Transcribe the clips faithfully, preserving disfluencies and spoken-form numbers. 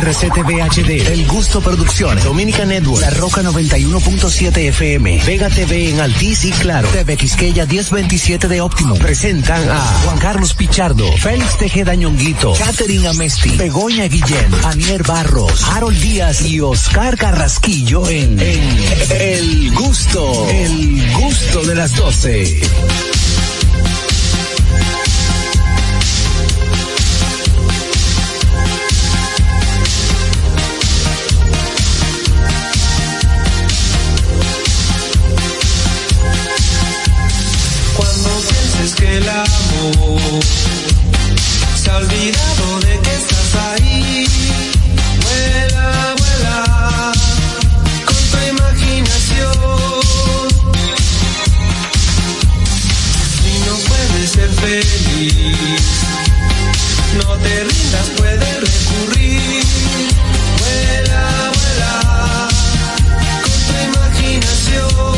R C T V H D, El Gusto Producciones, Dominica Network, La Roca noventa y uno punto siete F M, Vega T V en Altiz y Claro, T V Quisqueya diez veintisiete de Optimum. Presentan a Juan Carlos Pichardo, Félix Tejeda Ñonguito, Catherine Amesti, Begoña Guillén, Anier Barros, Harold Díaz y Oscar Carrasquillo en, en El Gusto, El Gusto de las doce. Que el amor se ha olvidado de que estás ahí. Vuela, vuela con tu imaginación. Si no puedes ser feliz, no te rindas, puedes recurrir. Vuela, vuela con tu imaginación.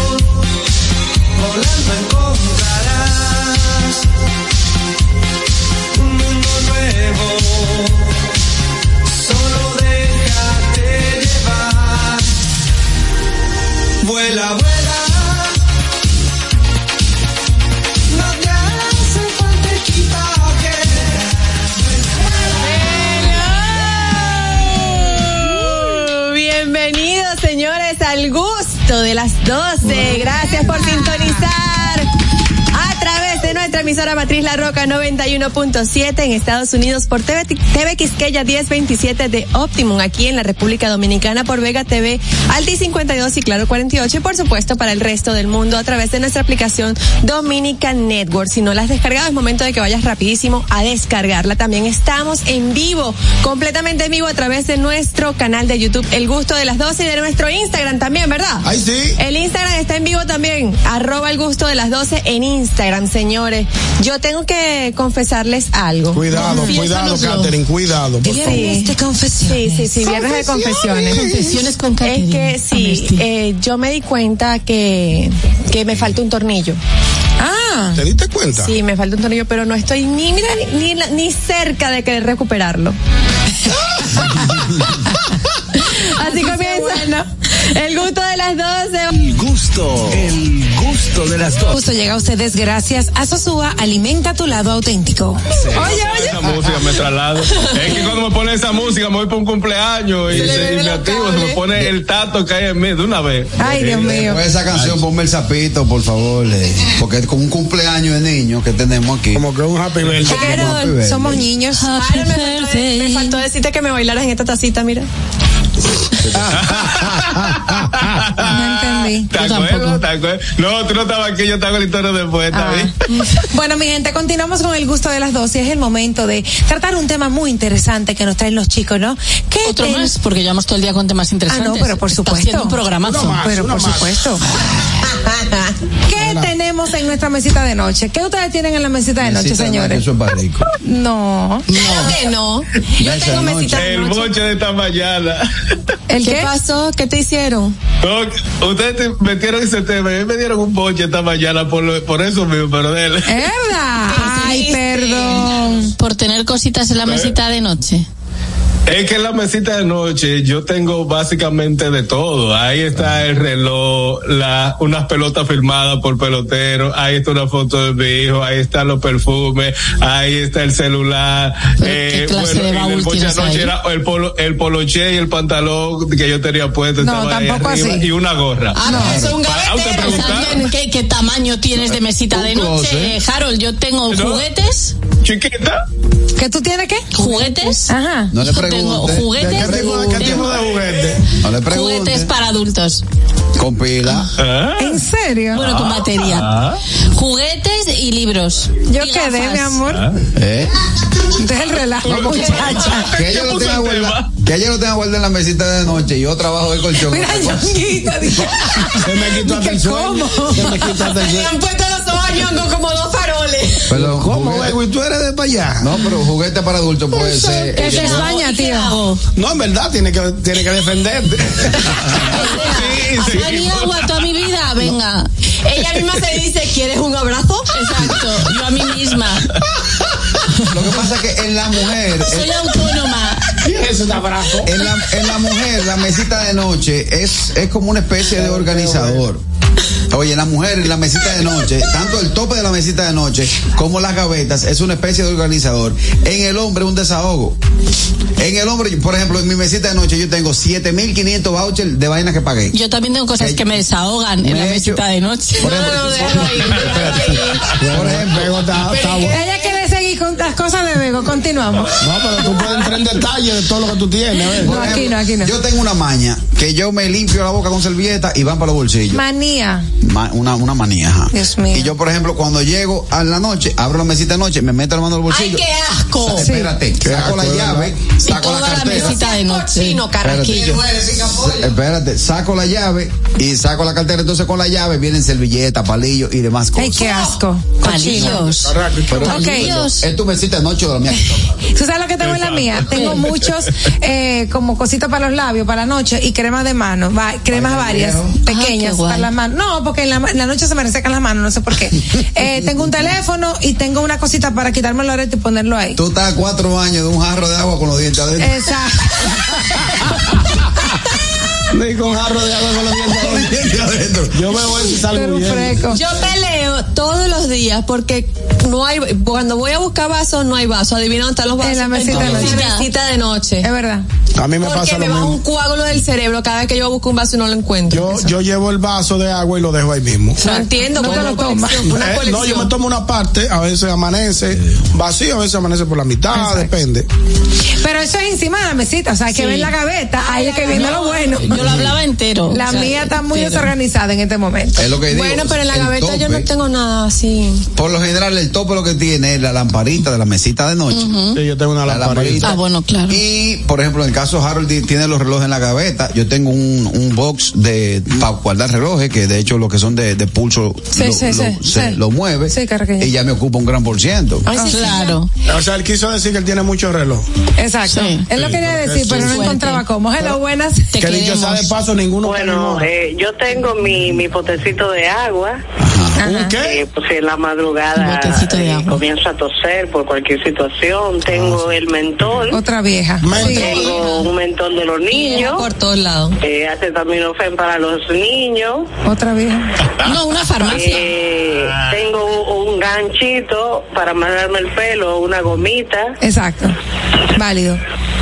Volando encontrarás un mundo nuevo. Solo déjate llevar. Vuela, vuela. No te hace falta equipaje. Hello. Bienvenidos, señores, al Gusto de las doce. Gracias por sintonizar a través de nuestra emisora matriz La Roca noventa y uno punto siete en Estados Unidos por T V, T V Quisqueya diez veintisiete de Optimum, aquí en la República Dominicana por Vega T V, Alti cincuenta y dos y Claro cuarenta y ocho, y por supuesto para el resto del mundo a través de nuestra aplicación Dominica Network. Si no la has descargado, es momento de que vayas rapidísimo a descargarla. También estamos en vivo, completamente en vivo a través de nuestro canal de YouTube El Gusto de las doce y de nuestro Instagram también, ¿verdad? Ay, sí. El Instagram está en vivo también, arroba El Gusto de las doce en Instagram, señores. Yo tengo que confesarles algo. Cuidado, cuidado, Catherine, cuidado, por favor. Sí, de confesiones. Sí, sí, sí, viernes de confesiones. Confesiones con Catherine. Es que sí, eh, yo me di cuenta que, que me falta un tornillo. Ah. ¿Te diste cuenta? Sí, me falta un tornillo, pero no estoy ni, mira, ni, ni, ni cerca de querer recuperarlo. Así comienza, bueno. El Gusto de las doce. El gusto, el gusto de las doce. Justo llega a ustedes gracias a Sosúa, alimenta tu lado auténtico. Sí, oye, oye. Esa música me traslado. Es que cuando me pone esa música me voy para un cumpleaños y, se se, y me activo, se me pone el tato que hay en mí de una vez. Ay, Dios mío. Pues esa canción, ponme el sapito, por favor, eh, porque es como un cumpleaños de niños que tenemos aquí. Como que un happy birthday. Claro, somos niños. Ay, me, faltó, me faltó decirte que me bailaras en esta tacita, mira. No entendí. ¿Te acuerdas? ¿Te acuerdas? No, tú no estabas aquí, yo estaba en la historia después, ¿está bien? Bueno, mi gente, continuamos con El Gusto de las doce. Es el momento de tratar un tema muy interesante que nos traen los chicos, ¿no? ¿Qué Otro ten... más, porque llevamos todo el día con temas interesantes. Ah, no, pero por Está supuesto. haciendo un programazo. Uno más, pero uno por más. supuesto. ¿Qué Hola. tenemos en nuestra mesita de noche? ¿Qué ustedes tienen en la mesita de noche, Mesita de señores? Eso es para rico. No. Claro que no. Yo Mesa tengo de mesita noche. de El noche. boche de esta mañana. ¿El ¿Qué qué? pasó? ¿Qué te hicieron? No, ustedes te metieron ese tema, me dieron un boche esta mañana por, lo, por eso mismo, pero de él. ¿Es verdad? Ay, perdón. Por tener cositas en la mesita de noche. Es que en la mesita de noche yo tengo básicamente de todo. Ahí está el reloj, la, unas pelotas firmadas por peloteros, ahí está una foto de mi hijo, ahí están los perfumes, ahí está el celular. ¿Qué eh, clase bueno, de y baúl el boche tienes anoche ahí? era el polo, el poloché y el pantalón que yo tenía puesto, No, estaba ahí tampoco arriba, así. y una gorra. Ah, no, eso es un Para- ¿usted gavetero. preguntar? ¿Saben ¿Qué, ¿Qué tamaño tienes de mesita Un de noche? closet. Harold, yo tengo ¿No? juguetes. Chiquita. ¿Qué tú tienes qué? ¿Juguetes? Ajá. No le Yo tengo pregunte. juguetes. ¿Qué tipo, ¿Qué tipo de juguete? No le pregunte. Juguetes para adultos. Con pila. ¿Ah? ¿En serio? Bueno, con batería. Ah. Juguetes y libros. Yo Y quedé, gafas. mi amor. Ah. ¿Eh? Deja el relajo, muchacha. Que ella lo puso tenga el guardado. tema? Que ella lo tenga guardado en la mesita de noche y yo trabajo de colchón. Mira, Ñonguito, dice. Se me quitó hasta el sueño. Se me quitó hasta el Le han sueño. puesto los ojos a Ñongo como dos faroles. Pero ¿Cómo, juguete- güey? ¿Tú eres de para allá? No, pero juguete para adultos puede ser. ¿Qué se eh, extraña, ¿Y qué tío? hago? No, en verdad, tiene que, tiene que defenderte. Sí, sí. ¿Has agua toda mi vida? Venga. Ella misma se dice, ¿quieres un abrazo? Exacto. Yo a mí misma. Lo que pasa es que en la mujer. Soy autónoma. Eso está bravo. En la, en la mujer, la mesita de noche es, es como una especie de organizador. Oye, la mujer en la mesita de noche, tanto el tope de la mesita de noche como las gavetas, es una especie de organizador. En el hombre, un desahogo. En el hombre, por ejemplo, en mi mesita de noche yo tengo siete mil quinientos vouchers de vainas que pagué. Yo también tengo cosas Eh, que me desahogan en me la he hecho- mesita de noche. Por ejemplo, No, no, déjalo ahí, déjalo ahí. por ejemplo, Bego está- está bueno. Ella quiere seguir con las cosas de Bego. Continuamos. No, pero tú puedes entrar en detalle de todo lo que tú tienes. a ver. No, por aquí ejemplo, no, aquí no. Yo tengo una maña que yo me limpio la boca con servilleta y van para los bolsillos. Manía. Ma- una, una manía, ajá. Dios mío. Y yo, por ejemplo, cuando llego a la noche, abro la mesita de noche, me meto la mano al ¡Ay, bolsillo. qué asco! Sa- Espérate, Qué saco la asco, de llave, Y saco la toda la cartera. mesita de noche. Cochino, carraquillo. Espérate, saco la llave y saco la cartera. Entonces con la llave vienen servilletas, palillos y demás cosas. Ay, qué asco. Cochino. Palillos. Pero Ok. Palillos. es tu mesita de noche o la mía. ¿Tú sabes lo que tengo en la mía? Tengo muchos, eh, como cositas para los labios, para la noche, y cremas de mano, va- cremas Ay, varias, viejo. pequeñas, Ah, qué guay. para las manos. No, porque en la, en la noche se me resecan las manos, no sé por qué. Eh, tengo un teléfono y tengo una cosita para quitarme el arete y ponerlo ahí. Tú estás a cuatro años de un jarro de agua con los dientes adentro. Exacto. Ni con jarro de agua con los dientes Con los dientes adentro. Yo veo eso y Pero salgo un bien. freco. Yo peleo todos los días porque no hay, cuando voy a buscar vasos no hay vasos. Adivina dónde están los vasos. En la mesita En de mi noche. mesita de noche. Es verdad. A mí me Porque pasa me lo baja mismo. un coágulo del cerebro cada vez que yo busco un vaso y no lo encuentro. Yo, yo llevo el vaso de agua y lo dejo ahí mismo. no entiendo. No te una lo tomas. colección, Una Eh, colección. no, yo me tomo una parte, a veces amanece vacío, a veces amanece por la mitad, Exacto. depende. Pero eso es encima de la mesita, o sea, hay que Sí. ver la gaveta, ahí es que viene lo bueno. Yo lo hablaba entero. La O sea, mía está muy entero. desorganizada en este momento. Es lo que digo. Bueno, pero en la el gaveta yo no tope, tengo nada así. Por lo general, el tope lo que tiene es la lamparita de la mesita de noche. Sí, yo tengo una La lamparita. Ah, bueno, claro. Y, por ejemplo, en el caso Harold di- tiene los relojes en la gaveta. Yo tengo un, un box de para guardar relojes, que de hecho lo que son de, de pulso Sí, lo, sí, lo- sí, se- sí. lo mueve. Sí, carraqueño. Y ya me ocupa un gran por ciento. Ay, sí, claro. O sea, él quiso decir que él tiene mucho reloj. Exacto. Sí. Él lo quería decir, pero no Suerte. encontraba cómo. Hello, buenas. Te Que dicho sea de queremos. paso, ninguno. Bueno, eh, yo tengo mi, mi potecito de agua. ¿Un qué? Eh, pues si en la madrugada Botecito de eh, agua. comienzo a toser por cualquier situación. Tengo el mentol. Otra vieja. Mentol. Sí. Tengo un mentol de los niños. Por todos lados. Eh, acetaminofén para los niños. Otra vieja. No, una farmacia. Eh, tengo un ganchito para amarrarme el pelo, una gomita. Exacto. Válido.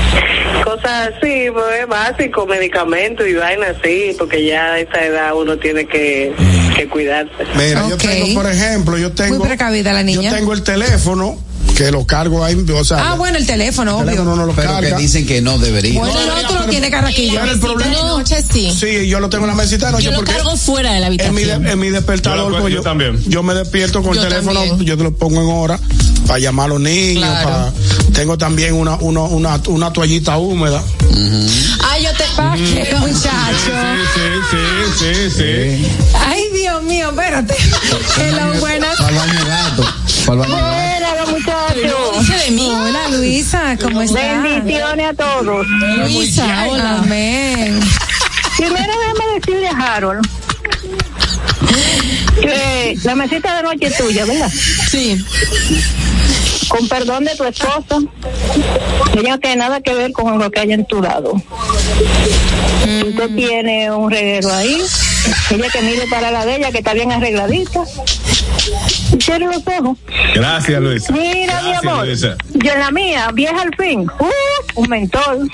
Cosas así, pues básico, medicamentos y vainas así, porque ya a esta edad uno tiene que, que cuidarse. Mira, yo Ok. tengo, por ejemplo, yo tengo. Muy precavida la niña. Yo tengo el teléfono, que lo cargo ahí, o sea. Ah, bueno, el teléfono, el obvio. teléfono no lo Pero carga. que dicen que no debería. Bueno, el otro lo tiene carraquillo. Pero el problema. De noche sí. Sí, yo lo tengo en la mesita de noche Yo lo porque. cargo fuera de la En mi, habitación. de- en mi despertador, Yo lo- pues, yo también. yo me despierto con Yo el teléfono, también. yo te lo pongo en hora para llamar a los niños. Claro. Para, tengo también una, una, una, una toallita húmeda. Ay, yo te. ¿Para qué, muchacho? Sí, sí, sí, sí, sí. Ay, Dios mío, espérate. Hello, buenas. Para el baño de gato. Para el baño de gato. Hola, muchachos. Dice de mí. Hola, Luisa, ¿cómo estás? Bendiciones a todos. Luisa, hola. Amén. Primero déjame decirle a Harold que la mesita de noche es tuya, ¿verdad? Sí. Con perdón de tu esposa, ella no tiene nada que ver con lo que hay en tu lado. Usted tiene un reguero ahí, ella que mire para la de ella, que está bien arregladita. Y cierre los ojos. Gracias, Luisa. Mira, mi Gracias, amor, Luisa. yo en la mía, vieja al fin, uh, un mentol.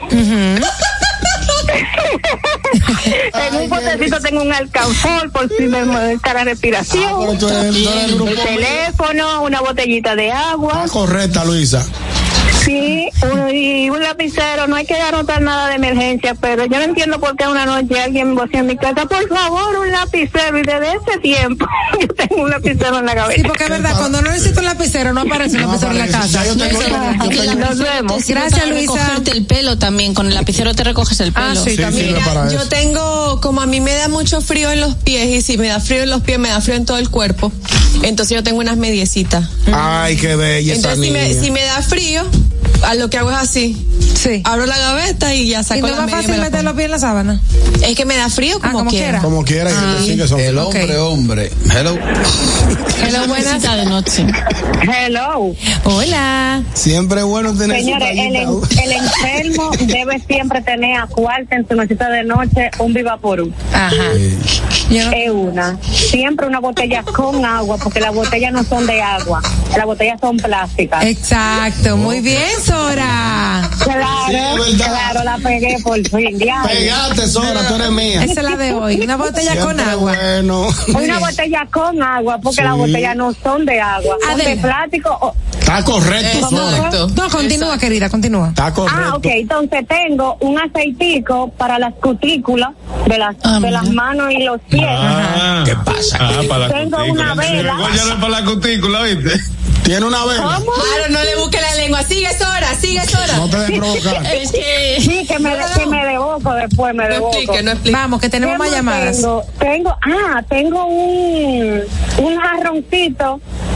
En un potecito tengo un alcanfor por si me molesta la respiración. Ah, pero tú eres- tú eres el grupo El teléfono, una botellita de agua. Ah, correcta, Luisa. Sí, un, y un lapicero, no hay que anotar nada de emergencia, pero yo no entiendo por qué una noche alguien vocea en mi casa, por favor, un lapicero, y desde ese tiempo yo tengo un lapicero en la Sí, cabeza. porque es verdad, cuando no necesito un lapicero, no aparece un No lapicero en la aparece. casa. Ya yo tengo- Eso es verdad. yo Y que el tengo- Nos lapicero vemos. te sirve Gracias, para Luisa. recogerte el pelo también. Con el lapicero te recoges el pelo. Ah, sí, Sí, también. sirve para Yo eso. tengo, como a mí me da mucho frío en los pies, y si me da frío en los pies, me da frío en todo el cuerpo. Entonces yo tengo unas mediecitas. Ay, qué bella esa Entonces si me, niña. si me da frío, a lo que hago es así. Sí. Abro la gaveta y ya saco ¿Y no la es más media y fácil me la meter pongo. los pies en la sábana? Es que me da frío como, Ah, como quiera. quiera. Como quiera y Ah. que te sigue son. El hombre, Ok. hombre. Hello. Hello, buenas. Mesita de noche. Hello. Hola. Siempre es bueno tener su Señores, el, tallita. en- el enfermo debe siempre tener a cuarta en su mesita de noche un Vivaporú. Ajá. Yo no- Es una. Siempre una botella con agua, porque las botellas no son de agua. Las botellas son plásticas. Exacto, muy bien, Sora. Claro, Sí, es verdad. claro, la pegué por fin. diablo. Pegate, Sora, tú eres mía. Esa es la de hoy. Una botella con Siempre agua. Bueno. Muy Una bien. botella con agua, porque Sí. las botellas no son de agua. Son de Adela. plástico. o- Está correcto, Sora. Exacto. No, continúa, Exacto. querida, continúa. Está correcto. Ah, ok. Entonces tengo un aceitico para las cutículas de las, Ah, de las mira. manos y los pies. Ah, ¿Qué pasa? Ah, para la Tengo cutícula. una vela. Sí, ya no es para la cutícula, ¿viste? Tiene una vela. ¿Cómo? Claro, no le busque la lengua. Sigue Sora, sigue Sora. No te dejes provocar. Es que. Sí, que me, que me devoco después, me No devoco. explique, no explique. Vamos, que tenemos ¿Qué más más llamadas. Tengo, tengo, ah, tengo un, un jarroncito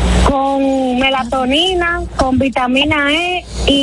con melatonina, con vitamina E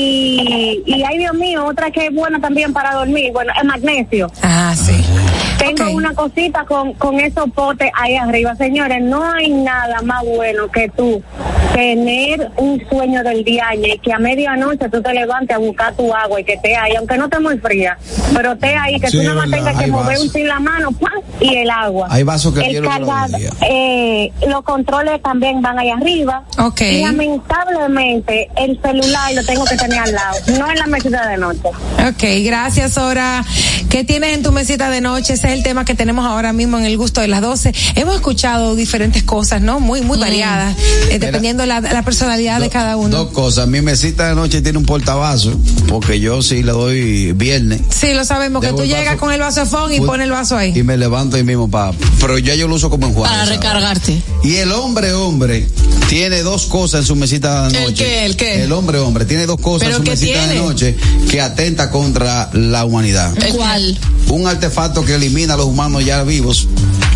y, y ay Dios mío, otra que es buena también para dormir, bueno, es magnesio. Ah, sí. Tengo Ok. una cosita con, con esos potes ahí arriba. Señores, no hay nada más bueno que tú tener un sueño del día y que a medianoche tú te levantes a buscar tu agua y que esté ahí, aunque no esté muy fría, pero esté ahí, que Sí, tú nada más verdad, tengas que hay mover vasos. un sin la mano, ¡pam! Y el agua. Hay vasos que el quiero cargador, día. eh, los controles también van ahí arriba. Ok. Y lamentablemente el celular lo tengo que tener al lado, no en la mesita de noche. Ok, gracias, Sora. ¿Qué tienes en tu mesita de noche? Ese es el tema que tenemos ahora mismo en el gusto de las doce. Hemos escuchado diferentes cosas, ¿no? Muy, muy variadas, eh, dependiendo la, la personalidad de cada uno. Dos cosas. Mi mesita de noche tiene un portavasos, porque yo sí le doy viernes. Sí, lo sabemos, que Debo tú el llegas vaso. con el vaso de fondo y Uy, pones el vaso ahí. Y me levanto ahí mismo para. Pero ya yo lo uso como enjuague. Para ¿sabes? recargarte. Y el hombre, hombre, tiene dos cosas en su mesita de ¿El noche. qué, el qué? El hombre, hombre, tiene dos cosas en ¿Pero su qué mesita de tiene? noche que atenta contra la humanidad. ¿Cuál? Un artefacto que elimina a los humanos ya vivos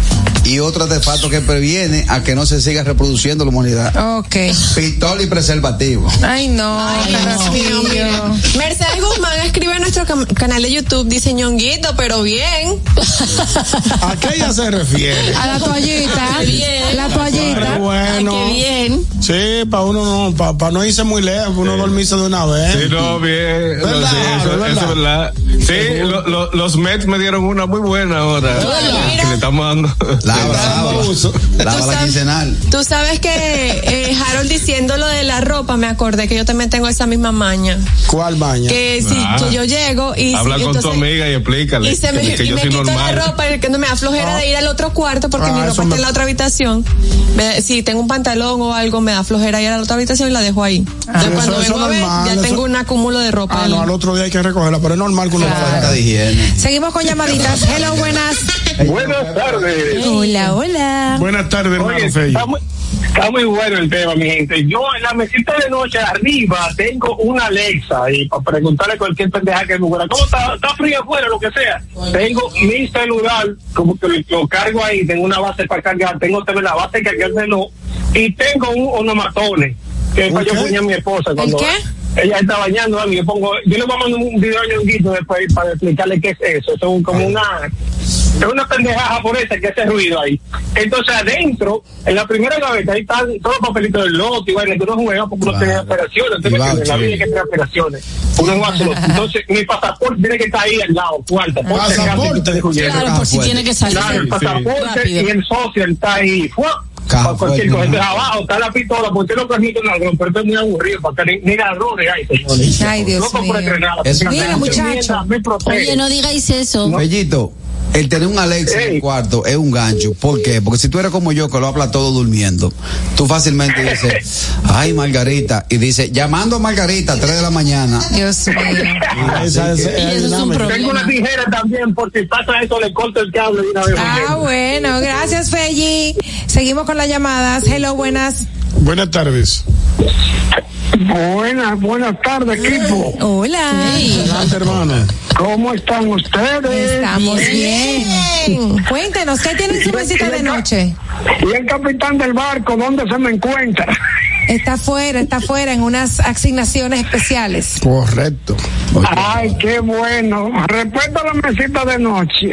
y otro artefacto que previene a que no se siga reproduciendo la humanidad. Ok. Pistola y preservativo. Ay, no, Ay, Carrasquillo. Dios mío. Mercedes Guzmán escribe en nuestro cam- canal de YouTube, dice ñonguito, pero bien. ¿A qué ella se refiere? A la toallita. Qué bien. La Pero toallita. bueno. Qué bien. Sí, para uno no, para no irse muy lejos, pa' uno dormirse de una vez. Sí, no, bien. ¿Verdad, No, sí, eso, verdad? eso es verdad. Sí, lo- lo- los Mets me dieron una muy buena ahora. Mira. Que le estamos dando. Lava, dando lava. uso. Lava Tú la sabes- quincenal. Tú sabes que eh, Harold diciendo lo de la ropa, me acordé que yo también tengo esa misma maña. ¿Cuál baña? Que si Ah. que yo llego y Habla si, con tu entonces- amiga y explícale. y se me, que, que y yo me soy quito normal. la ropa y que no me da flojera Ah. de ir al otro cuarto porque Ah, mi eso ropa me- está en la otra habitación. Me- si tengo un pantalón o algo, me da flojera ir a la otra habitación y la dejo ahí. Entonces, Eso- cuando eso vengo a ver, normal, ya eso- tengo un acúmulo de ropa. Ah, ahí. no, al otro día hay que recogerla, pero es normal que uno Claro. la Falta deje. de higiene. Seguimos con llamaditas. Hello, buenas. Buenas tardes. Hola, hola. Buenas tardes, hermano Oye, Fello. está muy, está muy bueno el tema, mi gente. Yo en la mesita de noche arriba tengo una Alexa y para preguntarle cualquier pendeja que me fuera, ¿cómo está? ¿Está frío afuera? Lo que sea. Tengo mi celular, como que lo, lo cargo ahí, tengo una base para cargar, tengo también la base de cargárselo y tengo un onomatones que es para yo qué? poner a mi esposa cuando qué? ella está bañando, a mí yo pongo, yo le voy a mandar un video a Ñonguito después para explicarle qué es eso. Eso es como una es una pendeja japonesa que hace ruido ahí. Entonces adentro, en la primera gaveta, ahí están todos los papelitos del lote y vaina que uno juega porque uno Claro. tiene operaciones. Y Entonces, voucher. en la vida hay que tener operaciones. Uno juega solo. Entonces, mi pasaporte tiene que estar ahí al lado, cuarta. por si acaso, ¿Pasaporte? que esté huyendo. Claro, por si fuerte. tiene que salir. Claro, el Sí, sí. pasaporte Rápido. y el social está ahí. ¡Fua! Caja Para cualquier cosa. fuerte. Entonces, abajo está la pistola, porque no permite un ladrón, pero esto es muy aburrido, porque ni, ni ladrones hay, señores. Ay, Dios Loco por mío. entrenar. Es- Mira, muchacho. Me protege. Oye, no digáis eso. Bellito, el tener un Alexa en Ey. el cuarto es un gancho. ¿Por qué? Porque si tú eres como yo, que lo habla todo durmiendo, tú fácilmente dices, ay, Margarita, y dice, llamando a Margarita a tres de la mañana. Dios mío. Ah, esa es- Y es eso es un dinámica. problema. Tengo una tijera también, por si pasa eso, le corto el cable de una vez. Ah, bueno, gracias, Felli. Seguimos con las llamadas. Hello, buenas. Buenas tardes. Buenas, buenas tardes, equipo. Hola. Adelante, hermano. ¿Cómo están ustedes? Estamos bien. Cuéntenos, ¿qué tiene en su mesita de noche? Y el capitán del barco, ¿dónde se me encuentra? Está fuera, está fuera en unas asignaciones especiales. Correcto. Ay, qué bueno. Respecto a la mesita de noche,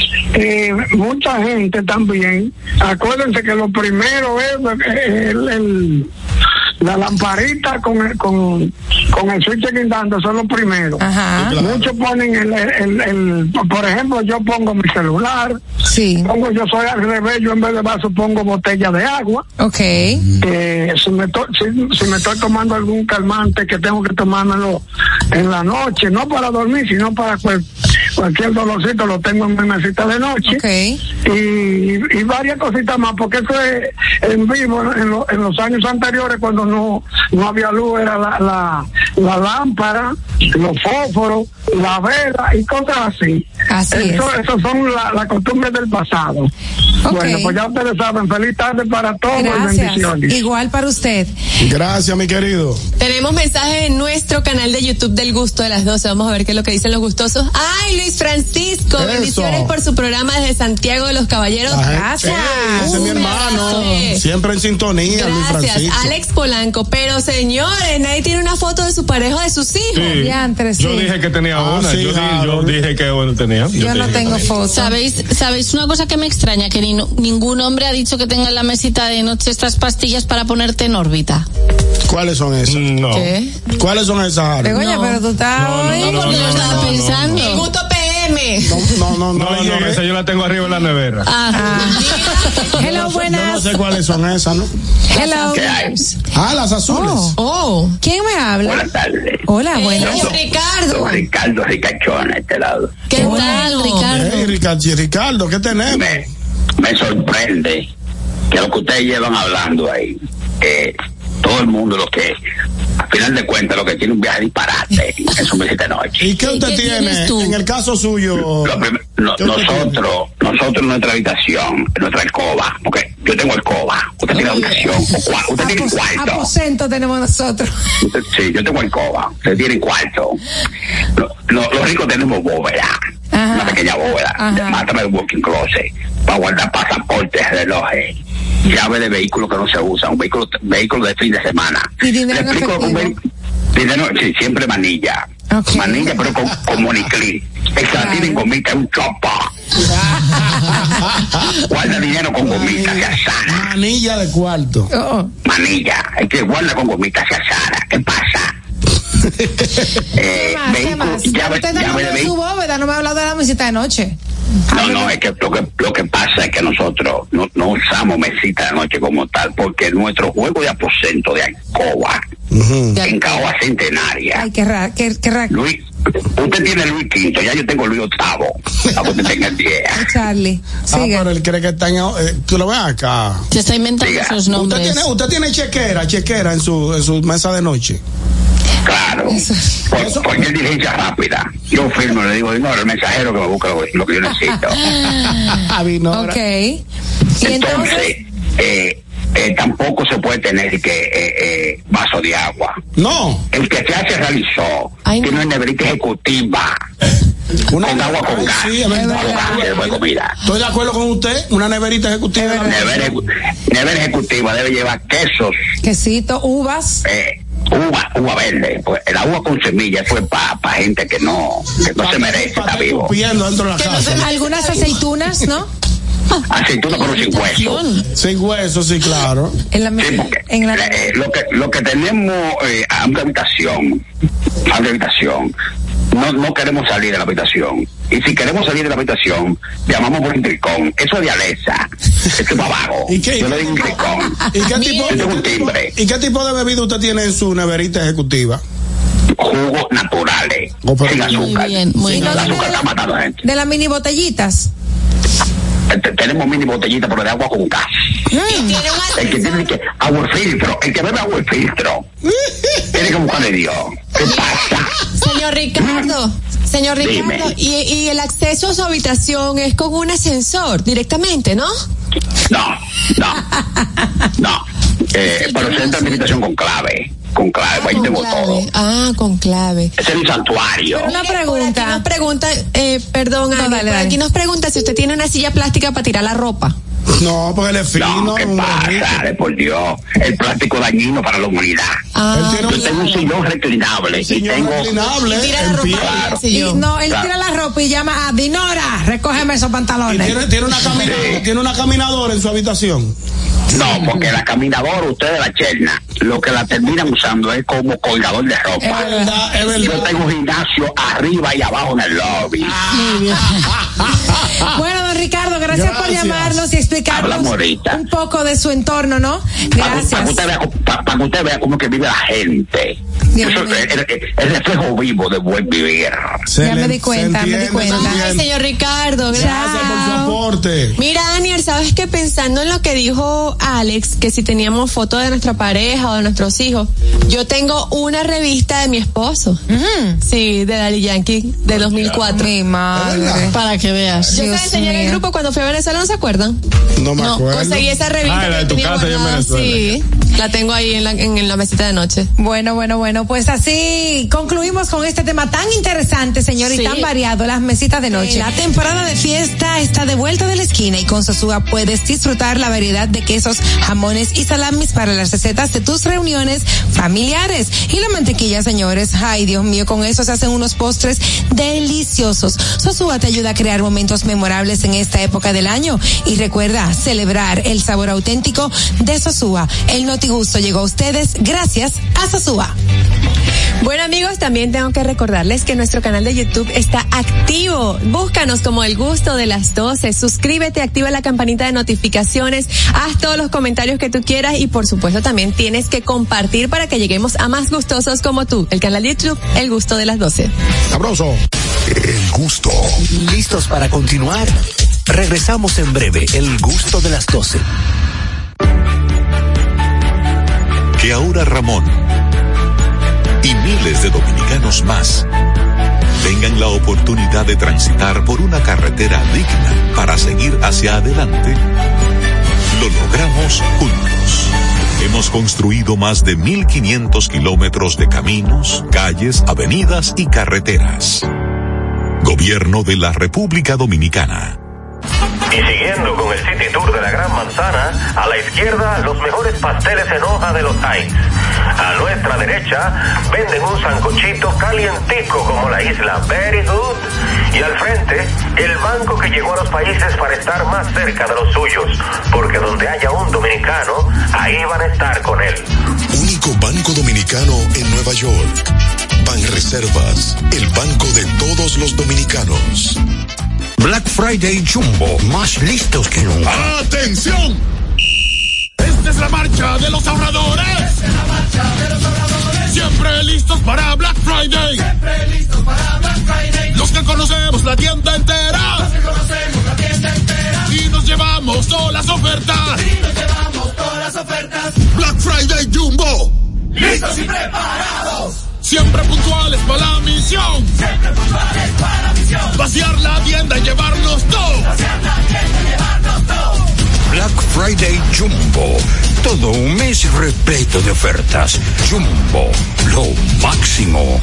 eh, mucha gente también, acuérdense que lo primero es el, el, la lamparita con el, con, con el switch guindando, son los primeros. Ajá. Muchos ponen el, el, el, por ejemplo, yo pongo mi celular, sí. pongo, yo soy al revés, yo en vez de vaso pongo botella de agua. Ok. Eh, si, me to, si, si me estoy tomando algún calmante que tengo que tomármelo en la noche, no para dormir, sino para cual, cualquier dolorcito lo tengo en mi mesita de noche. Okay. Y, y varias cositas más, porque eso es en vivo, en, lo, en los años anteriores cuando no, no había luz, era la, la, la lámpara, los fósforos, la vela y cosas así. Así eso, es. Eso son las la costumbres del pasado. Okay. Bueno, pues ya ustedes saben, feliz tarde para todos. Gracias. Bendiciones. Igual para usted. Gracias, mi querido. Tenemos mensajes en nuestro canal de YouTube del Gusto de las doce. Vamos a ver qué es lo que dicen los gustosos. ¡Ay, Luis Francisco! Eso. Bendiciones por su programa desde Santiago de los Caballeros. La gente- Gracias. Eh, ese es mi Un hermano. abrazo. Siempre en sintonía, Luis Gracias, Francisco. Alex Polanco. Pero señores, nadie tiene una foto de su pareja o de sus hijos. Sí. Diantre, sí. Yo dije que tenía Ah, una. sí, yo, dije, yo Harold. dije que bueno tenía. Yo no dije que tengo tenía. foto. ¿Sabéis, ¿Sabéis una cosa que me extraña? Que ni, ningún hombre ha dicho que tenga en la mesita de noche estas pastillas para ponerte en órbita. ¿Cuáles son esas? No. ¿Qué? ¿Cuáles son esas, Harold? Begoña, No. pero tú estás No, no, hoy. no, no, Porque lo no, estaba no, no, pensando. El Gusto P M. No, no, no, No, no, no, llegué. esa yo la tengo arriba en la nevera. Ah, Hello, Yo no buenas. sé cuáles son esas, ¿no? Hello. Ah, las azules. Oh. Oh. ¿Quién me habla? Buenas tardes. Hola, buenas. Señor Ricardo. Don Ricardo Ricachón, a este lado. ¿Qué ¿Qué tal, tal, Ricardo? Hey, Ricardo, Ricardo, ¿qué tenemos? Me, me sorprende que lo que ustedes llevan hablando ahí, eh, todo el mundo lo que, a final de cuentas, lo que tiene un viaje disparate en su mesita de noche. ¿Y qué usted ¿Qué tiene tienes tú? en el caso suyo? Lo prim- no- ¿Qué usted nosotros, nosotros en nuestra habitación, en nuestra alcoba, porque yo tengo alcoba, usted tiene habitación, o cua- usted tiene Apos- cuarto. aposento tenemos nosotros. Usted- sí, yo tengo alcoba, usted tiene cuarto. Lo- lo- los ricos tenemos bóveda, Ajá. una pequeña bóveda, Ajá. mátame el walking closet, para guardar pasaportes, relojes, llave de vehículos que no se usan, un vehículo, vehículo de fin de semana. ¿Y dinero en Le explico, un efectivo? vehi- dinero, sí, siempre manilla. Ok. Manilla, pero con, con moniclín. Esa Claro. tienen gomita, es un chopa. Guarda dinero con gomita, se asara. Manilla de cuarto. Oh. Manilla, hay que guarda con gomita, se asara. ¿Qué pasa? ¿Qué eh, más? ¿Qué vehículo- más? llave, Usted está llave de hablando de su vehículo. bóveda, no me ha hablado de la mesita de noche. No, no, es que lo que lo que pasa es que nosotros no, no usamos mesita de noche como tal, porque nuestro juego de aposento de alcoba en Caoba Centenaria. Ay, qué raro, qué, qué raro. Luis, usted tiene Luis Quinto, ya yo tengo Luis Octavo, para que usted tenga el diez. Charlie, Ah, siga. pero él cree que está en... Eh, tú lo ves acá. se está inventando Diga. esos Usted nombres. tiene, usted tiene chequera, chequera en su, en su mesa de noche. Claro, por, cualquier diligencia rápida. Yo firmo, le digo, no, el mensajero que me busca lo, lo que yo necesito. Ok. Y Entonces, entonces, eh, eh, tampoco se puede tener que eh, eh, vaso de agua. No. El que ya se realizó Ay, tiene no. una neverita ejecutiva Una, con agua con Ay, gas. sí, es verdad. Con gas, de comida. Estoy de acuerdo con usted. Una neverita ejecutiva. de la Nevera, ejecu- nevera ejecutiva debe llevar quesos, quesito, uvas. eh, uva, uva verde. Pues la uva con semilla fue para pa gente que no, que no se merece estar vivo. Escupiendo dentro de la casa. Algunas aceitunas, ¿no? Aceituna pero sin hueso. Sin hueso, sí, claro. En la, Sí, porque en la, eh, lo que lo que tenemos eh, amplia habitación, amplia habitación, no no queremos salir de la habitación. Y si queremos salir de la habitación, llamamos por intercom. Eso es de Alesa. Eso es babago. ¿Y qué? Yo le digo intercom. ¿Y qué tipo, Yo tengo y un qué tipo- timbre. ¿Y qué tipo de bebida usted tiene en su neverita ejecutiva? Jugos naturales. Oh, pero- sin azúcar. Muy bien, muy Sin bien. el azúcar está matando gente. de las mini botellitas. Eh, Tenemos mini botellita, pero de agua con gas. Y tiene un El que tiene que agua filtro, el que bebe agua filtro, tiene que buscarle Dios. ¿Qué pasa? Señor Ricardo, señor Dime. Ricardo, y, y el acceso a su habitación es con un ascensor directamente, ¿no? No, no, no. Eh, pero se entra en mi habitación con clave, con clave, pues ahí Con tengo clave. todo. Ah, con clave. Ese es un santuario. Una Por aquí pregunta. nos pregunta, eh, perdón, No, Ani, dale, por dale. aquí nos pregunta si usted tiene una silla plástica para tirar la ropa. No, porque él es fino. No, ¿qué pasa? Por Dios, el plástico dañino para la humanidad. Ah, Yo tengo un sillón reclinable. Y tengo... reclinable. Y tira la ropa. Claro. Y, no, él Claro. tira la ropa y llama a Dinora, recógeme esos Y pantalones. tiene, tiene, una caminadora, tiene una caminadora en su habitación. No, porque la caminadora, ustedes la cherna, lo que la terminan usando es como colgador de ropa. Es verdad, es verdad. Yo tengo un gimnasio arriba y abajo en el lobby. Bueno, don Ricardo, gracias, Gracias. por llamarnos y explicarnos Hablamos ahorita. un poco de su entorno, ¿no? Para que Gracias. usted vea, pa- pa' que usted vea cómo que vive la gente. Bien, Eso bien. es el, el- el reflejo vivo de buen vivir. Se Ya le- me di cuenta, se me di entiende, cuenta. se Ay, entiende. señor Ricardo, Gracias por su gracias. aporte. Mira, Anier, ¿sabes qué? Pensando en lo que dijo Alex, que si teníamos fotos de nuestra pareja o de nuestros hijos, yo tengo una revista de mi esposo. Sí, de Daddy Yankee, de dos mil cuatro. Mi madre. ¿Verdad? Para que veas. Yo te Dios enseñé en el mío. grupo cuando fui a Venezuela, ¿no se acuerdan? No me acuerdo. Conseguí esa revista Ah, la de que tu tenía casa allá en guardada, Venezuela. sí, la tengo ahí en la, en, en la mesita de noche. Bueno, bueno, bueno, pues así concluimos con este tema tan interesante, señor, Sí. y tan variado, las mesitas de noche. La temporada de fiesta está de vuelta de la esquina y con Sosúa puedes disfrutar la variedad de quesos, jamones y salamis para las recetas de tus reuniones familiares. Y la mantequilla, señores, ay Dios mío, con eso se hacen unos postres deliciosos. Sosúa te ayuda a crear momentos memorables en esta época del año y recuerda celebrar el sabor auténtico de Sosúa. El Notigusto llegó a ustedes gracias a Sosúa. Bueno, amigos, también tengo que recordarles que nuestro canal de YouTube está activo. Búscanos como El Gusto de las doce. Suscríbete, activa la campanita de notificaciones, haz todos los comentarios que tú quieras y por supuesto también tienes que compartir para que lleguemos a más gustosos como tú. El canal de YouTube, El Gusto de las doce. Sabroso. El gusto. ¿Listos para continuar? Regresamos en breve. El gusto de las doce. Que ahora Ramón y miles de dominicanos más tengan la oportunidad de transitar por una carretera digna para seguir hacia adelante, lo logramos juntos. Hemos construido más de mil quinientos kilómetros de caminos, calles, avenidas y carreteras. Gobierno de la República Dominicana. Y siguiendo con el City Tour de la Gran Manzana, a la izquierda los mejores pasteles en hoja de los Times. A nuestra derecha venden un sancochito calientico como la isla Very Good. Y al frente, el banco que llegó a los países para estar más cerca de los suyos. Porque donde haya un dominicano, ahí van a estar con él. Único banco dominicano en Nueva York. Banreservas, el banco de todos los dominicanos. Black Friday Jumbo, más listos que nunca. ¡Atención! Esta es la marcha de los ahorradores. Esta es la marcha de los ahorradores. Siempre listos para Black Friday. Siempre listos para Black Friday. Los que conocemos la tienda entera. Los que conocemos la tienda entera. Y nos llevamos todas las ofertas. Y nos llevamos todas las ofertas. Black Friday Jumbo. Listos y preparados. Siempre puntuales para la misión. Siempre puntuales para la misión. Vaciar la tienda y llevarnos todo. Vaciar la tienda y llevarnos todo. Black Friday Jumbo, todo un mes repleto de ofertas. Jumbo, lo máximo.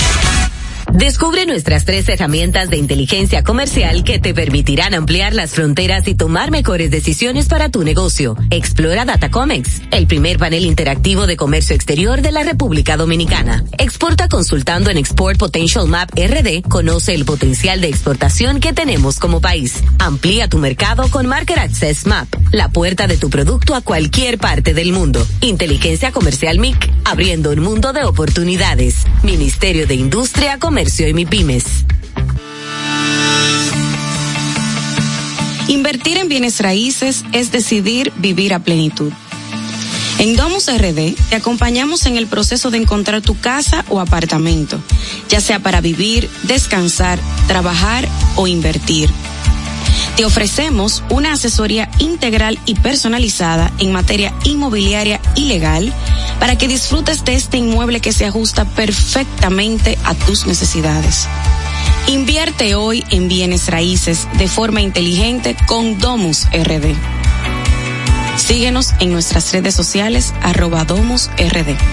Descubre nuestras tres herramientas de inteligencia comercial que te permitirán ampliar las fronteras y tomar mejores decisiones para tu negocio. Explora Datacomex, el primer panel interactivo de comercio exterior de la República Dominicana. Exporta consultando en Export Potential Map R D. Conoce el potencial de exportación que tenemos como país. Amplía tu mercado con Market Access Map, la puerta de tu producto a cualquier parte del mundo. Inteligencia Comercial M I C, abriendo un mundo de oportunidades. Ministerio de Industria, Comercio y MIPYMES. Invertir en bienes raíces es decidir vivir a plenitud. En Domus R D te acompañamos en el proceso de encontrar tu casa o apartamento, ya sea para vivir, descansar, trabajar o invertir. Te ofrecemos una asesoría integral y personalizada en materia inmobiliaria y legal para que disfrutes de este inmueble que se ajusta perfectamente a tus necesidades. Invierte hoy en bienes raíces de forma inteligente con Domus R D. Síguenos en nuestras redes sociales arroba Domus R D.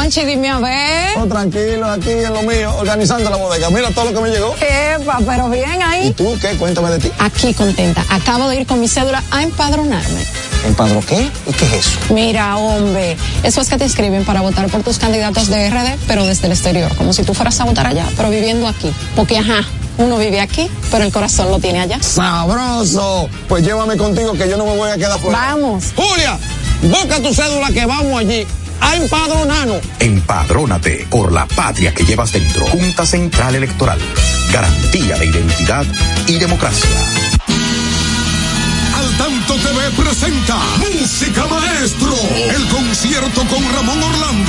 Monchi, dime a ver. Oh, tranquilo, aquí en lo mío, organizando la bodega. Mira todo lo que me llegó. Epa, pero bien ahí. ¿Y tú qué? Cuéntame de ti. Aquí contenta. Acabo de ir con mi cédula a empadronarme. ¿Empadrón qué? ¿Y qué es eso? Mira, hombre, eso es que te inscriben para votar por tus candidatos de R D, pero desde el exterior, como si tú fueras a votar allá, pero viviendo aquí. Porque, ajá, uno vive aquí, pero el corazón lo tiene allá. ¡Sabroso! Pues llévame contigo que yo no me voy a quedar fuera. Vamos. Julia, busca tu cédula que vamos allí a empadronarnos. Empadrónate por la patria que llevas dentro. Junta Central Electoral. Garantía de identidad y democracia. Al Tanto T V presenta Música Maestro, el concierto con Ramón Orlando.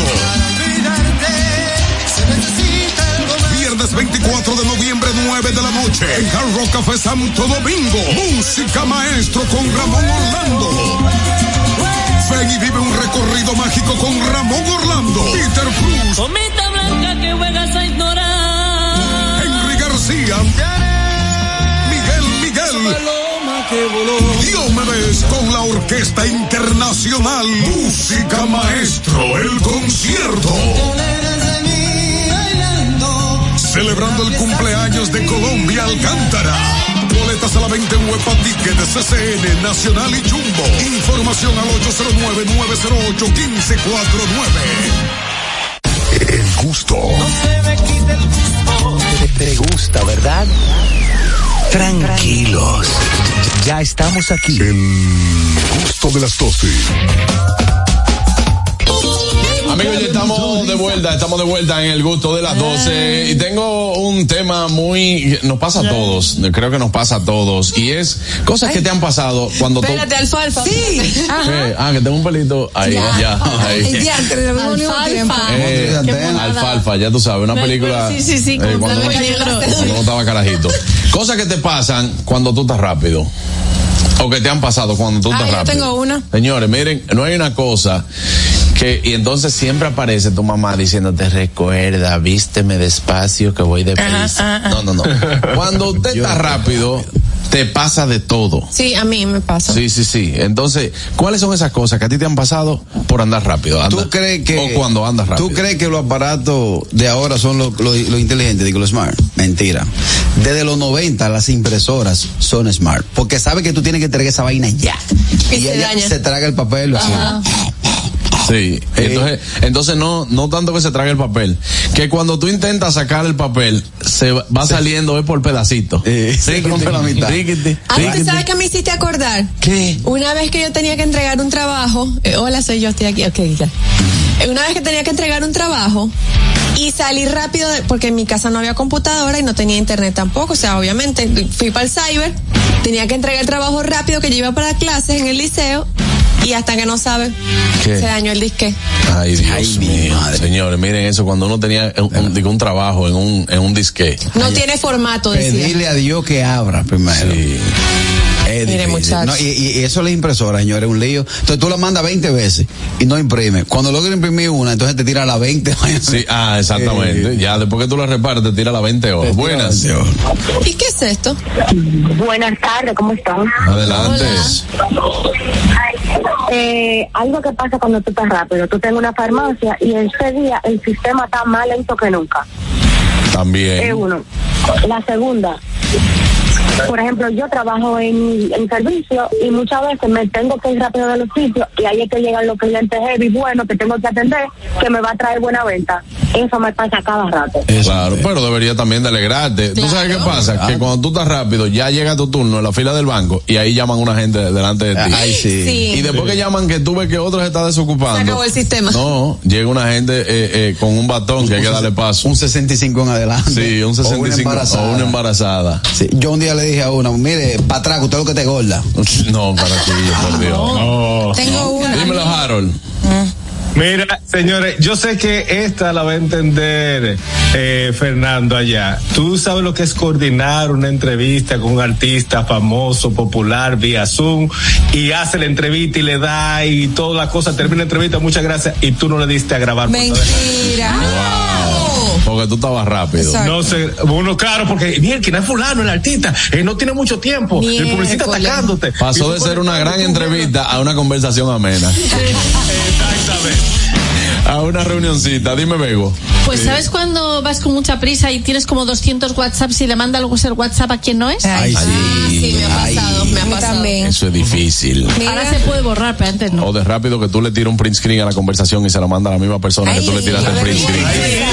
Viernes veinticuatro de noviembre, nueve de la noche, en Hard Rock Café Santo Domingo. Música Maestro con Ramón Orlando. Ven y vive un recorrido mágico con Ramón Orlando, Peter Cruz, Comita blanca que juegas a ignorar. Henry García, Miguel Miguel. Diomedes con la Orquesta Internacional. Música Maestro, el concierto. Celebrando el cumpleaños de Colombia Alcántara. Boletas a la venta en Huepa Ticket de C C N, Nacional y Jumbo. Información al ocho cero nueve, nueve cero ocho, uno cinco cuatro nueve. El gusto. No se me quite el gusto. Te, te gusta, ¿verdad? Tranquilos. Ya estamos aquí. El gusto de las doce. Amigos, ya estamos de vuelta, estamos de vuelta en el gusto de las doce y tengo un tema muy, nos pasa a todos, creo que nos pasa a todos y es cosas que te han pasado cuando tú... Espérate, alfalfa. Sí. ¿Qué? Ah, que tengo un pelito ahí, ya, ya ahí. Ya, entre los mismos tiempos. Eh, alfalfa, ya tú sabes, una película. Sí, sí, sí, eh, cuando, uno, cuando uno estaba carajito. Cosas que te pasan cuando tú estás rápido. O que te han pasado cuando tú ah, estás yo rápido. tengo una. Señores, miren, no hay una cosa que, y entonces siempre aparece tu mamá diciéndote, recuerda, vísteme despacio que voy deprisa. No, no, no. Cuando usted está rápido, te pasa de todo. Sí, a mí me pasa. Sí, sí, sí. Entonces, ¿cuáles son esas cosas que a ti te han pasado por andar rápido? Anda. ¿Tú crees que o cuando andas rápido? ¿Tú crees que los aparatos de ahora son los lo, lo inteligentes, digo, los smart? Mentira. Desde los noventa las impresoras son smart, porque sabe que tú tienes que entregar esa vaina ya. Y, y ella daña. Se traga el papel. Así. Sí, entonces, entonces no, no tanto que se trague el papel, que cuando tú intentas sacar el papel, se va sí. saliendo es por pedacitos. Eh, se rompe la mitad. Ah, ¿tú sabes que me hiciste acordar? ¿Qué? Una vez que yo tenía que entregar un trabajo, eh, hola, soy yo, estoy aquí, ok, ya. Una vez que tenía que entregar un trabajo y salí rápido de, porque en mi casa no había computadora y no tenía internet tampoco, o sea, obviamente fui para el cyber, tenía que entregar el trabajo rápido que yo iba para clases en el liceo. Y hasta que no sabe, ¿qué? Se dañó el disque. Ay, Dios Ay, mío. Madre. Señores, miren eso, cuando uno tenía un, un, digo, un trabajo en un, en un disque. No Ay, tiene formato, decía. Pedirle a Dios que abra primero. Sí. Es Mire, muchachos. No, y, y eso es la impresora, señores, un lío. Entonces tú la mandas veinte veces y no imprime. Cuando logras imprimir una, entonces te tira la veinte. Sí, ah, exactamente. Eh, ya después que tú la reparas, te tira la veinte horas. Buenas. ¿Y qué es esto? Buenas tardes, ¿cómo están? Adelante. Eh, algo que pasa cuando tú estás rápido. Tú tienes una farmacia y ese día el sistema está más lento que nunca. También. Es uno. La segunda. Por ejemplo, yo trabajo en, en servicio y muchas veces me tengo que ir rápido de los sitios y ahí es que llegan los clientes heavy buenos que tengo que atender, que me va a traer buena venta. Eso me pasa cada rato. Claro, pero debería también de alegrarte. Claro. ¿Tú sabes qué pasa? Claro. Que cuando tú estás rápido, ya llega tu turno en la fila del banco y ahí llaman una gente delante de ti. Ay, sí. Sí. Y después que llaman que tú ves que otro se está desocupando. Se acabó el sistema. No, llega una gente eh, eh, con un batón que hay que darle paso. Un sesenta y cinco en adelante. Sí, un sesenta y cinco. O una embarazada. O una embarazada. Sí. Yo un día le dije a una, mire, para atrás, usted lo que te gorda. No, para ti, por Dios. No. Tengo una. Dímelo, Harold. Mm. Mira, señores, yo sé que esta la va a entender eh, Fernando allá. Tú sabes lo que es coordinar una entrevista con un artista famoso, popular, vía Zoom, y hace la entrevista y le da y toda la cosa, termina la entrevista, muchas gracias, y tú no le diste a grabar. Mentira. Wow. Porque tú estabas rápido. Exacto. No sé, uno claro, porque miren, que no es fulano, el artista, eh, no tiene mucho tiempo, el publicista atacándote. Pasó de ser una gran entrevista a una conversación amena. Exactamente. a una reunioncita. Dime, Bego. Pues ¿sabes cuando vas con mucha prisa y tienes como doscientos WhatsApps y le manda algo el WhatsApp a quien no es? Ay, sí. Ah, sí, me ha pasado, Ay, me ha pasado. También. Eso es difícil. Ahora se puede borrar, pero antes no. O de rápido que tú le tiras un print screen a la conversación y se la manda a la misma persona Ay, que tú le tiraste el print screen.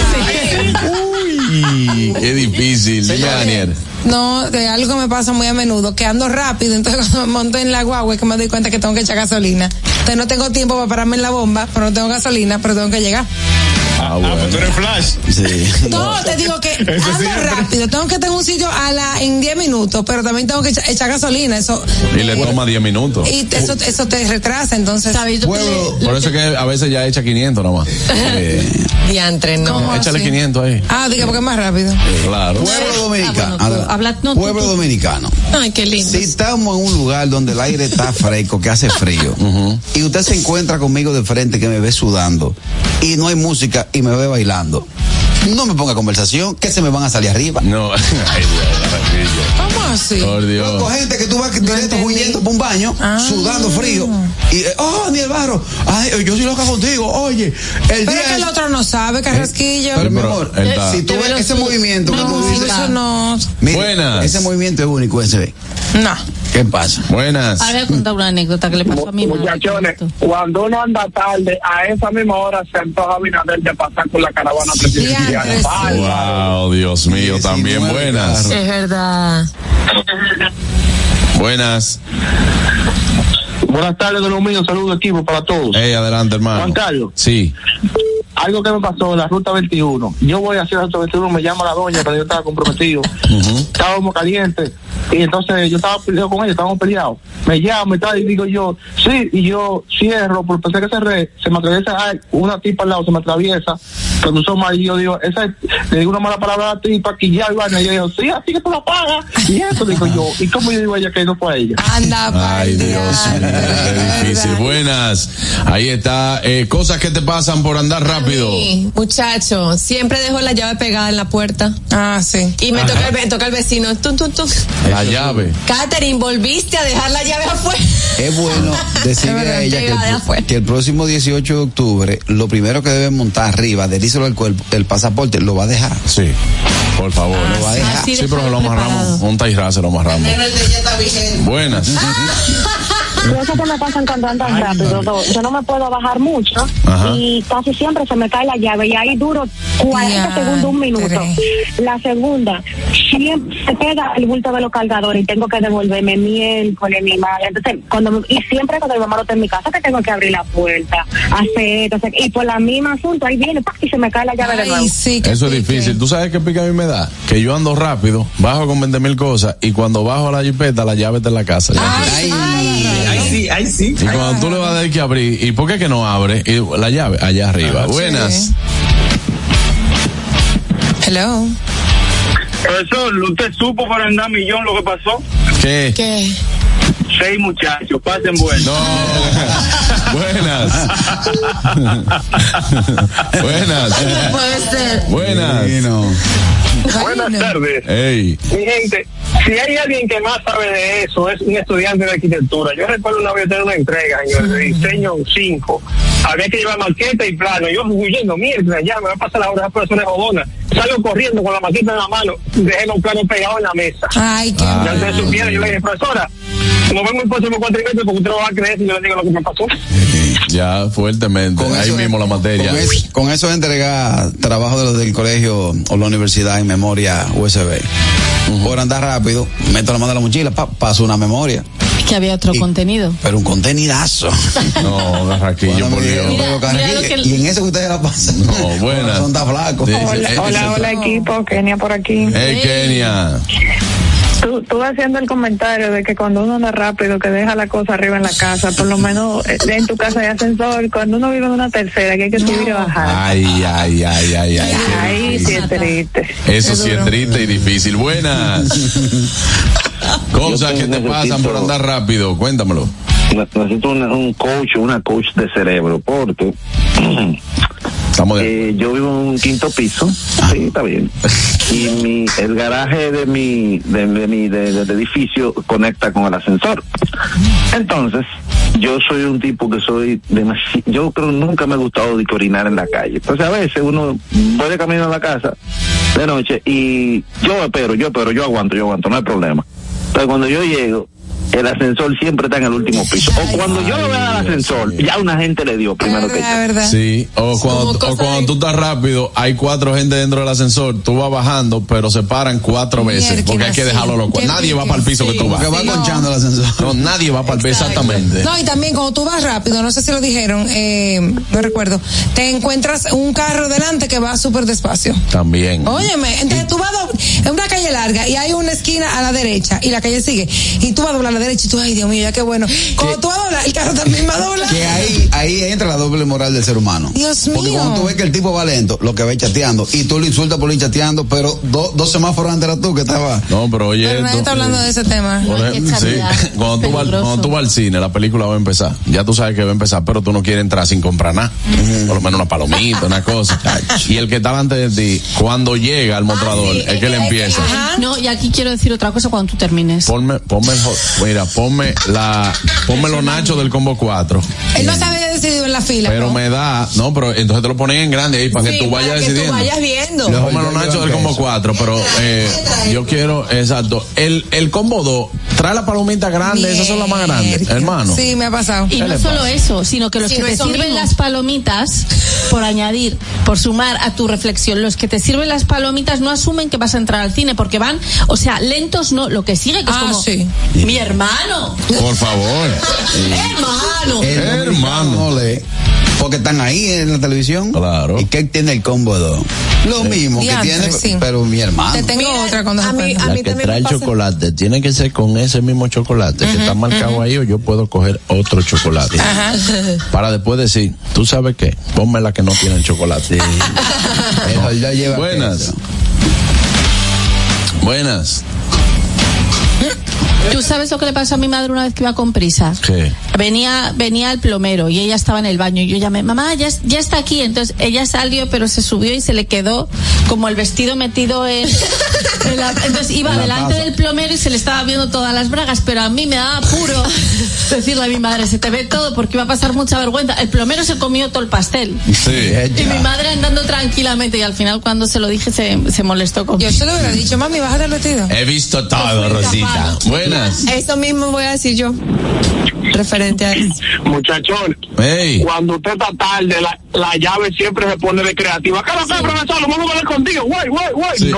Uy, qué difícil. Dime, Daniel. No, de algo me pasa muy a menudo, que ando rápido, entonces cuando me monto en la guagua es que me doy cuenta que tengo que echar gasolina. Entonces no tengo tiempo para pararme en la bomba, pero no tengo gasolina, pero tengo que llegar. Ah, bueno. Ah, pues tú eres Flash. Sí. No, te digo que ando siempre. rápido, tengo que estar en un sitio a la, en diez minutos, pero también tengo que echar, echar gasolina, eso. Y le toma diez minutos. Y eso, eso te retrasa, entonces. Pueblo, por eso es que a veces ya echa quinientos nomás. Eh, Diantre, no. ¿Cómo échale así? quinientos ahí. Ah, diga porque es más rápido. Claro. Pueblo dominicano. Ah, bueno, tú, habla- no, tú, Pueblo tú. dominicano. Ay, qué lindo. Si estamos en un lugar donde el aire está fresco, que hace frío, Ujú. y usted se encuentra conmigo de frente que me ve sudando, y no hay música y me ve bailando, no me ponga conversación, que se me van a salir arriba. No, ay, Dios, Carraquillo. ¿Cómo así? Por Dios. Conozco gente que tú vas directo huyendo por un baño, Ah. sudando frío, y, eh, oh, Daniel Barro, ay, yo soy loca contigo, oye, el Pero día es que el es- otro no sabe, Carrasquillo. Pero mi Pero, amor, él está- si tú ves ese movimiento que tú No, dices, eso no. mira, Buenas. ese movimiento es único, ese ve. No. ¿Qué pasa? Buenas. Ahora voy a contar una anécdota que le pasó a mi madre. Muchachones, cuando uno anda tarde, a esa misma hora se antoja Abinader de pasar por la caravana presidencial. Diantre, sí. Wow, Dios mío, también diecinueve buenas. carros. Es verdad. Buenas. Buenas tardes, de los míos, saludos equipo para todos. Ey, adelante, hermano. Juan Carlos. Sí. Algo que me pasó en la ruta veintiuno. Yo voy hacia la ruta veintiuno, me llama la doña, pero yo estaba comprometido. Ujú. Estábamos calientes. Y entonces yo estaba peleado con ella, estábamos peleados. Me llama y tal, y digo yo, sí, y yo cierro, porque pensé que cerré, se me atraviesa ay, una tipa al lado, se me atraviesa, se cruzó mal, y yo digo, esa es- le digo una mala palabra a la tipa, que ya, y vaina, y ella dijo, sí, así que tú la pagas. Y eso digo yo, ¿y cómo yo digo a ella que no fue a ella? Anda, Ay, pa'l Dios diablo, mío, qué difícil. ¿verdad? Buenas. Ahí está. Eh, cosas que te pasan por andar rápido. Sí, muchacho, siempre dejo la llave pegada en la puerta. Ah, sí. Y me toca el, me toca el vecino. Tum, tum, tum. La llave. Catherine, volviste a dejar la llave afuera. Es bueno decirle a ella que Pegada de el, afuera. que el próximo dieciocho de octubre, lo primero que debe montar arriba, delíselo al cuerpo, el pasaporte, lo va a dejar. Sí. Por favor. Lo va a dejar. Así Sí, pero lo amarramos. preparado. Un tairra se lo amarramos. Buenas. Cosas que me pasan cuando andan rápido. do- Yo no me puedo bajar mucho Ajá. y casi siempre se me cae la llave y ahí duro cuarenta Ya, segundos, un minuto. tres. La segunda, siempre se pega el bulto de los cargadores y tengo que devolverme miércoles, mi madre. Entonces, cuando me- y siempre cuando mi mamá no está en mi casa que tengo que abrir la puerta, hacer, entonces, y por la misma asunto, ahí viene, ¡pac! Y se me cae la llave de nuevo. Ay, sí, que Eso es pique. difícil. ¿Tú sabes qué pica a mí me da? Que yo ando rápido, bajo con veinte mil cosas y cuando bajo a la jipeta, la llave está en la casa. Ay, Ay, sí, ay, sí. Y cuando tú le vas a dar que abrir, ¿y por qué que no abre? Y la llave, allá arriba. Ah, Buenas. sí. Hello. Profesor, ¿usted supo por andar millón lo que pasó? ¿Qué? ¿Qué? Seis muchachos, pasen bueno. No. Buenas. Buenas. Puede ser. Buenas. Buenas tardes. Ey. Mi gente, si hay alguien que más sabe de eso, es un estudiante de arquitectura. Yo recuerdo una vez tener una entrega, señor, de diseño cinco. Había que llevar maqueta y plano. Yo huyendo, mierda, ya me va a pasar la hora, esa persona es jodona. Salgo corriendo con la maqueta en la mano, dejé los planos pegados en la mesa. Ay, qué Ay, Ya ustedes supieron, yo le dije, profesora, nos vemos el próximo cuatrimestre porque usted no va a creer si yo le digo lo que me pasó. Ya fuertemente. Ahí eso- mismo la materia. Con eso, con eso entregar trabajo de los del colegio o la universidad en memoria U S B. Por andar rápido, meto la mano en la mochila, pa, paso una memoria. Es que había otro Y- contenido. Pero un contenidazo. No, Garraquillo, por Dios. Mira, mira lo que- Y en eso que ustedes la pasan. No, buenas. Son tan flacos. Sí, Hola, sí, hola, sí. hola equipo, Kenia por aquí. Hey, Kenia. Tú, tú haciendo el comentario de que cuando uno anda rápido, que deja la cosa arriba en la casa, por lo menos eh, en tu casa hay ascensor, cuando uno vive en una tercera, que hay que subir y bajar. Ay, ay, ay, ay, ay. qué Ahí sí difícil. es triste. Eso sí es triste y difícil. Buenas. Cosas que te pasan por andar rápido. Cuéntamelo. Necesito una- un coach, una coach de cerebro, porque Estamos de eh, yo vivo en un quinto piso, sí, está bien. Y mi, el garaje de mi, de, de mi de, de, de edificio conecta con el ascensor. Entonces, yo soy un tipo que soy demasiado, yo creo que nunca me ha gustado de orinar en la calle. Entonces a veces uno voy de camino a la casa de noche y yo espero, yo espero, yo aguanto, yo aguanto, no hay problema. Pero cuando yo llego, el ascensor siempre está en el último piso. O cuando yo lo veo al ascensor, ya una gente le dio primero que yo. Sí, o cuando, o cuando tú estás rápido, hay cuatro gente dentro del ascensor, tú vas bajando, pero se paran cuatro veces, porque hay que dejarlo loco. Nadie va para el piso que tú vas. Que va conchando el ascensor. No, nadie va para el piso, exactamente. No, y también cuando tú vas rápido, no sé si lo dijeron, eh, no recuerdo, te encuentras un carro delante que va súper despacio. También. Óyeme, entonces tú vas en una calle larga y hay una esquina a la derecha y la calle sigue, y tú vas a doblar a la derecha y tú, ay Dios mío, ya qué bueno. Cuando tú vas a doblar, el carro también va a doblar. Que ahí, ahí entra la doble moral del ser humano. Dios mío. Porque cuando tú ves que el tipo va lento, lo que va chateando, y tú lo insultas por ir chateando, pero do, dos semáforos antes eras tú que estaba. No, pero oye. Pero nadie está hablando de ese tema. Por ejemplo, sí. Cuando tú, vas, cuando tú vas al cine, la película va a empezar. Ya tú sabes que va a empezar, pero tú no quieres entrar sin comprar nada. Mm. Por lo menos una palomita, una cosa. Y el que está delante de ti, cuando llega al mostrador, ah, sí, es que le empieza. Ajá. No, y aquí quiero decir otra cosa cuando tú termines. Ponme, ponme el, mira, ponme la, ponme los nachos del combo cuatro. Él no se había decidido en la fila. Pero ¿no? me da, no, pero entonces te lo ponen en grande ahí para sí, que tú vayas para decidiendo. Que tú vayas viendo. Ponme los nachos del combo cuatro, pero eh, yo quiero, exacto, el, el combo dos, trae la palomita grande, Mierda. Esas son las más grandes, hermano. Sí, me ha pasado. Y no solo eso, sino que los sí, que te sirven mismo. Las palomitas, por añadir, por sumar a tu reflexión, los que te sirven las palomitas no asumen que vas a entrar al cine, porque van, o sea, lentos no, lo que sigue, que es ah, como, sí. mi hermano. Por favor. Hermano. Hermano. Porque están ahí en la televisión. Claro. ¿Y qué tiene el combo dos? Lo mismo que tiene, sí. Pero mi hermano. Te tengo Mira, otra cuando a mí, a la mí que trae el chocolate tiene que ser con ese mismo chocolate uh-huh, que está marcado uh-huh. ahí, o yo puedo coger otro chocolate. Uh-huh. Para después decir, ¿tú sabes qué? Ponme la que no tiene el chocolate. No. Ya lleva Buenas. Queso. Buenas. ¿Tú sabes lo que le pasó a mi madre una vez que iba con prisa? ¿Qué? Venía, venía el plomero y ella estaba en el baño y yo llamé, mamá, ya, ya está aquí. Entonces ella salió, pero se subió y se le quedó como el vestido metido en, en la, entonces iba delante del plomero y se le estaba viendo todas las bragas, pero a mí me daba apuro decirle a mi madre, se te ve todo porque iba a pasar mucha vergüenza. El plomero se comió todo el pastel. Sí. Y mi madre andando tranquilamente, y al final cuando se lo dije se, se molestó conmigo. Yo se lo hubiera dicho, mami, bájate el vestido. He visto todo, Rosita. Buenas. Eso mismo voy a decir yo. Referente a eso. Muchachón, hey. Cuando usted está tarde, la, la llave siempre se pone de creativa. Cara, sí. Profesor, lo vamos a ver contigo. Güey, güey, güey. Sí.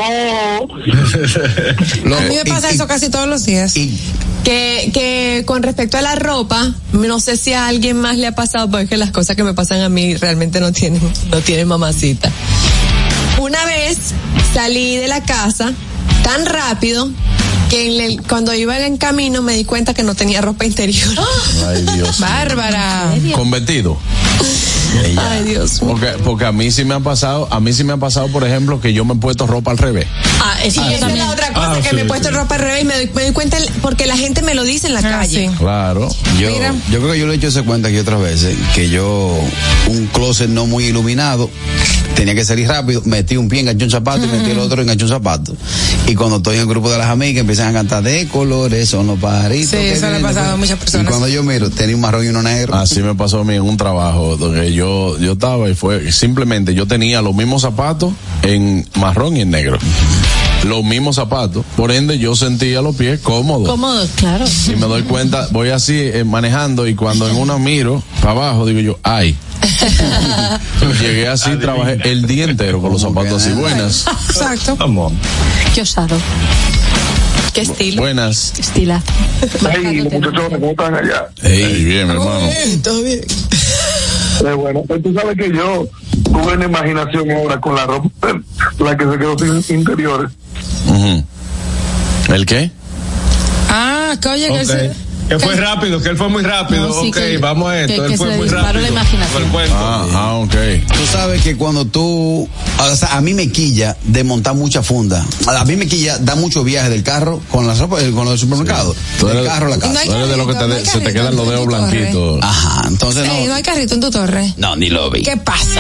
No. A mí me pasa y, eso casi todos los días. Y, que, que con respecto a la ropa, no sé si a alguien más le ha pasado, porque las cosas que me pasan a mí realmente no tienen, no tienen mamacita. Una vez salí de la casa tan rápido que en el, cuando iba en camino me di cuenta que no tenía ropa interior. Ay, Dios. Bárbara. ¿Con vestido? Ay, Dios mío. Porque, porque a mí sí me ha pasado, a mí sí me ha pasado, por ejemplo, que yo me he puesto ropa al revés. Ah, eso ah, esa es la otra cosa, ah, que sí, me he puesto sí. ropa al revés y me doy, me doy cuenta porque la gente me lo dice en la ah, calle. Sí. Claro. Yo, yo creo que yo le he hecho ese cuenta aquí otras veces, que yo, un closet no muy iluminado, tenía que salir rápido, metí un pie, enganché un zapato uh-huh. y metí el otro, enganché un zapato. Y cuando estoy en el grupo de las amigas empiezan a cantar de colores, son los pajaritos. Sí, eso le ha pasado a muchas personas. Y cuando yo miro, tenía un marrón y uno negro. Así me pasó a mí en un trabajo donde yo, yo estaba y fue, simplemente yo tenía los mismos zapatos en marrón y en negro. Los mismos zapatos, por ende yo sentía los pies cómodos. Cómodos, claro. Y me doy cuenta, voy así eh, manejando y cuando en una miro para abajo digo yo, ay. Llegué así, Adivina. Trabajé el día entero con los zapatos así. Buenas. Exacto. Vamos. Qué osado. Qué estilo. Buenas. Qué estila. Hey, muchachones, ¿cómo están allá? Hey, bien, hermano. Bien, todo bien. Eh, bueno, pues tú sabes que yo tuve una imaginación ahora con la ropa, la que se quedó sin interiores. Uh-huh. ¿El qué? Ah, que oye, okay. que se... Que fue rápido, que él fue muy rápido. No, sí, ok, que, vamos a esto. Que, él que fue muy rápido. La imaginación. Ah, ah, ok. Tú sabes que cuando tú, o sea, a mí me quilla de montar mucha funda. A mí me quilla da mucho viaje del carro con la ropa, con los supermercados. Sí. Del carro a la casa. No hay carrito, tú eres de lo que te de, no se te quedan los dedos blanquitos. Ajá, entonces Ey, no. no hay carrito en tu torre. No, ni lo vi. ¿Qué pasa?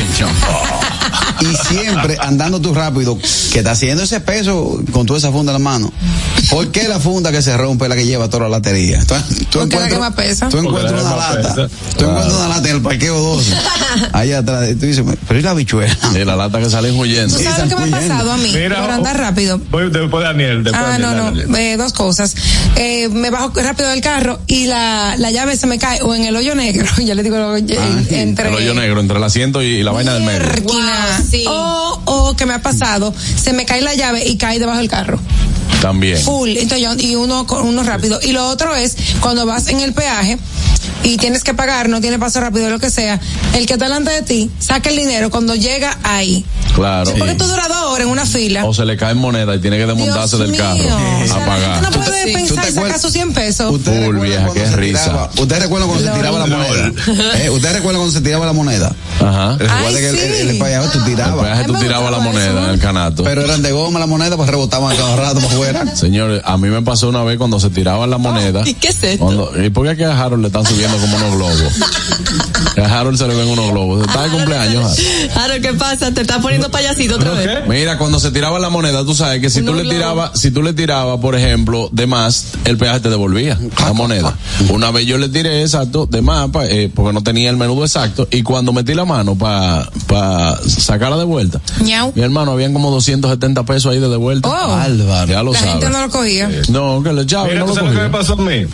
Y siempre andando tú rápido, que está haciendo ese peso con toda esa funda en la mano. ¿Por qué la funda que se rompe es la que lleva toda la latería? Tú, tú ¿Por qué la que más pesa? Tú encuentras una lata. Pesa. Tú encuentras una lata en el parqueo doce. Allá atrás. Y tú dices, pero ¿y la bichuela? Y la lata que sale huyendo. ¿Tú sabes lo que me ha pasado a mí? Mira, por andar rápido. Voy después de Daniel. Después ah, Daniel, no, no. Eh, dos cosas. Eh, me bajo rápido del carro y la, la llave se me cae o en el hoyo negro. Yo le digo, ah, entre. El hoyo negro, entre el asiento y la vaina del medio. Wow, sí. O, o que me ha pasado, se me cae la llave y cae debajo del carro. También. Full. Entonces yo, y uno, uno rápido. Y lo otro es, cuando vas en el peaje y tienes que pagar, no tiene paso rápido, lo que sea, el que está delante de ti, saca el dinero cuando llega ahí. Claro. Sí, porque tú duras dos horas en una fila. O se le cae moneda y tiene que desmontarse Dios del carro mío. a O sea, pagar. No puede sí. pensar y sacar sus cien pesos. Full, vieja, qué risa. ¿Usted recuerda cuando se tiraba la moneda? ¿Eh? ¿Usted recuerda cuando se tiraba la moneda? Ajá. Recuerda que el, el, el peaje tú tirabas. El peaje tú tirabas la moneda eso, en el canato. Pero eran de goma la moneda, pues rebotaban cada rato para afuera. Señores, a mí me pasó una vez cuando se tiraban la moneda. ¿Y qué es esto? Cuando, ¿y por qué aquí a Harold le están subiendo como unos globos? A Harold se le ven unos globos. Está de cumpleaños. Harold, ¿qué pasa? Te estás poniendo payasito otra vez. ¿Qué? Mira, cuando se tiraba la moneda, tú sabes que si Uno tú le tirabas, si tú le tirabas, por ejemplo, de más, el peaje te devolvía la moneda. Una vez yo le tiré exacto de más, pa, eh, porque no tenía el menudo exacto, y cuando metí la mano para pa sacarla de vuelta, Ñau. mi hermano, habían como doscientos setenta pesos ahí de, de vuelta. Oh. Álvaro, ya lo la sabes. gente no lo cogía. Eh, no, que le echaba. Mira, no ¿tú lo sabes cogía. lo que me pasó a mí?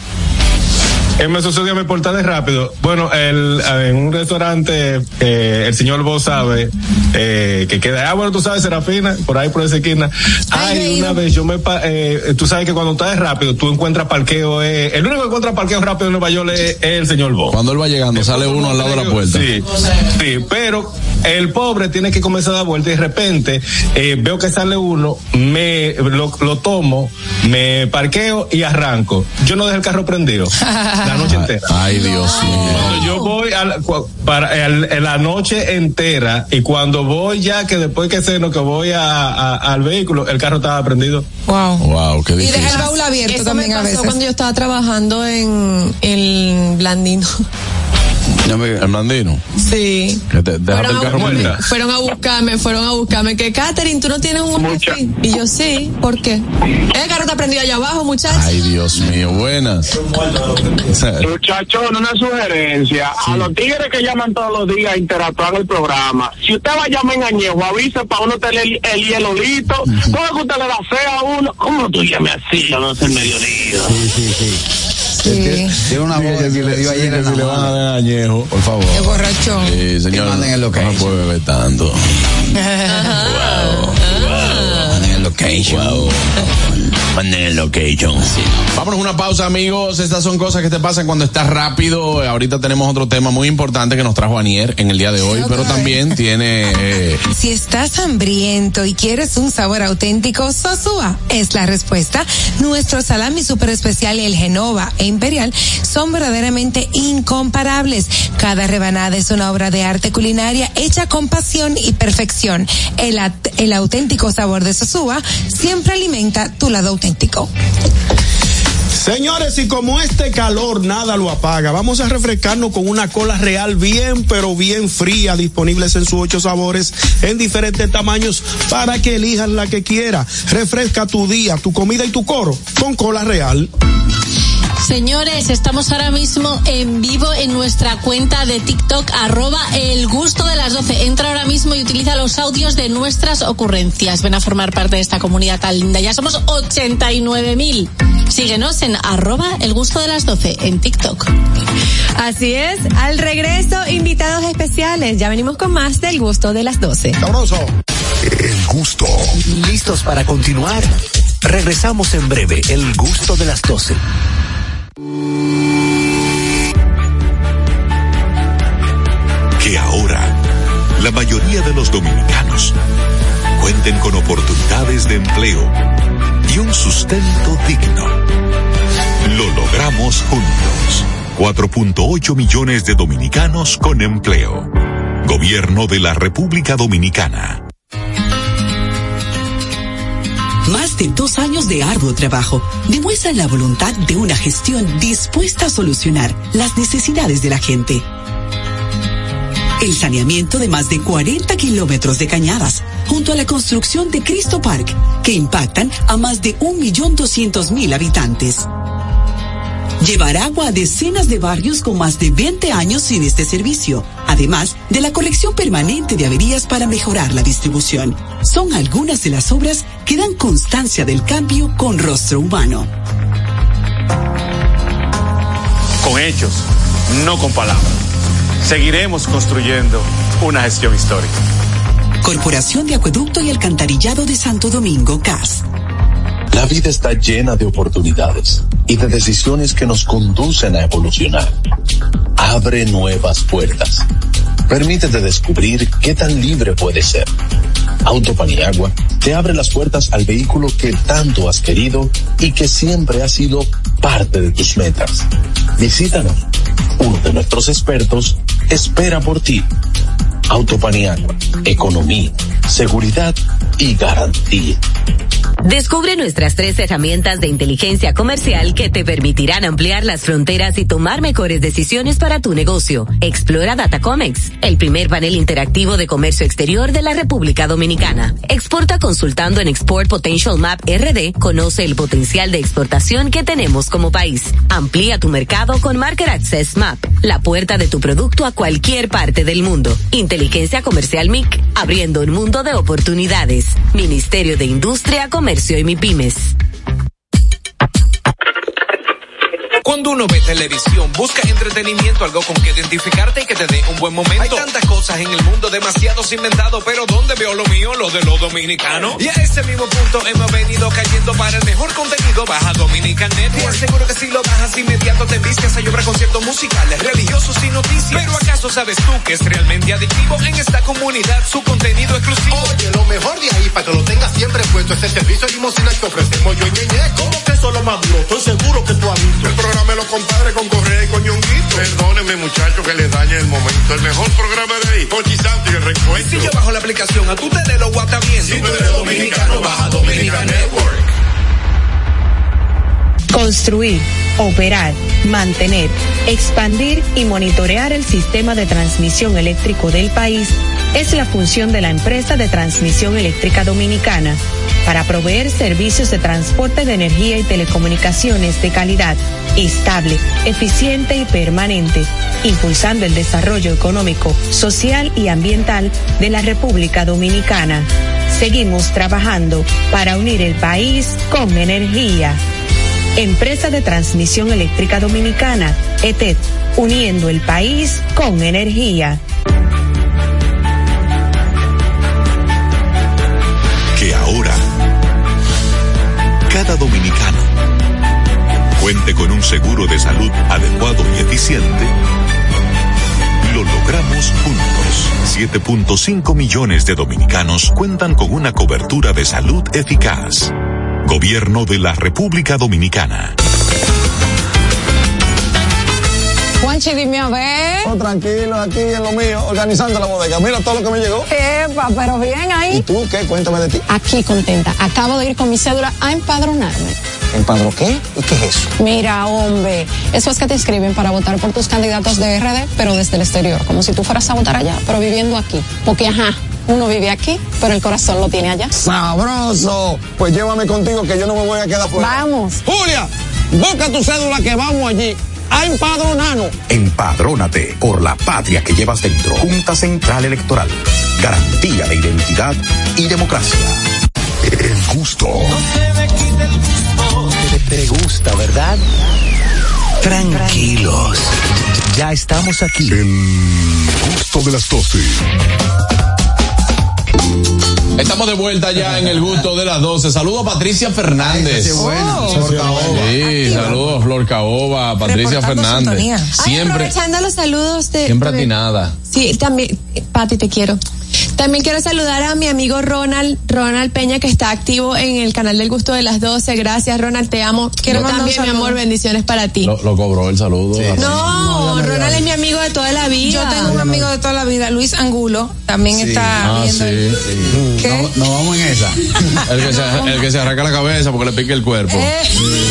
Eh, me sucedió, me portaré rápido. Bueno, el, en un restaurante, eh, el señor vos sabe, eh, que queda, ah, bueno, tú sabes, Serafina, por ahí por esa esquina. Ay, Ay una vez yo me, eh, tú sabes que cuando estás rápido, tú encuentras parqueo, eh, el único que encuentra parqueo rápido en Nueva York es, es el señor vos. Cuando él va llegando, sale uno al lado de la puerta. Sí, sí, pero el pobre tiene que comenzar a dar vuelta y de repente, eh, veo que sale uno, me, lo, lo tomo, me parqueo y arranco. Yo no dejé el carro prendido. La noche entera. Ay, Dios mío. Cuando yo voy a la, para el, en la noche entera y cuando voy ya que después que ceno que voy a, a, al vehículo, el carro estaba prendido. Wow. Wow, qué difícil. Y deja el baúl abierto. Eso también me pasó a veces. cuando yo estaba trabajando en el Blandino. ¿El Blandino? Sí. Que te, dejaste el carro prendido. Fueron a buscarme, fueron a buscarme. Que Catherine, tú no tienes un así. Y yo sí, ¿por qué? El carro está prendido allá abajo, muchachos. Ay, Dios mío, buenas. Muchachos, una sugerencia. Sí. A los tigres que llaman todos los días a interactuar en el programa, si usted va a llamar en Añejo, avise para uno tener el, el hielo listo. ¿Cómo es que usted le da fe a uno? ¿Cómo tú llames así? Ya no es el mediodía. Sí, sí, sí. Sí. Tiene una voz que le dio ayer en si le van a dar añejo, por favor. Qué borrachón. Sí, señor. Que manden el location. No puede beber tanto. Wow. Wow. Manden el location. Wow. Manden el location. Sí. Vámonos a una pausa, amigos. Estas son cosas que te pasan cuando estás rápido. Ahorita tenemos otro tema muy importante que nos trajo Anier en el día de hoy, okay. Pero también tiene... Eh... Si estás hambriento y quieres un sabor auténtico, Sosúa es la respuesta. Nuestro salami super especial, el Genova e Imperial, son verdaderamente incomparables. Cada rebanada es una obra de arte culinaria hecha con pasión y perfección. El, el auténtico sabor de Sosúa siempre alimenta tu lado auténtico. Señores, y como este calor nada lo apaga, vamos a refrescarnos con una cola real bien, pero bien fría, disponibles en sus ocho sabores, en diferentes tamaños, para que elijas la que quiera. Refresca tu día, tu comida y tu coro con cola real. Señores, estamos ahora mismo en vivo en nuestra cuenta de TikTok, arroba el gusto de las doce. Entra ahora mismo y utiliza los audios de nuestras ocurrencias. Ven a formar parte de esta comunidad tan linda. Ya somos ochenta y nueve mil. Síguenos en arroba el gusto de las doce en TikTok. Así es, al regreso, invitados especiales. Ya venimos con más del gusto de las doce. ¡Sabroso! El gusto. ¿Listos para continuar? Regresamos en breve, el gusto de las doce. Que ahora la mayoría de los dominicanos cuenten con oportunidades de empleo y un sustento digno. Lo logramos logramos juntos. cuatro punto ocho millones de dominicanos con empleo. Gobierno de la República Dominicana. Más de dos años de arduo trabajo demuestran la voluntad de una gestión dispuesta a solucionar las necesidades de la gente. El saneamiento de más de cuarenta kilómetros de cañadas, junto a la construcción de Cristo Park, que impactan a más de un millón doscientos mil habitantes. Llevar agua a decenas de barrios con más de veinte años sin este servicio, además de la corrección permanente de averías para mejorar la distribución. Son algunas de las obras que dan constancia del cambio con rostro humano. Con hechos, no con palabras. Seguiremos construyendo una gestión histórica. Corporación de Acueducto y Alcantarillado de Santo Domingo, C A S. La vida está llena de oportunidades y de decisiones que nos conducen a evolucionar. Abre nuevas puertas. Permítete descubrir qué tan libre puedes ser. Autopaniagua te abre las puertas al vehículo que tanto has querido y que siempre ha sido parte de tus metas. Visítanos. Uno de nuestros expertos espera por ti. Autopaniagua, economía, seguridad y garantía. Descubre nuestras tres herramientas de inteligencia comercial que te permitirán ampliar las fronteras y tomar mejores decisiones para tu negocio. Explora Datacomex, el primer panel interactivo de comercio exterior de la República Dominicana. Exporta consultando en Export Potential Map R D. Conoce el potencial de exportación que tenemos como país. Amplía tu mercado con Market Access Map, la puerta de tu producto a cualquier parte del mundo. Inteligencia Comercial M I C, abriendo un mundo de oportunidades. Ministerio de Industria, Comercio y MIPYMES. Cuando uno ve televisión, busca entretenimiento, algo con que identificarte y que te dé un buen momento. Hay tantas cosas en el mundo, demasiados inventados, pero ¿dónde veo lo mío? Lo de los dominicanos. Y a ese mismo punto hemos venido cayendo. Para el mejor contenido, baja Dominican Network. Te aseguro que si lo bajas inmediato te vistes a llorar conciertos musicales, religiosos y noticias. Pero ¿acaso sabes tú que es realmente adictivo en esta comunidad su contenido exclusivo? Oye, lo mejor de ahí, para que lo tengas siempre puesto, es el servicio de limosina que ofrecemos yo y Ñeñe. ¿Cómo que eso es lo más duro? Estoy seguro que tú has visto. El programa de los compadres con Correa y con Ñonguito. Perdónenme, muchachos, que les dañe el momento. El mejor programa de ahí, Pochi Santo y el Reencuentro. Si yo bajo la aplicación, a tú te de lo guata bien. Si tú eres dominicano, baja Dominican Network. Construir, operar, mantener, expandir y monitorear el sistema de transmisión eléctrico del país es la función de la empresa de transmisión eléctrica dominicana para proveer servicios de transporte de energía y telecomunicaciones de calidad, estable, eficiente y permanente, impulsando el desarrollo económico, social y ambiental de la República Dominicana. Seguimos trabajando para unir el país con energía. Empresa de Transmisión Eléctrica Dominicana, E T E D, uniendo el país con energía. Que ahora cada dominicano cuente con un seguro de salud adecuado y eficiente, lo logramos juntos. siete punto cinco millones de dominicanos cuentan con una cobertura de salud eficaz. Gobierno de la República Dominicana. Juanchi, dime a ver. Oh, tranquilo, aquí en lo mío, organizando la bodega. Mira todo lo que me llegó. Epa, pero bien ahí. ¿Y tú qué? Cuéntame de ti. Aquí contenta. Acabo de ir con mi cédula a empadronarme. ¿Empadro qué? ¿Y qué es eso? Mira, hombre, eso es que te inscriben para votar por tus candidatos de R D, pero desde el exterior, como si tú fueras a votar allá, pero viviendo aquí. Porque, ajá, uno vive aquí, pero el corazón lo tiene allá. ¡Sabroso! Pues llévame contigo que yo no me voy a quedar fuera. Vamos. Julia, busca tu cédula que vamos allí a empadronarnos. Empadrónate por la patria que llevas dentro. Junta Central Electoral. Garantía de identidad y democracia. El gusto. Te, te gusta, ¿verdad? Tranquilos. Ya estamos aquí. El gusto de las doce. Estamos de vuelta ya en el gusto de las doce. Saludos a Patricia Fernández. Ay, buena. Oh, Flor Caoba. Sí, saludos a Flor Caoba, Patricia Fernández. Ay, Siempre, aprovechando los saludos de... siempre de, atinada. Sí, también, Pati, te quiero. También quiero saludar a mi amigo Ronald, Ronald Peña, que está activo en el canal del Gusto de las doce. Gracias, Ronald, te amo. Quiero también, mi amor, bendiciones para ti. Lo, lo cobró el saludo. Sí. No, no Ronald es mi amigo de toda la vida. Yo tengo un amigo de toda la vida, Luis Angulo, también sí. está ah, viendo. Sí, el... sí. ¿Qué? No, no vamos en esa. el, que se, el que se arranca la cabeza porque le pique el cuerpo. Eh.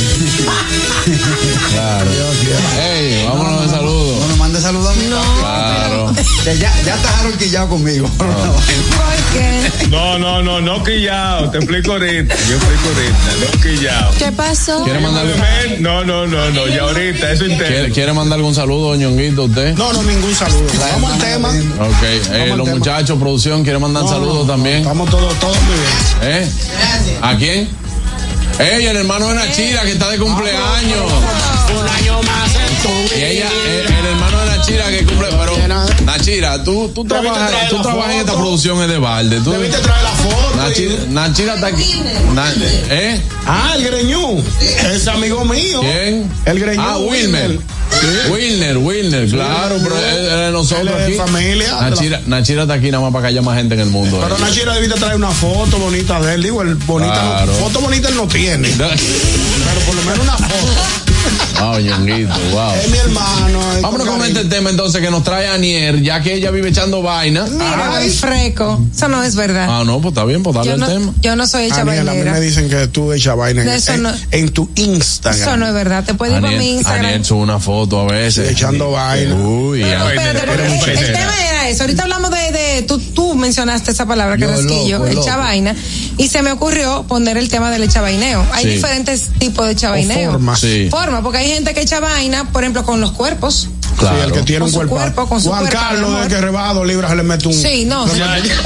Claro. Ey, vámonos de saludos. No me mande saludos a mí. No, claro. Pero... Ya, ya está Harold quillado conmigo. No. ¿Por qué? No, no, no, no quillado. Te explico ahorita. Yo explico ahorita. No quillado. ¿Qué pasó? ¿Quiere mandarle? No, no, no, no. Ya ahorita, eso interno. ¿Quiere, ¿Quiere mandar algún saludo, Ñonguito, usted? No, no, ningún saludo. Vamos al tema. Ok. Eh, los tema. muchachos, producción, ¿quiere mandar no, saludos no, también? Estamos todos, todos muy bien. ¿Eh? ¿A quién? Ey, el hermano de Nachira, que está de cumpleaños. Un año más en tu Y ella, el, el hermano de Nachira que cumple, pero Nachira, tú, tú trabajas, tú trabajas en esta producción es de balde. Tú debiste traer la foto. Nachira, Nachira está aquí. Na, ¿Eh? Ah, el Greñú. Es amigo mío. ¿Quién? El Greñú. Ah, Wilmer. Sí. Wilner, Wilner, sí, claro, pero es de nosotros aquí. Familia. Nachira, Nachira está aquí nada más para que haya más gente en el mundo. Pero eh. Nachira debiste traer una foto bonita de él. Digo, el bonita claro. no, foto bonita él no tiene. Pero por lo menos una foto. Wow, Ñonguito, wow. Es mi hermano. Es Vámonos con este tema entonces que nos trae Anier, ya que ella vive echando vaina. Mira, ay, freco. Eso no es verdad. Ah, no, pues está bien, pues dale yo el no, tema. Yo no soy hecha Aniel, vainera. A mí me dicen que tú echas vaina en, eso en, no, en tu Instagram. Eso no es verdad. Te puedes ir por mi Instagram. Aniel sube una foto a veces. Sí, echando vaina. Uy, pero, espérate, el, el tema era eso. Ahorita hablamos de, de tú, tú mencionaste esa palabra, Carrasquillo, el chavaina, y se me ocurrió poner el tema del chavaineo. Hay sí. diferentes tipos de chavaineo. Forma, sí. Forma, porque hay gente que echa vaina, por ejemplo, con los cuerpos. Claro. Sí, el que tiene con un cuerpo. cuerpo con Juan su Carlos, cuerpo, el que rebaja dos libras, se le mete un. Sí, no. no sí.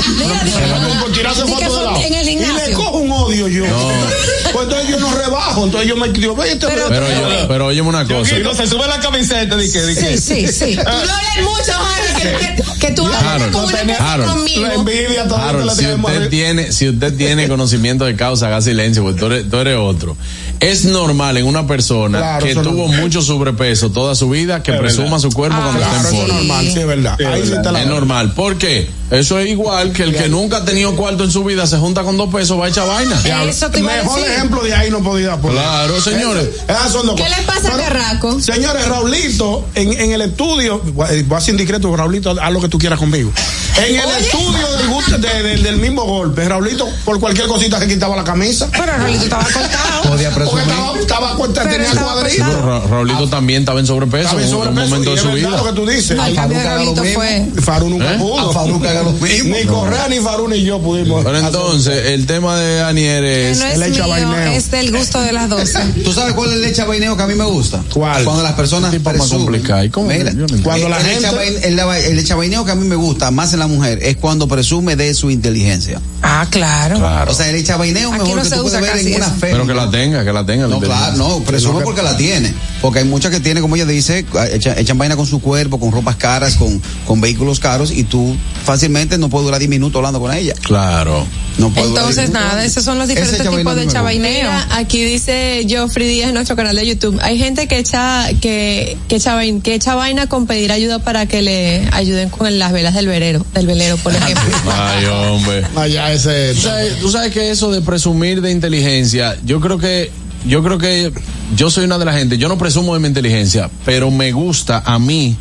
tirarse foto de lado. En el gimnasio. Y le cojo un odio yo. No. Pues entonces yo no rebajo, entonces yo me digo, vete. Pero, pero, yo, pero óyeme una cosa. No se sube la camiseta de que, de que. Sí, sí, sí. Tú lo lees mucho, Harold, que, que, que tú hablas como una persona conmigo. La envidia, todo Harold, si usted tiene, si usted tiene conocimiento de causa, haga silencio, porque tú eres, tú eres otro. Es normal en una persona claro, que tuvo no. mucho sobrepeso toda su vida que es presuma verdad. Su cuerpo ah, cuando claro, está en forma. Es normal, sí, es verdad. Sí, Ahí es, sí verdad. la Es normal. ¿Por qué? Eso es igual que el que Bien. nunca ha tenido cuarto en su vida se junta con dos pesos, va a echar vaina. Eso te Mejor ejemplo de ahí no podía poner. Claro, señores. Esas son dos ¿Qué le pasa a Carraco? Señores, Raulito, en, en el estudio, voy a ser indiscreto, Raulito, haz lo que tú quieras conmigo. En el Oye. estudio del, gusto, de, de, del mismo golpe, Raulito, por cualquier cosita se quitaba la camisa. Pero Raulito estaba cortado. Podía presumir. Estaba, estaba cortado, tenía cuadrito. Sí, Ra Raulito ah, también estaba en sobrepeso. Estaba en sobrepeso. En un momento y de su vida. lo que tú dices. No, el cambio de Raulito fue. Farú nunca ¿Eh? pudo. A Farú haga lo mismo. Ni Correa, ni Farú, ni yo pudimos. Pero entonces, el tema de Anier es. No es el mío, chavaineo. es del gusto de las doce. ¿Tú sabes cuál es el chavaineo que a mí me gusta? ¿Cuál? Cuando las personas presumen. ¿Cómo? Mira, cuando la el, gente... el, el, el chavaineo que a mí me gusta más en la mujer es cuando presume de su inteligencia. Ah, claro. claro. O sea, el chavaineo mejor no que se tú usa puedes ver en una fe. Pero que la tenga, que la tenga. No, claro, no, presume porque la tiene. Porque hay muchas que tienen, como ella dice, echan, echan vaina con su cuerpo, con ropas caras, con, con vehículos caros, y tú fácilmente no puedes durar diez minutos hablando con ella. Claro. No puedo Entonces, nada, esos son los diferentes tipos de chavaineo. Mira, aquí dice Joffrey Díaz en nuestro canal de YouTube. Hay gente que echa, que, que echa vaina, que echa vaina con pedir ayuda para que le ayuden con las velas del velero, del velero, por ejemplo. Ay, hombre. Allá ese. ¿Tú sabes, tú sabes que eso de presumir de inteligencia, yo creo que, yo creo que yo soy una de la gente, yo no presumo de mi inteligencia, pero me gusta a mí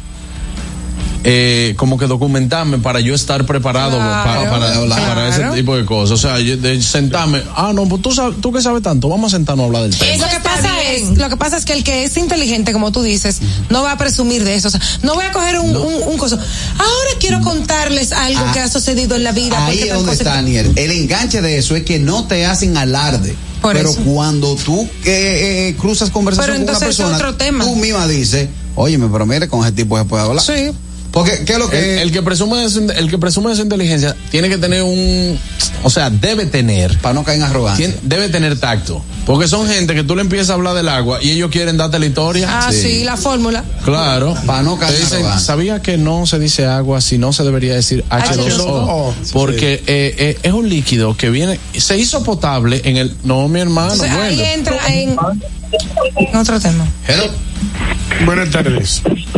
Eh, como que documentarme para yo estar preparado claro, para, para, claro. para ese tipo de cosas. O sea, yo, de sentarme, ah, no, pues tú, sabes, tú que sabes tanto, vamos a sentarnos a hablar del tema. Lo que pasa es, lo que pasa es que el que es inteligente, como tú dices, no va a presumir de eso. O sea, no voy a coger un, no. un, un coso. Ahora quiero contarles algo ah, que ha sucedido en la vida. Ahí es donde está, Daniel. El enganche de eso es que no te hacen alarde. Por pero eso. Cuando tú eh, eh, cruzas conversación con una persona, otro tema. Tú misma dices, óyeme, pero mire, con ese tipo se puede hablar. Sí. Porque, ¿qué es lo que...? El, el que presume de su, el que presume de su inteligencia tiene que tener un... O sea, debe tener... Para no caer en arrogancia. Tiene, debe tener tacto. Porque son gente que tú le empiezas a hablar del agua y ellos quieren darte la historia. Ah, sí, sí la fórmula. Claro. Para no caer en arrogancia. ¿Sabía que no se dice agua si no se debería decir H dos O? Porque sí. eh, eh, es un líquido que viene... Se hizo potable en el... No, mi hermano. O sea, bueno. ahí entra en... en otro tema. Hello. Buenas tardes.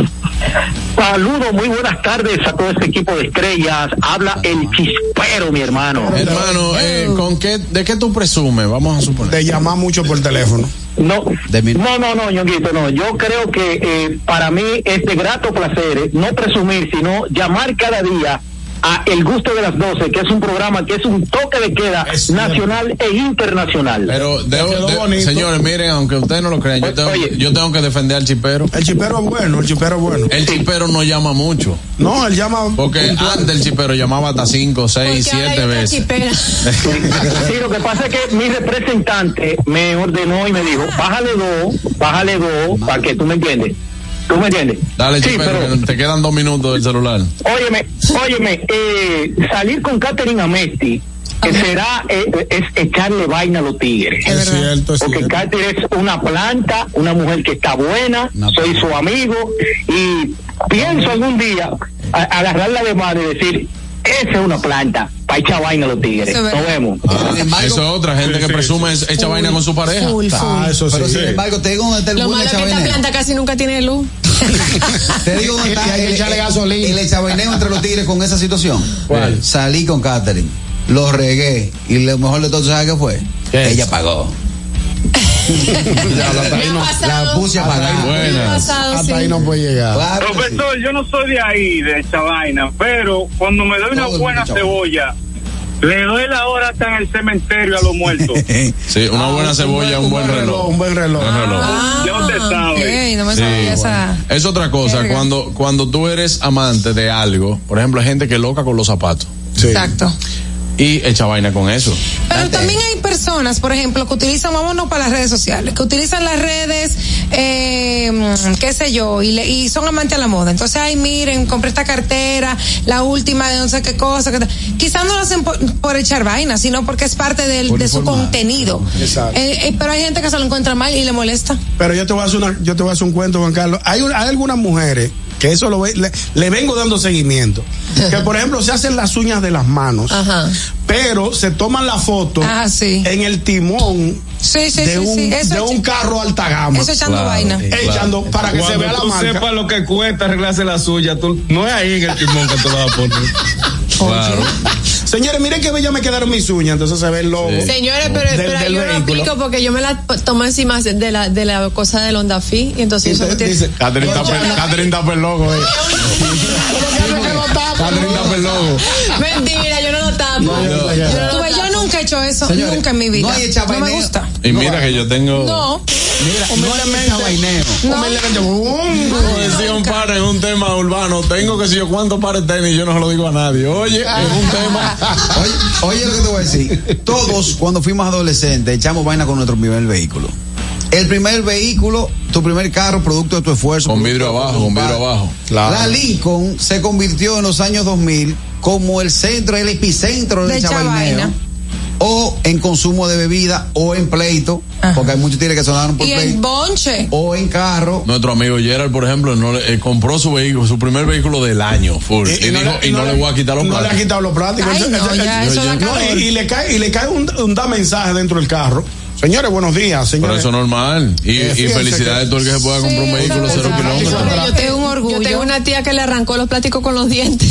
Saludos, muy buenas tardes a todo este equipo de estrellas. Habla el Chispero, mi hermano. Hermano, eh, ¿con qué, ¿de qué tú presumes? Vamos a suponer. De llamar mucho por teléfono. No, no, no, no, Ñonguito, no. Yo creo que eh, para mí es de grato placer, eh, no presumir, sino llamar cada día a El Gusto de las doce, que es un programa que es un toque de queda es nacional e internacional. Pero, debo, de, señores, miren, aunque ustedes no lo crean, yo tengo, Oye, yo tengo que defender al chipero. El chipero es bueno, el chipero es bueno. El chipero no llama mucho. No, él llama. Porque puntual. Antes el chipero llamaba hasta cinco, seis, siete veces. Sí, lo que pasa es que mi representante me ordenó y me dijo, bájale dos, bájale dos, para que tú me entiendes. ¿Tú me entiendes? Dale, sí, chipero, pero, te quedan dos minutos del celular. Óyeme, óyeme, eh, salir con Catherine Amesti que será eh, es echarle vaina a los tigres. Es cierto, es porque cierto. Catherine es una planta, una mujer que está buena, no, soy su amigo y pienso algún día a, agarrarla de mano y decir, esa es una planta para echar vaina a los tigres. Nos vemos. Ah, embargo, eso es otra gente sí, que sí, presume sí, echa vaina con su pareja. Full, full. Ah, eso sí. Pero sin embargo, te digo dónde está el Lo malo es que esta planta casi nunca tiene luz. Te digo dónde está el, el, el echabaineo entre los tigres con esa situación. ¿Cuál? Salí con Catherine, lo regué y lo mejor de todo, ¿sabes qué fue? ¿Qué Ella es? Pagó. Ya, la, ahí no, la puse a pagar. Buenas. Hasta sí. Ahí no puede llegar. Claro, profesor, sí. Yo no soy de ahí, de esa vaina, pero cuando me doy una todo buena cebolla, le doy la hora hasta en el cementerio a los muertos. Sí, una ah, buena un cebolla, buen, un buen reloj. reloj. Un buen reloj. Un reloj. Ah, ya usted sabe. Okay, no me sí, sabía esa. Es otra cosa, Verga. cuando cuando tú eres amante de algo, por ejemplo, hay gente que loca con los zapatos. Sí. Exacto. Y echa vaina con eso. Pero Date. También hay personas, por ejemplo, que utilizan, vámonos para las redes sociales, que utilizan las redes, eh, qué sé yo, y, le, y son amantes a la moda. Entonces, ay, miren, compré esta cartera, la última de no sé qué cosa. Que quizás no lo hacen por, por echar vaina, sino porque es parte del, de su contenido. Exacto. Eh, eh, pero hay gente que se lo encuentra mal y le molesta. Pero yo te voy a hacer, una, yo te voy a hacer un cuento, Juan Carlos. Hay, un, hay algunas mujeres que eso lo le, le vengo dando seguimiento, que por ejemplo se hacen las uñas de las manos. Ajá. Pero se toman la foto ah, sí. en el timón sí, sí, de, sí, un, sí. de un carro alta gama. Eso echando claro, vaina. Sí, echando claro. para que Cuando se vea la tú marca. sepas lo que cuesta arreglarse la suya, tú, no es ahí en el timón que tú lo vas a poner. Claro. Señores, miren qué bella me quedaron mis uñas, entonces se ve el logo. Sí. Señores, pero del, espera, del yo vehículo. lo aplico porque yo me la tomo encima de la, de la cosa del Honda Fit y entonces eso dice, dice, Catherine tapa el logo, eh. Catherine tapa el logo. Mentira, yo no lo tapo. No, yo, yo, yo, yo, yo, yo nunca he hecho eso, señores, nunca en mi vida. No, hay no me gusta. Y mira que yo tengo. No. Mira, no hay echabaineo. No. Como decía un par en un tema urbano, tengo que si yo cuántos pares de tenis, yo no se lo digo a nadie. Oye, es un tema. Oye, oye lo que te voy a decir. Todos, cuando fuimos adolescentes, echamos vaina con nuestro primer vehículo. El primer vehículo, tu primer carro, producto de tu esfuerzo. Con vidrio abajo, con vidrio abajo. Claro. La Lincoln se convirtió en los años dos mil como el centro, el epicentro del echabaineo. O en consumo de bebida, o en pleito, ajá, porque hay muchos tigres que sonaron por y pleito. Y en bonche. O en carro. Nuestro amigo Gerald, por ejemplo, no le, eh, compró su vehículo, su primer vehículo del año, full. Y, y, y dijo, no, y no, no le voy a quitar los no plásticos. No le ha quitado los plásticos. Ay, no, ya, eso no, y, y le cae, y le cae un, un da mensaje dentro del carro. Señores, buenos días, señores. Pero eso es normal. Y, eh, y felicidades a todo el que se pueda comprar sí, un vehículo cero kilómetros. Yo tengo un orgullo. Yo tengo una tía que le arrancó los plásticos con los dientes.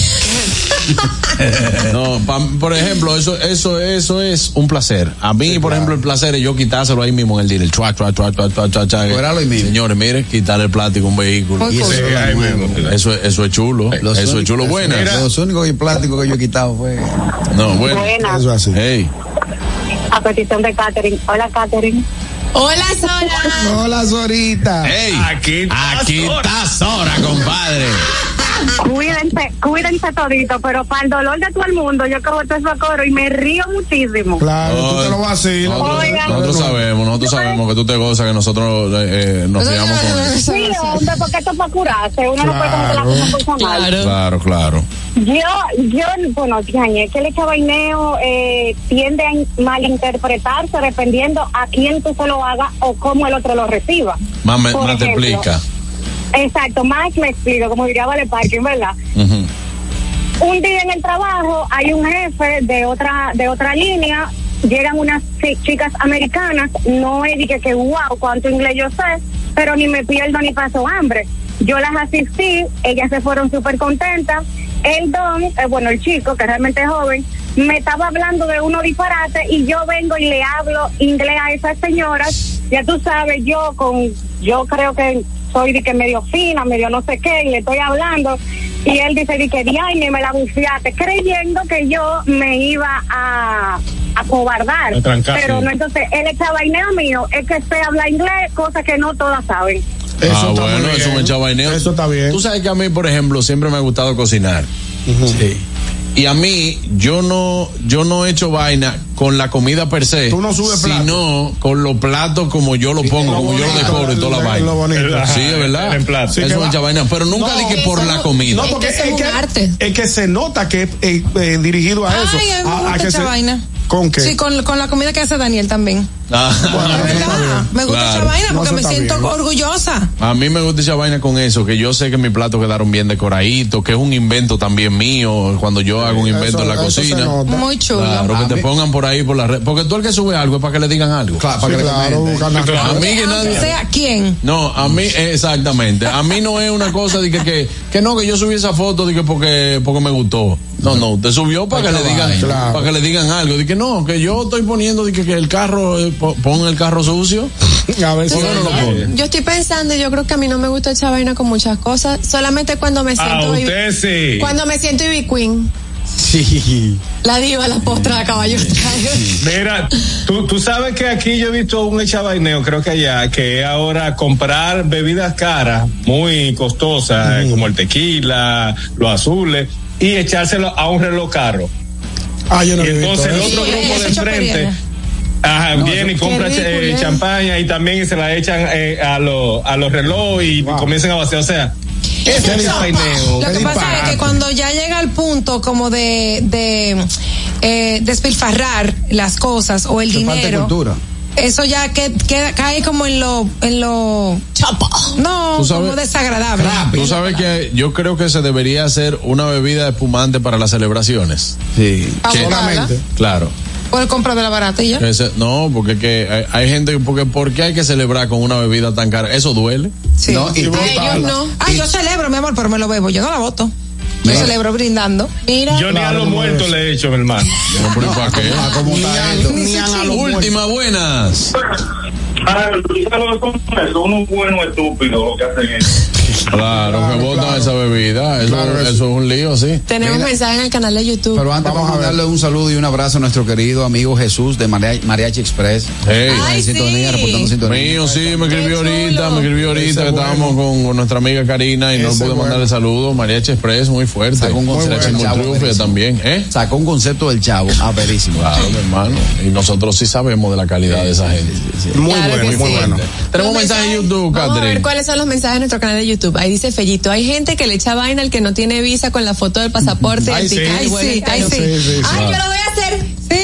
No, pa, por ejemplo, eso, eso, eso es un placer. A mí, sí, por claro. ejemplo, el placer es yo quitárselo ahí mismo en el dealer. Chua, chua, chua, chua, chua, chua, chua. Señores, mire, quitarle el plástico a un vehículo. Y eso, sí, es mismo. eso, eso es chulo. Los eso únicos, es chulo. Buena. Los únicos plásticos que yo he quitado fue. No, bueno. Buena. Eso es así. Hey. A petición de Catherine. Hola, Catherine. Hola, Sora. Hola, Sorita. Hey, aquí está, aquí está Sora, compadre. Cuídense, cuídense todito, pero para el dolor de todo el mundo, yo cojo todo eso coro y me río muchísimo. Claro, no, tú te lo vas a decir. Nosotros, Oigan, nosotros sabemos, nosotros sabemos que tú te gozas, que nosotros eh, nos riamos con eso. Sí, hombre, porque esto es para curarse, uno claro, no puede cometer las cosas personales. Claro, claro, claro. Yo, yo, bueno, es que el echabaineo eh, tiende a malinterpretarse dependiendo a quién tú se lo hagas o cómo el otro lo reciba. Más, me, más te explica. Exacto, más me explico, como diría Vale Parking, ¿verdad? Uh-huh. Un día en el trabajo hay un jefe de otra de otra línea, llegan unas chicas americanas, no es de que, que wow, cuánto inglés yo sé, pero ni me pierdo ni paso hambre. yo las asistí, ellas se fueron súper contentas. El don, eh, bueno, el chico, que realmente es joven, me estaba hablando de unos disparates y yo vengo y le hablo inglés a esas señoras. Ya tú sabes, yo con, yo creo que soy de que medio fina, medio no sé qué, y le estoy hablando. Y él dice, de que diaine, me la bufiaste, creyendo que yo me iba a, a cobardar. Pero no, entonces, él echa vaineo mío, es que sé hablar inglés, cosa que no todas saben. Eso ah, bueno, eso me echa vaineo. Eso está bien. Tú sabes que a mí, por ejemplo, siempre me ha gustado cocinar. Uh-huh. Sí. Y a mí, yo no, yo no he hecho vaina con la comida per se. Tú no subes plato. Sino con los platos como yo lo pongo, lo como bonito, yo lo decoro y toda la vaina. Lo bonito. Sí, es verdad. En plato. Sí, eso me echa vaina. Pero nunca no, dije por la comida. No, porque es que es, es, que, un arte. es que se nota que es eh, eh, dirigido a Ay, eso. Ay, a mí me gusta a, a esa se... vaina. ¿Con qué? Sí, con, con la comida que hace Daniel también. Ah. Bueno, es verdad. Me gusta claro. esa vaina porque no, me siento bien. orgullosa. A mí me gusta esa vaina con eso, que yo sé que mis platos quedaron bien decoraditos, que es un invento también mío, cuando yo hago un invento eso, en la cocina. Muy chulo. Claro, que te pongan por ahí por la red. Porque tú el que sube algo es para que le digan algo. Claro, para sí, que claro, le claro, claro. A mí que nadie. O sea, ¿quién? No, a mí, exactamente. A mí no es una cosa de que, que, que no, que yo subí esa foto de que porque, porque me gustó. No, no, te subió para que le digan, claro. para que le digan algo. De que no, que yo estoy poniendo de que, que el carro, eh, pon el carro sucio. A ver si no lo pone. Yo estoy pensando, yo creo que a mí no me gusta echar vaina con muchas cosas, solamente cuando me siento. Ah, usted sí. Cuando me siento Ivy Queen. Sí. La diva, la postra de caballo. Mira, tú, tú sabes que aquí yo he visto un echavaineo, creo que allá, que es ahora comprar bebidas caras, muy costosas, mm. como el tequila, los azules, y echárselo a un reloj caro. Ah, yo no y entonces el otro sí, grupo de enfrente ajá, no, viene y compra eh, champaña y también se la echan eh, a los a los relojes y wow. comienzan a vaciar, o sea, ese es el paineo. Lo que pasa es que cuando ya llega al punto como de de eh, despilfarrar las cosas o el eso dinero, eso ya que, que cae como en lo en lo chapa, no, sabes, como desagradable. Tú sabes que yo creo que se debería hacer una bebida espumante para las celebraciones. Sí, solamente. Claro. Puedes comprar de la barata y ya. Ese, no, porque que hay, hay gente porque ¿por qué hay que celebrar con una bebida tan cara? Eso duele. Sí. No, y a ellos no. Ah, yo celebro, mi amor, pero me lo bebo, yo no la voto. Yo Mira. celebro brindando. Mira. Yo ni a los muertos le he hecho, mi hermano. No, pero ¿para qué? Ni a los últimas buenas. Ah, unos buenos estúpidos lo que hacen eso. Claro, claro, que botan claro. esa bebida, eso, claro, eso. eso es un lío, sí. Tenemos Mira, mensaje en el canal de YouTube. Pero antes vamos, vamos a darle un saludo y un abrazo a nuestro querido amigo Jesús de Mariachi Express. Hey. Ay, sí. sintonía, reportando sintonía. Mío, sí, me escribió ahorita, me escribió ahorita que bueno. estábamos con, con nuestra amiga Karina y no pude bueno. mandarle saludo. Mariachi Express, muy fuerte. Sacó un concepto del chavo también, ¿eh? Sacó un concepto del chavo, averísimo. Claro, mi hermano. Y nosotros sí sabemos de la calidad sí, de esa gente. Sí, sí. Muy claro bueno, muy sí. bueno. Tenemos un mensaje en YouTube, Catherine. Vamos a ver cuáles son los mensajes en nuestro canal de YouTube. Ahí dice Fellito, hay gente que le echa vaina al que no tiene visa con la foto del pasaporte. Ay, sí, ay, sí, ay, sí. sí, sí, sí. Ay, yo lo voy a hacer.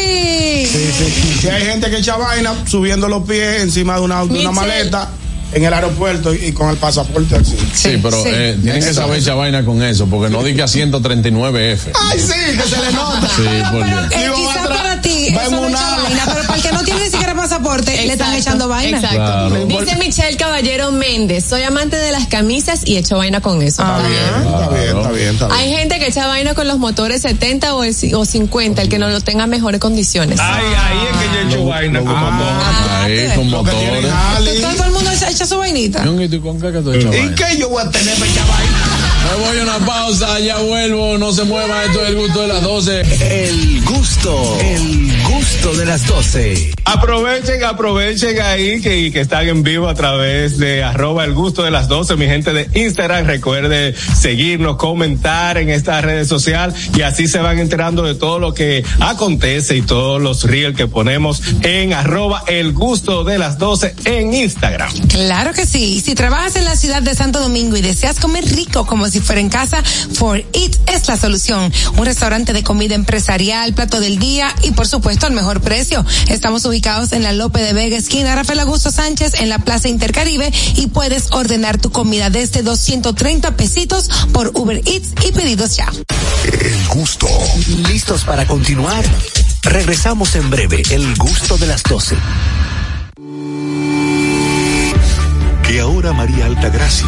Sí. Sí, sí. Que hay gente que echa vaina subiendo los pies encima de una, de una maleta en el aeropuerto y, y con el pasaporte así. Sí, sí pero sí. Eh, tienen que saber echar vaina con eso, porque no diga ciento treinta y nueve F. Ay, sí, que se le nota. Sí, por Dios. Eh, quizás para ti eso no echa vaina, pero para el que no tiene ni siquiera pasaporte, exacto, le están echando vaina. Exacto. Claro. Dice Michelle Caballero Méndez, soy amante de las camisas y echo vaina con eso. Ah, está, bien, está, bien, está bien, está bien. Hay gente que echa vaina con los motores setenta o, el, o cincuenta, el que no lo tenga en mejores condiciones. Ay, ahí es que yo echo vaina con motores. Ahí, con motores. Todo el mundo echa su vainita. ¿Y tú con qué que tú echas vaina? ¿Y qué yo voy a tener para echar vaina? Me voy a una pausa, ya vuelvo, no se mueva, esto es el gusto de las doce. El gusto, el gusto de las doce. Aprovechen, aprovechen ahí que, que están en vivo a través de arroba el gusto de las doce, mi gente de Instagram. Recuerde seguirnos, comentar en esta red social y así se van enterando de todo lo que acontece y todos los reels que ponemos en arroba el gusto de las doce en Instagram. Claro que sí. Si trabajas en la ciudad de Santo Domingo y deseas comer rico como si fuera en casa, For It es la solución. Un restaurante de comida empresarial, plato del día y por supuesto al mejor precio. Estamos ubicados en la Lope de Vega, esquina Rafael Augusto Sánchez, en la Plaza Intercaribe, y puedes ordenar tu comida desde doscientos treinta pesitos por Uber Eats y pedidos ya. El gusto. ¿Listos para continuar? Regresamos en breve. El gusto de las doce. Que ahora Señora María Altagracia.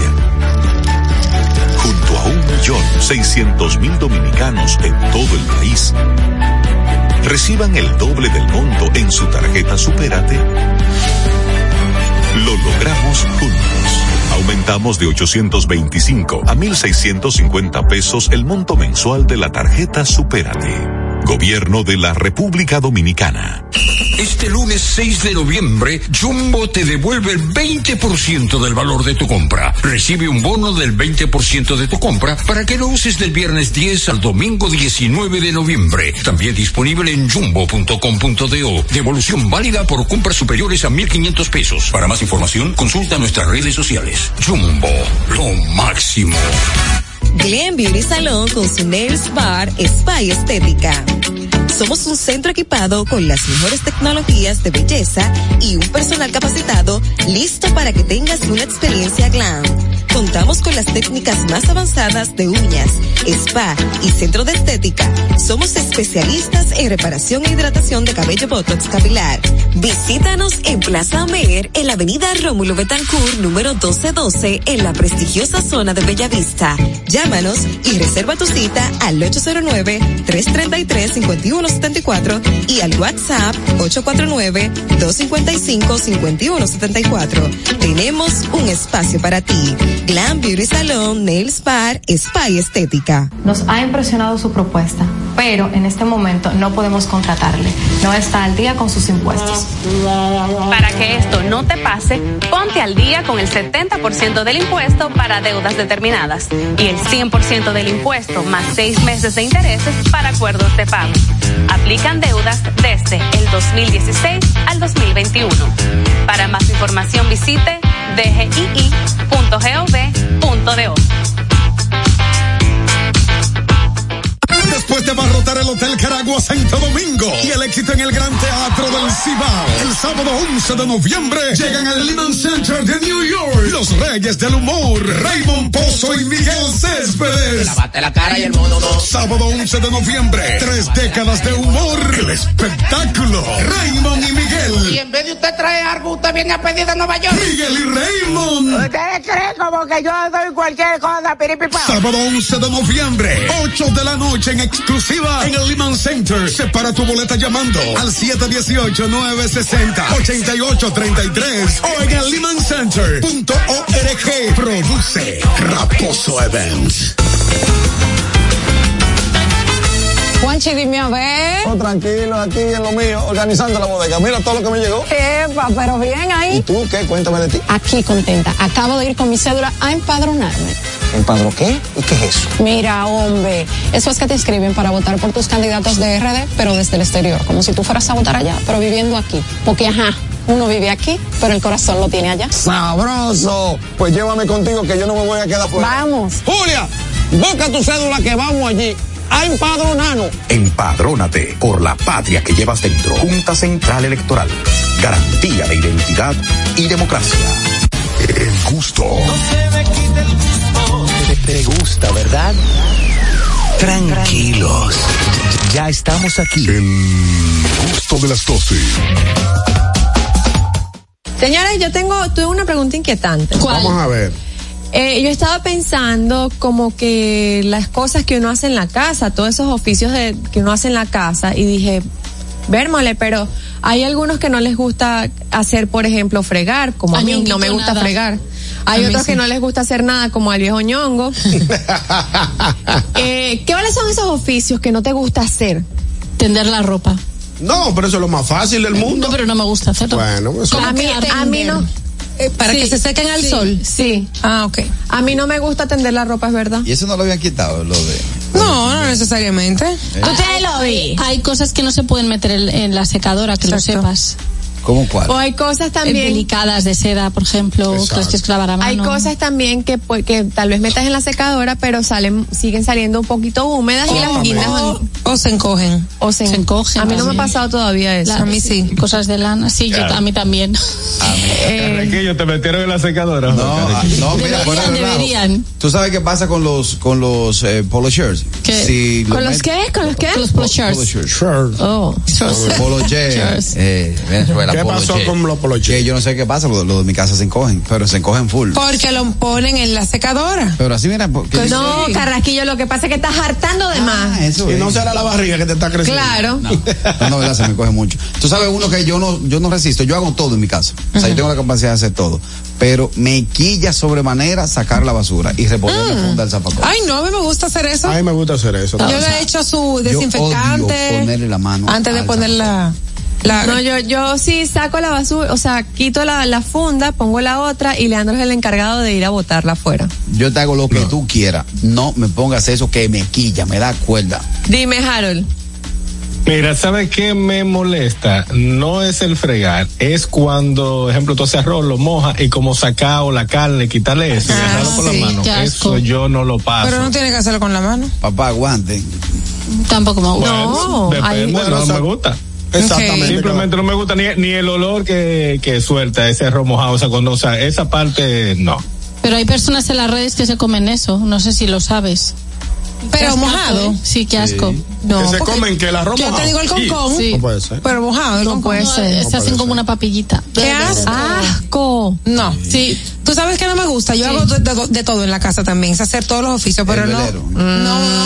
Junto a un millón seiscientos mil dominicanos en todo el país, reciban el doble del monto en su tarjeta Supérate. Lo logramos juntos. Aumentamos de ochocientos veinticinco a mil seiscientos cincuenta pesos el monto mensual de la tarjeta Supérate. Gobierno de la República Dominicana. Este lunes seis de noviembre, Jumbo te devuelve el veinte por ciento del valor de tu compra. Recibe un bono del veinte por ciento de tu compra para que lo uses del viernes diez al domingo diecinueve de noviembre. También disponible en jumbo punto com punto do. Devolución válida por compras superiores a mil quinientos pesos. Para más información, consulta nuestras redes sociales. Jumbo, lo máximo. Glen Beauty Salon con su Nails Bar Spa y Estética. Somos un centro equipado con las mejores tecnologías de belleza y un personal capacitado listo para que tengas una experiencia glam. Contamos con las técnicas más avanzadas de uñas, spa y centro de estética. Somos especialistas en reparación e hidratación de cabello botox capilar. Visítanos en Plaza Amer, en la avenida Rómulo Betancourt, número doce doce, en la prestigiosa zona de Bellavista. Llámanos y reserva tu cita al ocho cero nueve, tres tres tres, cinco uno siete cuatro y al WhatsApp ocho cuatro nueve, dos cinco cinco, cinco uno siete cuatro. Tenemos un espacio para ti. Glam Beauty Salon, Nails Bar, Spa y Estética. Nos ha impresionado su propuesta, pero en este momento no podemos contratarle. No está al día con sus impuestos. Para que esto no te pase, ponte al día con el setenta por ciento del impuesto para deudas determinadas y el cien por ciento del impuesto más seis meses de intereses para acuerdos de pago. Aplican deudas desde el dos mil dieciséis al dos mil veintiuno. Para más información visite d g i i punto gov punto do. Después de abarrotar el Hotel Caragua Santo Domingo y el éxito en el Gran Teatro del Cibao, el sábado once de noviembre llegan al Lehman Center de New York los Reyes del Humor, Raymond Pozo y Miguel Céspedes. Lavate la cara y el mono no. Sábado once de noviembre, tres décadas de humor, el espectáculo, Raymond y Miguel. Y en vez de usted traer algo, usted viene a pedir de Nueva York. Miguel y Raymond. ¿Ustedes creen como que yo doy cualquier cosa, piripipa? Sábado once de noviembre, ocho de la noche en exclusiva en el Lehman Center. Separa tu boleta llamando al siete uno ocho, nueve seis cero, ocho ocho tres tres o en el lehman center punto org. Produce Raposo Events. Juanchi, dime a ver. Oh, tranquilo, aquí en lo mío, organizando la bodega. Mira todo lo que me llegó. Epa, pero bien ahí. ¿Y tú qué? Cuéntame de ti. Aquí contenta. Acabo de ir con mi cédula a empadronarme. ¿Empadro qué? ¿Y qué es eso? Mira, hombre, eso es que te inscriben para votar por tus candidatos de R D, pero desde el exterior, como si tú fueras a votar allá, pero viviendo aquí. Porque, ajá, uno vive aquí, pero el corazón lo tiene allá. ¡Sabroso! Pues llévame contigo que yo no me voy a quedar fuera. Vamos. Julia, busca tu cédula que vamos allí a empadronarnos. Empadrónate por la patria que llevas dentro. Junta Central Electoral. Garantía de identidad y democracia. El gusto. No se me quite el gusto. Te, te gusta, ¿verdad? Tranquilos. Ya estamos aquí. El gusto de las doce. Señores, yo tengo, tuve una pregunta inquietante. ¿Cuál? Vamos a ver. Eh, yo estaba pensando como que las cosas que uno hace en la casa, todos esos oficios de, que uno hace en la casa, y dije, vérmole, pero hay algunos que no les gusta hacer, por ejemplo, fregar, como a, a mí no me gusta nada. fregar. Hay a otros que sí. no les gusta hacer nada, como al viejo ñongo. eh, ¿Cuáles son esos oficios que no te gusta hacer? Tender la ropa. No, pero eso es lo más fácil del mundo. No, pero no me gusta hacerlo. Bueno, eso a mí, a mí no. Eh, para sí, que se sequen al sí, sol. Sí. Ah, ok. A mí no me gusta tender la ropa, es verdad. ¿Y eso no lo habían quitado, lo de...? No, no necesariamente. ¿Eh? Tú te lo vi. Hay cosas que no se pueden meter en, en la secadora, que Exacto. lo sepas. ¿Cómo cuál? O hay cosas también delicadas de seda, por ejemplo, Exacto. que las tienes que lavar a mano. Hay cosas también que, que tal vez metas en la secadora, pero salen, siguen saliendo un poquito húmedas oh, y las guindas o, o se encogen. O se, se encogen. A mí no me ha pasado todavía eso. La, a mí sí. sí. Cosas de lana. Sí, claro. yo a mí también. A mí. Eh, ¿Qué, te metieron en la secadora? No, a, no, mira, deberían, deberían. ¿Tú sabes qué pasa con los con los eh, polo shirts? ¿Qué? Si ¿Con los met... qué? ¿Con los qué? Con los polo shirts. Polo shirts. Oh. Polo shirts. Eh, Venezuela. Mira, ¿qué pasó poloche? con los poloches? Que yo no sé qué pasa, los lo de mi casa se encogen, pero se encogen full. Porque lo ponen en la secadora. Pero así, mira, porque Pues no, Carrasquillo, lo que pasa es que estás hartando de más. eso Y es. no será la barriga que te está creciendo. Claro. No, no, no, verdad, se me coge mucho. Tú sabes uno que yo no, yo no resisto, yo hago todo en mi casa. O sea, yo tengo la capacidad de hacer todo. Pero me quilla sobremanera sacar la basura y reponer la funda del zafacón. Ay, no, a mí me gusta hacer eso. A mí me gusta hacer eso. Yo le he hecho su Yo desinfectante. odio ponerle la mano antes de al poner la, la- No, yo, yo sí saco la basura, o sea, quito la, la funda, pongo la otra y Leandro es el encargado de ir a botarla afuera. Yo te hago lo que tú quieras. No me pongas eso que me quilla, me da cuerda. Dime, Harold. Mira, ¿sabes qué me molesta? No es el fregar, es cuando, ejemplo, tú haces arroz, lo mojas y como sacao la carne, quitarle eso y dejarlo con sí, la mano. qué asco. Eso yo no lo paso. Pero no tiene que hacerlo con la mano. Papá, aguante. Tampoco me gusta. No, Depende, hay- no me gusta. Exactamente. Simplemente no me gusta ni, ni el olor que, que suelta ese arroz mojado, o sea, cuando, o sea, esa parte no. Pero hay personas en las redes que se comen eso, no sé si lo sabes. Pero Qué asco, mojado. ¿eh? Sí, qué asco. No, que se porque comen que el arroz yo mojado. te digo el concón, Sí. No puede ser. pero mojado. el No concón. puede ser. Se puede hacen ser. como una papillita. ¿Qué asco? Asco. No. Sí. Tú sabes que no me gusta. Yo Sí. hago de, de- de todo en la casa también. Sé hacer todos los oficios, pero El no. velero. No, no,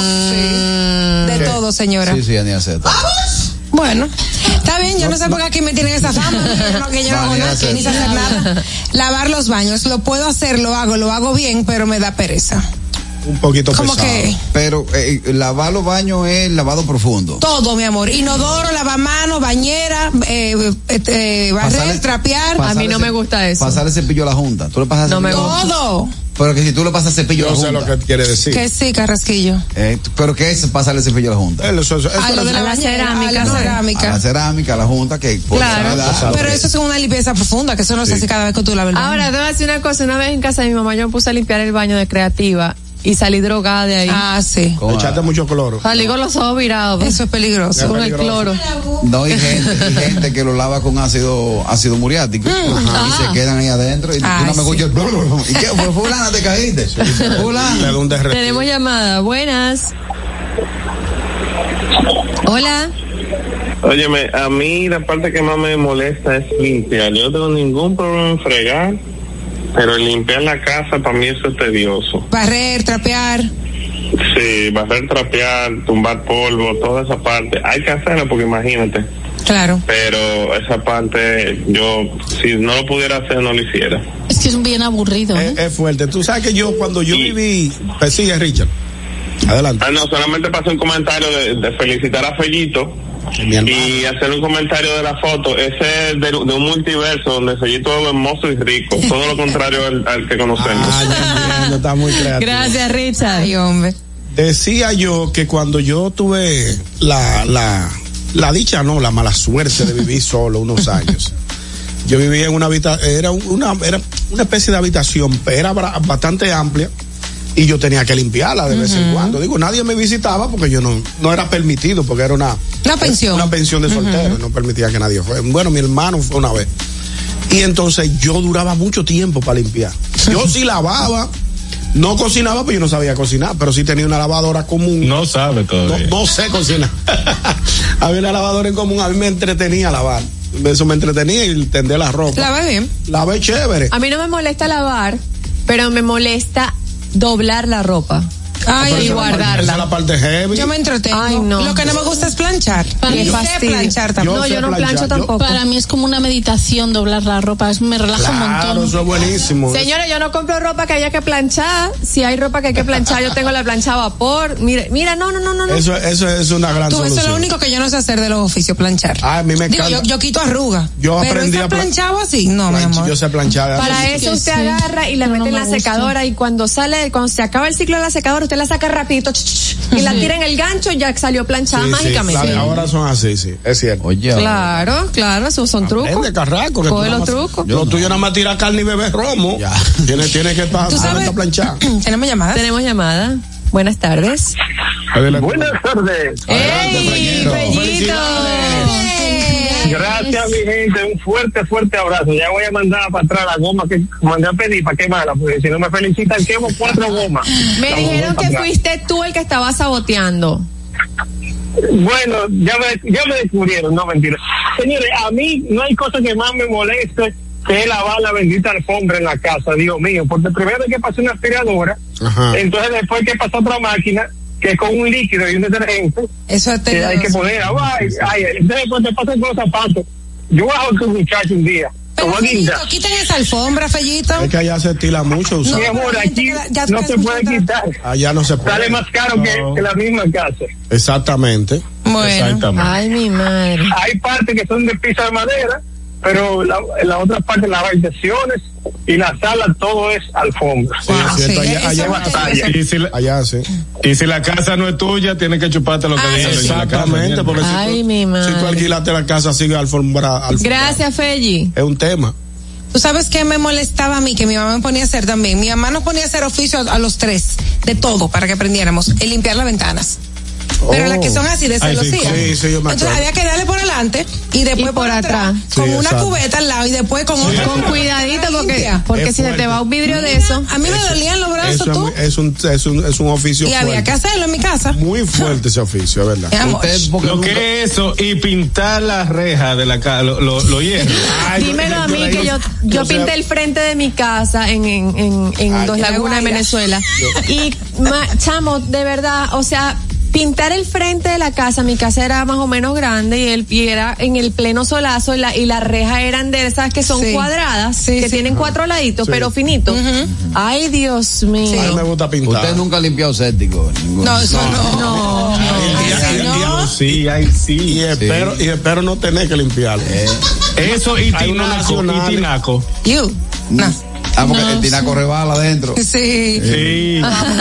sí. De ¿Qué? todo, señora. Sí, sí, Ani hace todo. Bueno, está bien, yo no, sé por qué aquí me tienen esa fama, yo no, que yo no hago Vale, nada, que ni sé hacer nada. Lavar los baños, lo puedo hacer, lo hago, lo hago bien, pero me da pereza. Un poquito Como pesado. que Pero eh, lavar los baños es lavado profundo. todo, mi amor, inodoro, lavamanos, bañera, eh, eh, barrer, Pasarle- trapear, A mí pasarle no ce- me gusta eso. Pasar el cepillo a la junta. Tú le pasas No me cepillo a la gusta. junta. todo. Pero que si tú le pasas cepillo a Yo la sé junta. lo que quiere decir. Que sí, Carrasquillo. Eh, pero ¿qué es pasarle cepillo a la junta? Eso, eso, eso, A lo de la, A la bañera, cerámica, a la ¿no? A cerámica. la cerámica, a la junta, que por Claro. edad, Pero eso es una limpieza profunda, que eso no se hace cada vez que tú laves el baño. Ahora, te voy a decir una cosa. Una vez en casa de mi mamá yo me puse a limpiar el baño de Creativa y salí drogada de ahí. Ah, sí. ¿Cómo? Echaste mucho cloro. Salí con los ojos virados. Eso es peligroso. Con el cloro. No hay gente, hay gente que lo lava con ácido ácido muriático y se quedan ahí adentro y tú Ay, no me escuchas. ¿Y qué? Fue fulana, te caíste. Le Fulana. da un derretido. Tenemos llamada. Buenas. Hola. Óyeme, a mí la parte que más me molesta es limpiar. Yo no tengo ningún problema en fregar, pero limpiar la casa para mí eso es tedioso. Barrer, trapear. Sí, barrer, trapear, tumbar polvo, toda esa parte. Hay que hacerlo porque imagínate. Claro. Pero esa parte, yo, si no lo pudiera hacer, no lo hiciera. Es que es bien aburrido, ¿eh? Es, es fuerte. Tú sabes que yo, cuando yo viví. Pues sigue, Richard. Adelante. Ah, no, solamente pasé un comentario de, de felicitar a Fellito y hacer un comentario de la foto. Ese es de, de un multiverso donde Fellito es hermoso y rico. Todo lo contrario al, al que conocemos. Ah, ya entiendo, está muy creativo. Gracias, Richard. Ay, hombre. Decía yo que cuando yo tuve la, la, la dicha, no, la mala suerte de vivir solo unos años. Yo vivía en una habitación, era una, era una especie de habitación, era bra- bastante amplia y yo tenía que limpiarla de vez en cuando. Digo, nadie me visitaba porque yo no, no era permitido, porque era una, Una pensión. una pensión de soltero, no permitía que nadie fuera. Bueno, mi hermano fue una vez. Y entonces yo duraba mucho tiempo para limpiar. Yo sí lavaba. No cocinaba, pues yo no sabía cocinar, pero sí tenía una lavadora común. No sabe No, todavía. no sé cocinar. Había una lavadora en común, a mí me entretenía lavar. Eso me entretenía y tendía la ropa. Lavé bien. Lavé chévere. A mí no me molesta lavar, pero me molesta doblar la ropa. Ay, Pero y esa es la parte- guardarla. esa es la parte heavy. Yo me entretengo. Ay, no. Lo que no me gusta es planchar. Para Y mí sé fastidio. planchar también. Yo No, sé yo no planchar. plancho Yo- tampoco. Para mí es como una meditación doblar la ropa, es- me relaja un Claro, montón. eso es buenísimo. Señores, yo no compro ropa que haya que planchar. Si hay ropa que hay que planchar, yo tengo la plancha a vapor. Mira, mira, no, no, no, no. no. Eso, eso es una gran Tú, eso solución. es lo único que yo no sé hacer de los oficios, planchar. Ah, a mí me Digo, encanta. yo, yo quito arrugas. Yo pero aprendí ¿está a plan- planchado así? No, mi Plancha- amor. Yo sé planchar. Para Sí, eso que usted sí. agarra y la Pero mete no en la me gusta. secadora y cuando sale, cuando se acaba el ciclo de la secadora, usted la saca rapidito ch, ch, ch, y la tira en el gancho y ya salió planchada Sí, sí, mágicamente. claro, ahora son así, sí, es cierto. Oye, Claro, claro, esos son trucos. Aprende, carraco. que Coge tú los nada más- trucos. Lo tuyo nada más tira carne y beber romo. Ya. Tiene, tiene que estar ¿Tú sabes? planchar. Tenemos llamadas. Tenemos llamada. Buenas tardes. Buenas tardes. ¡Ey, Bellito! Gracias, mi gente. Un fuerte, fuerte abrazo. Ya voy a mandar para atrás la goma que mandé a pedir para quemarla, porque si no me felicitan, quemo cuatro gomas. Me La dijeron goma que para atrás. fuiste tú el que estaba saboteando. Bueno, ya me, ya me descubrieron, no mentira. Señores, a mí no hay cosa que más me moleste que lavar la bendita alfombra en la casa, Dios mío, porque primero hay que pasar una aspiradora, Ajá. entonces después hay que pasar otra máquina que con un líquido y un detergente, eso es que hay que poner, ay, ay, entonces después te pasan con los zapatos. Yo bajo con un muchacho un día. Pero Fellito, quiten esa alfombra, Fellito. Es que allá se estila mucho usar. Mi amor, aquí ya no se puede quitar. Allá no se puede. Sale más caro no. que, que la misma casa. Exactamente. Bueno. Exactamente. Ay, mi madre. Hay partes que son de piso de madera, pero la, la otra parte, las habitaciones y la sala, todo es alfombra. Sí, wow, sí, allá, allá, allá, y si la, allá sí. Y si la casa no es tuya, tienes que chuparte lo que dice. Exactamente, porque Ay, si, tú, mi madre. si tú alquilaste la casa, sigue alfombra, alfombra. Gracias, Felli. Es un tema. ¿Tú sabes qué me molestaba a mí? Que mi mamá me ponía a hacer también. Mi mamá nos ponía a hacer oficio a, a los tres, de todo, para que aprendiéramos. El limpiar las ventanas. Pero oh. las que son así de celosía. Sí, sí, sí, yo me Entonces había que darle por adelante y después y por, por atrás, atrás con sí, una exacto. cubeta al lado y después con sí. con cuidadito porque porque si se te va un vidrio de eso. A mí me eso, dolían los brazos eso tú. Es un, es un es un oficio y fuerte. había que hacerlo en mi casa. Muy fuerte ese oficio, es verdad. Usted, lo nunca... que es eso y pintar las rejas de la casa, lo, lo, lo hierro. Ay, dímelo yo, a mí yo, que yo yo, yo pinté sea... el frente de mi casa en en en, en Ay, Dos Lagunas, en Venezuela. Yo. Y ma, chamo, de verdad, o sea, pintar el frente de la casa, mi casa era más o menos grande y, el, y era en el pleno solazo y la, y las rejas eran de esas que son sí. cuadradas, sí, que sí. tienen cuatro laditos, sí. pero finitos. Uh-huh. Ay, Dios mío. Sí. A mí me gusta pintar. ¿Usted nunca ha limpiado séptico? No, eso no. No, no. no. no. Sí, ay, sí. Y espero, sí. y espero no tener que limpiarlo. Eh. Eso y tinaco, y tinaco. You. No. Ah, porque no, el tinaco sí. rebala adentro. Sí. Sí.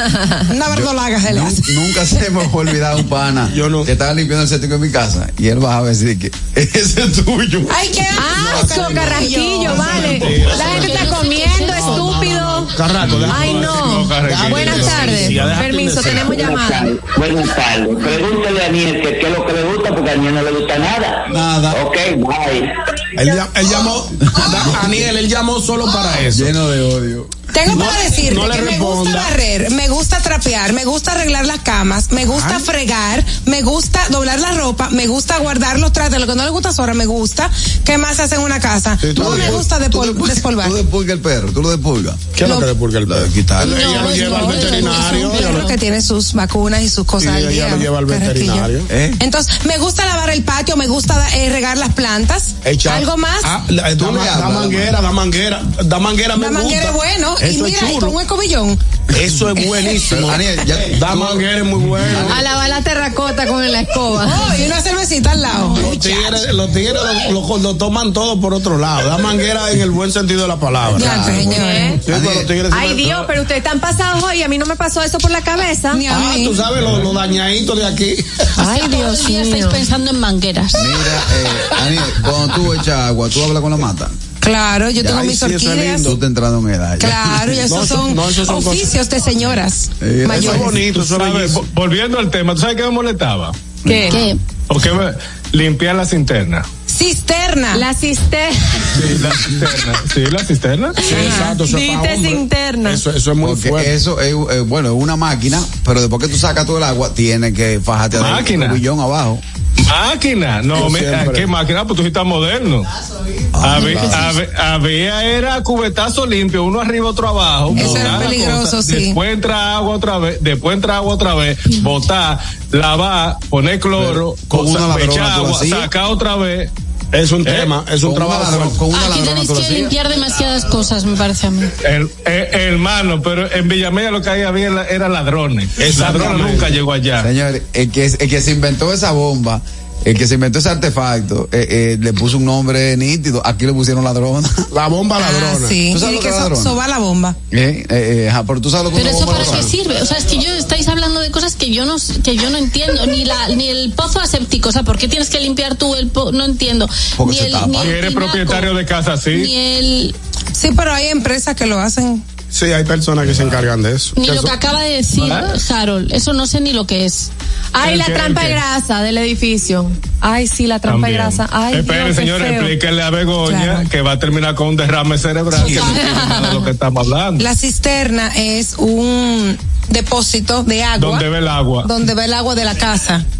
Una verdolaga se le hace. Nunca se me fue olvidado un pana yo no. que estaba limpiando el séptico en mi casa y él bajaba a decir que ese es tuyo. Ay, qué asco, no, carrasquillo, no, vale. No, la gente está comiendo, estúpido. Carraco, ay, no. Buenas tardes. Sí, permiso, tenemos llamada. Buenas tardes. Pregúntale a Aniel que qué es lo que le gusta, porque a Aniel no le gusta nada. Nada. Ok, bye. Él, él llamó, Aniel, él llamó solo para eso. Lleno de odio. Tengo no, para decirte no que me gusta barrer, me gusta trapear, me gusta arreglar las camas, me gusta Ay. fregar, me gusta doblar la ropa, me gusta guardar los trastes, lo que no le gusta a Sora, me gusta. ¿Qué más se hace en una casa? Sí, no me gusta despol- tú despolvar. Tú despulga el perro, tú lo despulgas. ¿Qué es lo que despulga el perro? Quitarlo. Ella lo lleva al veterinario. Claro que tiene sus vacunas y sus cosas. Sí, ella lo lleva al veterinario. ¿Eh? Entonces, me gusta lavar el patio, me gusta eh, regar las plantas. Echa. ¿Algo más? Ah, la, da, da, da manguera, da manguera, da manguera me gusta. Da manguera es bueno. Eso y mira, y con un escobillón. Eso es buenísimo. Daniel, ya, da manguera es muy bueno. A lavar la terracota con la escoba. Oh, y una cervecita al lado. Los tigres, los tigres lo, lo, lo toman todo por otro lado. Da manguera en el buen sentido de la palabra. Ya, claro, señores. Sí, los tigres Ay, me... Dios, pero ustedes están pasados hoy. A mí no me pasó eso por la cabeza. Ni a ah, mí. tú sabes los lo dañaditos de aquí. Ay, Dios mío. Estáis pensando en mangueras. Mira, eh, Daniel, cuando tú echas agua, tú hablas con la mata. Claro, yo ya, tengo mis sí, orquídeas. Tú te entrando en edad. Ya. Claro, y esos no, son, no, esos son oficios cosas... de señoras eh, mayores. Eso es bonito, eso sabes, volviendo al tema, ¿tú sabes qué me molestaba? ¿Qué? ¿Qué? Porque me, limpiar la cisterna. Cisterna. La cisterna. Sí, la cisterna. Sí, la cisterna. Sí, exacto. Eso Dite cisterna. Eso, eso es muy Porque fuerte. Eso es, eh, bueno, es una máquina, pero después que tú sacas todo el agua, tienes que fajarte máquina. Un billón abajo. Máquina, no, me, ¿qué máquina? Pues tú sí estás moderno. Ah, había, había, había era cubetazo limpio, uno arriba, otro abajo. Eso era peligroso, cosa, sí. Después entra agua otra vez, después entra agua otra vez, botar, lavar, poner cloro, con una ladrona, agua, sacar otra vez. Es un eh, tema, es un con trabajo. Una ladrona, con una Aquí tenéis que limpiar demasiadas cosas, me parece a mí. El, el, hermano, pero en Villamella lo que ahí había era ladrones. El ladrón nunca llegó allá. Señores, el que, el que se inventó esa bomba, el que se inventó ese artefacto, eh, eh, le puso un nombre nítido. Aquí le pusieron ladrona. La bomba ladrona. Ah, sí. ¿Tú sabes y lo que, que so, soba la bomba. Eh, eh, eh, pero tú sabes lo que Pero es eso bomba para ladrona? qué sirve. O sea, es que yo estáis hablando de cosas que yo no que yo no entiendo. Ni la ni el pozo aséptico. O sea, ¿por qué tienes que limpiar tú el pozo? No entiendo. Porque ni se el, tapa. ni el Si eres tinaco, propietario de casa, sí. Ni el... Sí, pero hay empresas que lo hacen. Sí, hay personas que se encargan de eso. Ni lo eso? que acaba de decir ¿Ah? Harold. Eso no sé ni lo que es. Ay, la qué, trampa de grasa del edificio. Ay, sí, la trampa También. de grasa. Ay, esperen, Dios, señores, explíquenle a Begoña Claro. que va a terminar con un derrame cerebral. Que no tiene nada de lo que estamos hablando. La cisterna es un depósito de agua. ¿Dónde ve el agua? Donde ve el agua de la casa.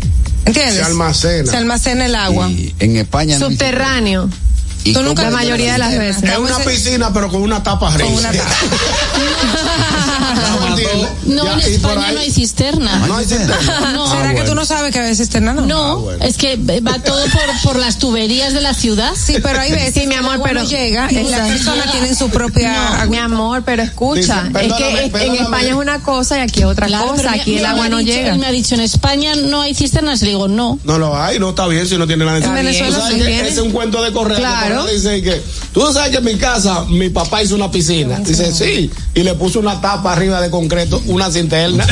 ¿Entiendes? Se almacena. Se almacena el agua. Y en España no subterráneo. ¿Y Tú nunca, la cómo- mayoría de las veces. Es una piscina, pero con una tapa arriba. Con una tapa. No, Ya, en y por España ahí- no hay cisterna. No hay cisterna. No. ¿Será Ah, que bueno. tú no sabes que a veces cisterna no? No, Ah, bueno. es que va todo por, por las tuberías de la ciudad. Sí, pero hay veces Sí, mi amor, que el agua pero- no llega y las Exacto. personas tienen su propia No, mi amor, pero escucha, Dice, es perdóname, que es- en perdóname. España es una cosa y aquí es otra Claro, cosa, pero aquí mi- el mi- agua me ha no dicho- llega. Él me ha dicho, en España no hay cisternas. Le digo, no. No lo hay, no está bien si no tiene la necesidad. En Venezuela Tú sabes sí que tiene. ese es un cuento de correo. Claro. Que dice que tú sabes que en mi casa mi papá hizo una piscina. Dice sí y le puso una tapa arriba de concreto, una cinterna.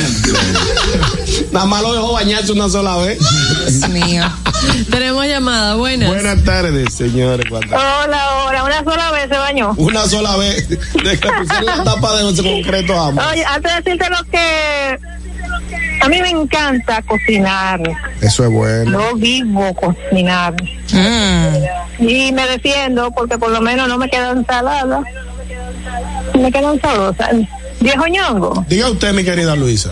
Nada más lo dejó bañarse una sola vez. Dios mío. Tenemos llamada, buenas. Buenas tardes, señores. ¿Cuántas? Hola, hola, una sola vez se bañó. Una sola vez de que le pusieron la tapa de ese concreto a ambos. Oye, antes de decirte lo que a mí me encanta cocinar. Eso es bueno. Yo vivo cocinar. Mm. Y me defiendo porque por lo menos no me quedan saladas. Me quedan sabrosas. Viejo ñongo. Diga usted, mi querida Luisa.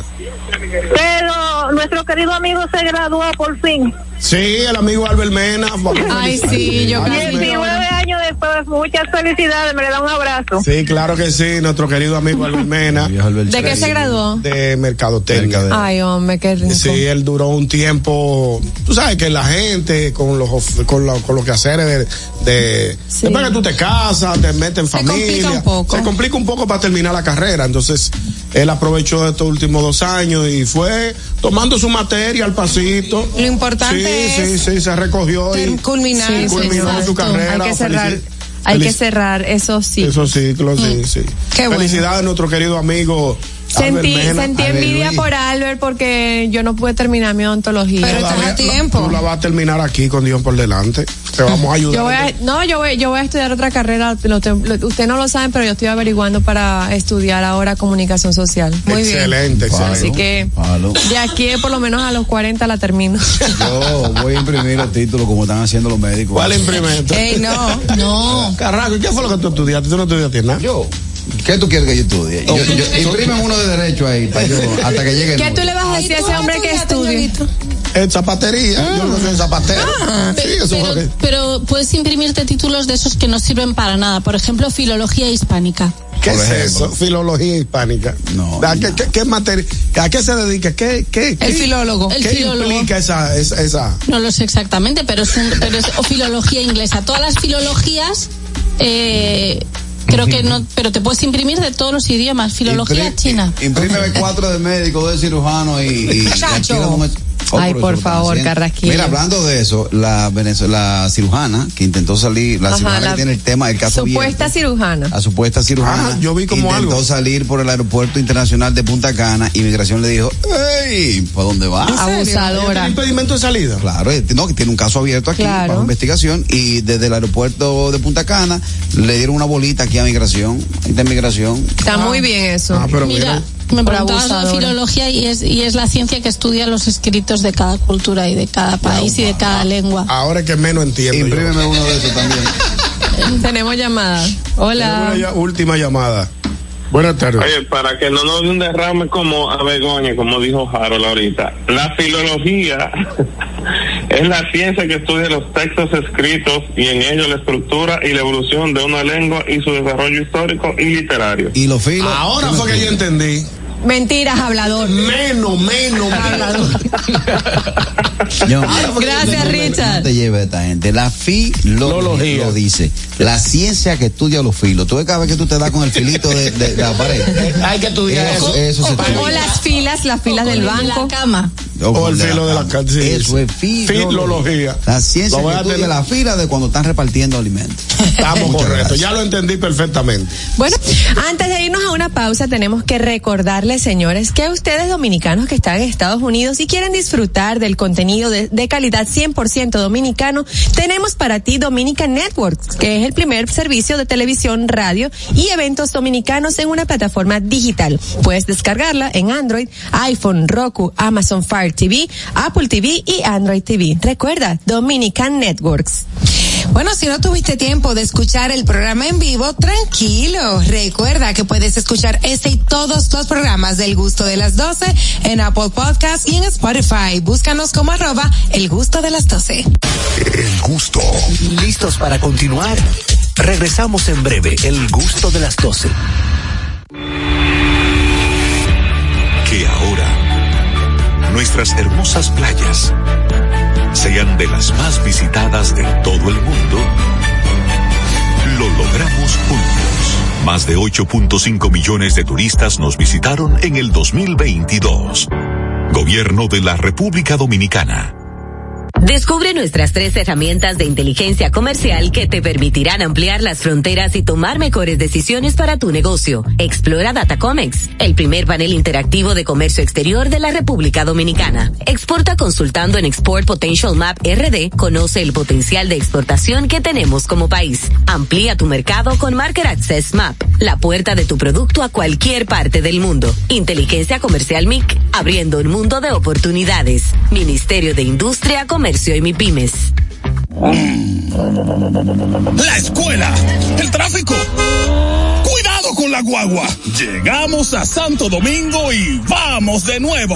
Pero nuestro querido amigo se graduó por fin. Sí, el amigo Albert Mena. Ay, sí, yo casi diecinueve años después, muchas felicidades, me le da un abrazo. Sí, claro que sí, nuestro querido amigo Albert Mena. ¿De qué se graduó? De mercadotecnia. Ay, hombre, qué rico. Sí, él duró un tiempo. Tú sabes que la gente con los of- con, lo, con los quehaceres de, de Sí. después que tú te casas, te metes en Se familia, complica un poco. se complica un poco para terminar la carrera. Entonces él aprovechó estos últimos dos años y fue tomando su materia al pasito. Lo importante Sí, es sí, sí, se recogió y culminar. sí, Sí, culminó exacto. su carrera. Hay que cerrar, Felici- hay que felici- cerrar esos sí. Esos ciclos, sí, sí. Qué bueno. Felicidades a nuestro querido amigo. Sentí, Albert Mena. sentí Albert envidia Luis. por Albert porque yo no pude terminar mi odontología. Pero estás a tiempo. Tú la vas a terminar aquí con Dios por delante. Te vamos a ayudar. Yo voy a, no, yo voy, yo voy a estudiar otra carrera. Lo, te- lo- usted no lo saben, pero yo estoy averiguando para estudiar ahora comunicación social. Muy bien. Excelente, excelente. Así que Palo. de aquí por lo menos a los cuarenta la termino. Yo voy a imprimir el título como están haciendo los médicos. ¿Cuál imprimento? Ey, no. No. Carraco, ¿y qué fue lo que tú estudiaste? Tú no estudiaste nada. Yo. ¿Qué tú quieres que yo estudie? Yo, yo, imprime uno de derecho ahí para yo, hasta que llegue el ¿Qué novio. tú le vas a decir a ese hombre que estudie? En zapatería. Yo no soy zapatero. Sí, eso fue lo Pero, que- pero puedes imprimirte títulos de esos que no sirven para nada. Por ejemplo, filología hispánica. ¿Qué Por es ejemplo. eso? Filología hispánica. No, ¿A no. qué, qué, qué materia? ¿A qué se dedica? ¿Qué, qué, qué, El filólogo. El ¿qué filólogo. implica esa, esa, esa? No lo sé exactamente, pero es, un, pero es o filología inglesa. Todas las filologías, eh, creo que no, pero te puedes imprimir de todos los idiomas. Filología Impri- china. Imprímeme cuatro de médico, dos de cirujano y. y Chacho. y aquí damos- Oh, Ay, pero por eso lo están favor, haciendo. Carrasquillo. Mira, hablando de eso, la, Venezue- la cirujana que intentó salir, la Ajá, cirujana la que tiene el tema, el caso Supuesta abierto, cirujana. la supuesta cirujana Ah, yo vi como intentó algo. salir por el aeropuerto internacional de Punta Cana, inmigración le dijo, ¡ey! ¿Para dónde va? Abusadora. ¿Tiene impedimento de salida? Claro, eh, no, que tiene un caso abierto aquí Claro. para investigación y desde el aeropuerto de Punta Cana le dieron una bolita aquí a migración, de migración. Está muy bien eso. Ah, pero Mira, mira. me Por preguntabas de abusadora. filología y es, y es la ciencia que estudia los escritos de cada cultura y de cada país y de cada lengua. Ahora es que menos entiendo. yo. Imprímeme uno de esos también. Tenemos llamada. Hola. Una ya- última llamada. Buenas tardes. Oye, para que no nos dé un derrame como a Begoña, como dijo Harold ahorita, la filología es la ciencia que estudia los textos escritos y en ellos la estructura y la evolución de una lengua y su desarrollo histórico y literario. Y los filos. Ahora fue que yo entendí. Mentiras, hablador. Menos, menos, Hablador. Yo- Gracias, No Richard. te lleve esta gente. La filología lo dice. La ciencia que estudia los filos. Tú ves cada vez que tú te das con el filito de, de- de la pared. Hay que estudiar Eso, eso. eso se O estudia. las filas, las filas del De banco. la cama. O el filo de la cama. ca- sí, Eso sí. es filología. Filología. La ciencia Lo voy que a estudia tener- la fila de cuando están repartiendo alimentos. Estamos Muchas correctos. gracias. Ya lo entendí perfectamente. Bueno, antes de irnos a una pausa, tenemos que recordarles, señores, que ustedes dominicanos que están en Estados Unidos y quieren disfrutar del contenido de, de calidad cien por ciento dominicano, tenemos para ti Dominican Networks, que es el primer servicio de televisión, radio y eventos dominicanos en una plataforma digital. Puedes descargarla en Android, iPhone, Roku, Amazon Fire T V, Apple T V y Android T V. Recuerda, Dominican Networks. Bueno, si no tuviste tiempo de escuchar el programa en vivo, tranquilo. Recuerda que puedes escuchar este y todos los programas del Gusto de las doce en Apple Podcast y en Spotify. Búscanos como arroba El Gusto de las doce. El Gusto. ¿Listos para continuar? Regresamos en breve. El Gusto de las doce. Que ahora nuestras hermosas playas sean de las más visitadas de todo el mundo, lo logramos juntos. Más de ocho punto cinco millones de turistas nos visitaron en el dos mil veintidós. Gobierno de la República Dominicana. Descubre nuestras tres herramientas de inteligencia comercial que te permitirán ampliar las fronteras y tomar mejores decisiones para tu negocio. Explora Datacomex, el primer panel interactivo de comercio exterior de la República Dominicana. Exporta consultando en Export Potential Map R D. Conoce el potencial de exportación que tenemos como país. Amplía tu mercado con Market Access Map, la puerta de tu producto a cualquier parte del mundo. Inteligencia Comercial M I C, abriendo un mundo de oportunidades. Ministerio de Industria, Comercio y MIPYMES. La escuela, el tráfico. Cuidado con la guagua. Llegamos a Santo Domingo y vamos de nuevo.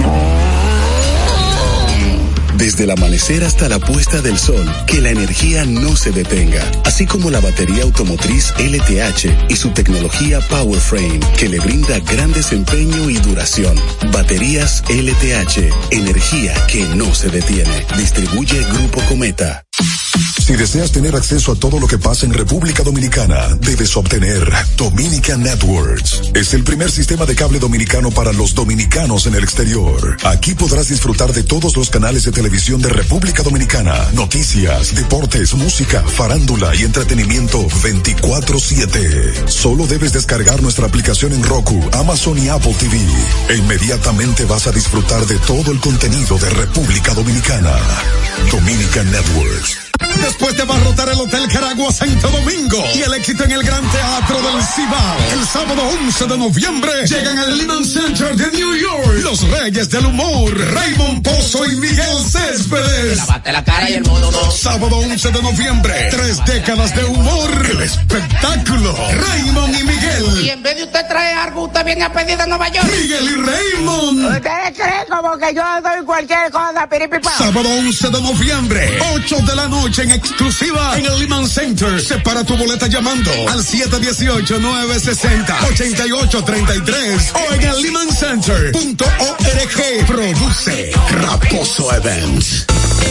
Desde el amanecer hasta la puesta del sol, que la energía no se detenga, así como la batería automotriz L T H y su tecnología PowerFrame, que le brinda gran desempeño y duración. Baterías L T H, energía que no se detiene. Distribuye Grupo Cometa. Si deseas tener acceso a todo lo que pasa en República Dominicana, debes obtener Dominican Networks. Es el primer sistema de cable dominicano para los dominicanos en el exterior. Aquí podrás disfrutar de todos los canales de televisión de República Dominicana, noticias, deportes, música, farándula y entretenimiento veinticuatro siete. Solo debes descargar nuestra aplicación en Roku, Amazon y Apple T V. E inmediatamente vas a disfrutar de todo el contenido de República Dominicana. Dominican Networks. Después de abarrotar el Hotel Caragua Santo Domingo y el éxito en el Gran Teatro del Cibao, el sábado once de noviembre llegan al Lehman Center de New York los Reyes del Humor, Raymond Pozo y Miguel Céspedes. Lávate la cara y el modo dos. Sábado once de noviembre, tres décadas de humor, el espectáculo, Raymond y Miguel. Y en vez de usted traer algo, usted viene a pedir de Nueva York. Miguel y Raymond. ¿Ustedes creen como que yo doy cualquier cosa, piripipa? Sábado once de noviembre, ocho de la noche en exclusiva en el Lehman Center. Separa tu boleta llamando al siete uno ocho, nueve seis cero, ocho ocho tres tres o en el lehman center punto org. Produce Raposo Events.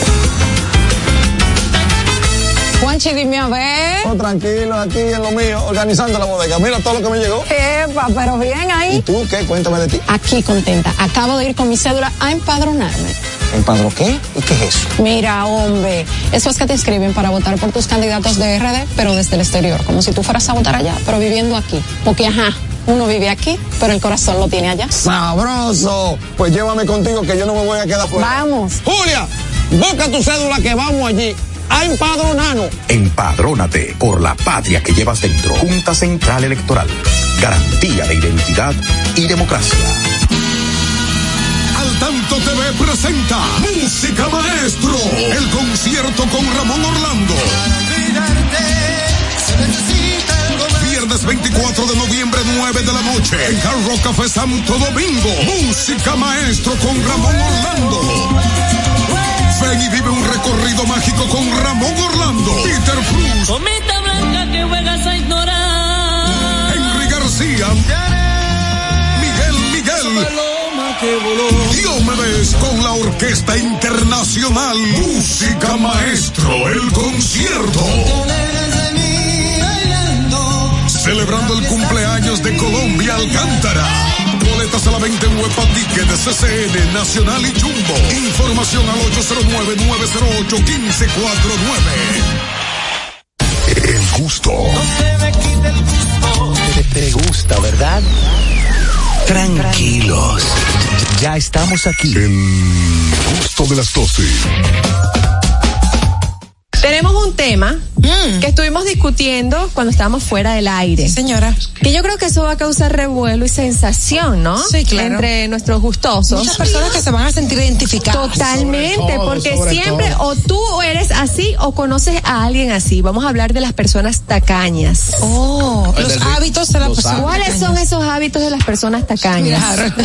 Juanchi, dime a ver. Oh, tranquilo, aquí en lo mío, organizando la bodega. Mira todo lo que me llegó. Epa, pero bien ahí. ¿Y tú qué? Cuéntame de ti. Aquí contenta. Acabo de ir con mi cédula a empadronarme. ¿Empadro qué? ¿Y qué es eso? Mira, hombre, eso es que te inscriben para votar por tus candidatos de R D, pero desde el exterior, como si tú fueras a votar allá, pero viviendo aquí. Porque, ajá, uno vive aquí, pero el corazón lo tiene allá. ¡Sabroso! Pues llévame contigo que yo no me voy a quedar fuera. Vamos. Julia, busca tu cédula que vamos allí a empadronarnos. Empadrónate por la patria que llevas dentro. Junta Central Electoral. Garantía de identidad y democracia. Al Tanto T V presenta Música Maestro, el concierto con Ramón Orlando. Viernes veinticuatro de noviembre, nueve de la noche, en Hard Rock Café Santo Domingo. Música Maestro con Ramón Orlando. Ven y vive un recorrido mágico con Ramón Orlando, Peter Cruz, Comita blanca que juegas a ignorar, Henry García, Miguel Miguel, Diomedes con la Orquesta Internacional. Música Maestro, el concierto. Celebrando el cumpleaños de Colombia Alcántara. Boletas a la venta en Huepa Ticket de C C N, Nacional y Jumbo. Información al ocho cero nueve, nueve cero ocho, uno cinco cuatro nueve. El gusto. Te, te gusta, ¿verdad? Tranquilos. Ya estamos aquí. El gusto de las doce. Tenemos un tema mm. que estuvimos discutiendo cuando estábamos fuera del aire. Señora. Que yo creo que eso va a causar revuelo y sensación, ¿no? Sí, claro. Entre nuestros gustosos. Muchas personas que se van a sentir identificadas. Totalmente, todo, porque siempre todo. o tú eres así o conoces a alguien así. Vamos a hablar de las personas tacañas. Oh, los decir, hábitos de las personas. ¿Cuáles tacañas? son esos hábitos de las personas tacañas?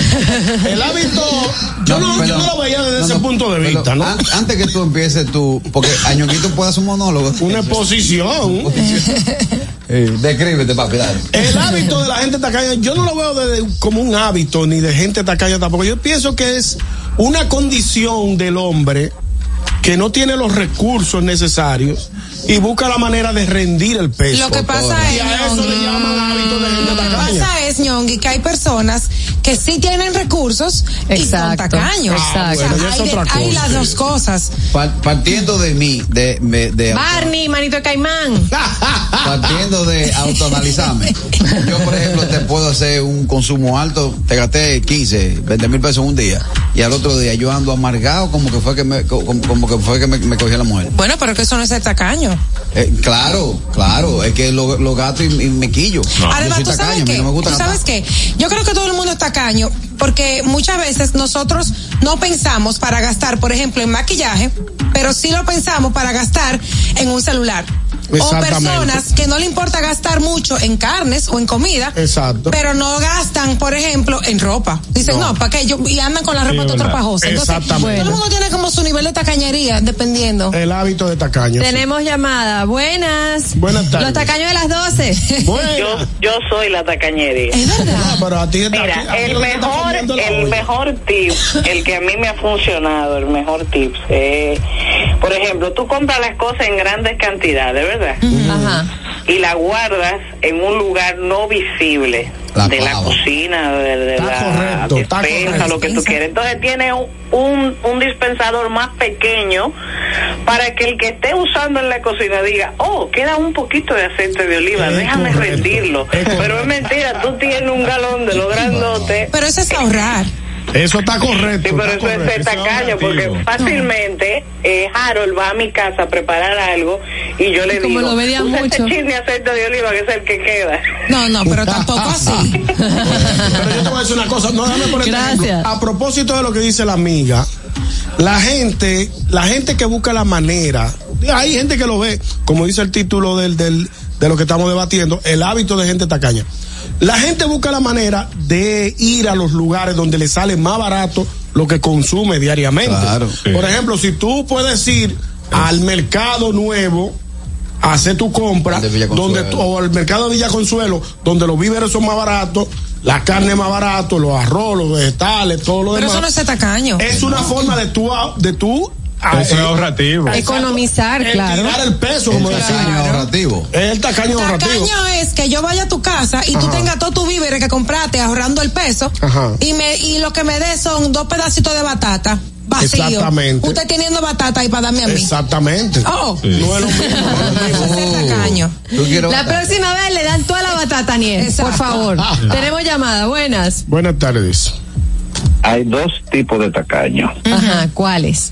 El hábito, yo no, no, yo no lo veía desde no, ese no, punto de vista, pero, ¿no? An, antes que tú empieces tú, porque Añoquito puede hacer un monólogo. Una exposición. eh, descríbete, papi, dale. El hábito de la gente tacaña, yo no lo veo de, como un hábito ni de gente tacaña tampoco. Yo pienso que es una condición del hombre que no tiene los recursos necesarios y busca la manera de rendir el peso. Lo que pasa es, y a eso le llaman hábito de gente tacaña. Lo que pasa es, Ñongui, que hay personas que sí tienen recursos Exacto. y son tacaños. Ah, bueno, o sea, es hay, otra de, cosa. hay las dos cosas. Partiendo de mí, de, de, de Barney, manito de caimán. Partiendo de autoanalizarme. Yo, por ejemplo, te puedo hacer un consumo alto, te gasté quince, veinte mil pesos un día, y al otro día yo ando amargado como que fue que me, como, como que fue que me, me cogió la mujer. Bueno, pero que eso no es ser tacaño. Eh, claro, claro, es que lo, lo gato y, y me quillo. No. Además, ¿tú tacaño, sabes qué? No me gusta ¿Tú sabes qué? Yo creo que todo el mundo es tacaño porque muchas veces nosotros no pensamos para gastar, por ejemplo, en maquillaje, pero sí lo pensamos para gastar en un celular. O personas que no le importa gastar mucho en carnes o en comida, Exacto. pero no gastan, por ejemplo, en ropa. Dicen, no, no ¿para qué? Yo, y andan con la ropa sí, todo trapajosa. Entonces, Exactamente. todo el mundo tiene como su nivel de tacañería, dependiendo. El hábito de tacaño. Tenemos sí. llamada. Buenas. Buenas tardes. Los tacaños de las doce. Yo, yo soy la tacañería. Es verdad. No, pero a ti, Mira, a ti, a el mejor, el mejor tip, el que a mí me ha funcionado, el mejor tip, eh, por ejemplo, tú compras las cosas en grandes cantidades, ¿verdad? Uh-huh. Ajá. Y la guardas en un lugar no visible la de clavo. la cocina, de, de la correcto, despensa, lo que tú quieres. Entonces tiene un, un, un dispensador más pequeño para que el que esté usando en la cocina diga, oh, queda un poquito de aceite de oliva, es déjame correcto. rendirlo. Es Pero es mentira, tú tienes un galón de lo grandote. Pero eso es ahorrar. Eso está correcto. Sí, pero eso correcto. es ser tacaño, porque fácilmente eh, Harold va a mi casa a preparar algo y yo le Como digo, lo veía usa mucho. este chin de aceite de oliva que es el que queda. No, no, pero tampoco así. Pero yo te voy a decir una cosa, no, déjame poner ejemplo. A propósito de lo que dice la amiga, la gente, la gente que busca la manera, hay gente que lo ve, como dice el título del, del, de lo que estamos debatiendo, el hábito de gente tacaña. La gente busca la manera de ir a los lugares donde le sale más barato lo que consume diariamente. Claro, sí. Por ejemplo, si tú puedes ir al mercado nuevo a hacer tu compra, donde o al mercado de Villa Consuelo, donde los víveres son más baratos, la carne más barato, los arroz, los vegetales, todo lo Pero demás. Pero eso no es tacaño. Es una forma de tú, de tú Eso es ahorrativo. Economizar, el claro. Tirar el peso, como el decimos. tacaño ahorrativo. El tacaño ahorrativo. Tacaño es que yo vaya a tu casa y Ajá. tú tengas todo tu víveres que compraste ahorrando el peso. Ajá. Y me y lo que me dé son dos pedacitos de batata. Vacío. Exactamente. Usted teniendo batata ahí para darme a mí. Exactamente. Oh. Sí. No es lo mismo. No es lo mismo. Oh. Tacaño. La batata? Próxima vez le dan toda la batata, Aniel. Por favor. Tenemos llamada. Buenas. Buenas tardes. Hay dos tipos de tacaño. Ajá. ¿Cuáles?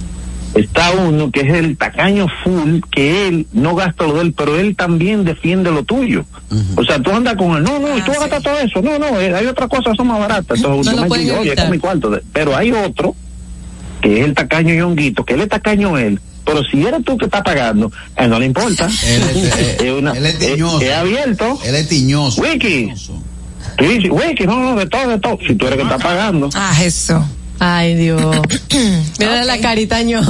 Está uno que es el tacaño full, que él no gasta lo de él, pero él también defiende lo tuyo. Uh-huh. O sea, tú andas con él, no, no, ah, y tú sí. gastas todo eso, no, no, hay otras cosas que son más baratas. Entonces, no últimamente yo, oye, es mi cuarto. Pero hay otro, que es el tacaño yonguito, que él es tacaño él, pero si eres tú que estás pagando, a él no le importa. Él es, es, una, él es tiñoso. Es, es abierto. Él es tiñoso. Wiki. Tú dices, Wiki, no, no, de todo, de todo. Si tú eres que estás pagando. Ah, eso. Ay, Dios. Mira okay. la carita ñón.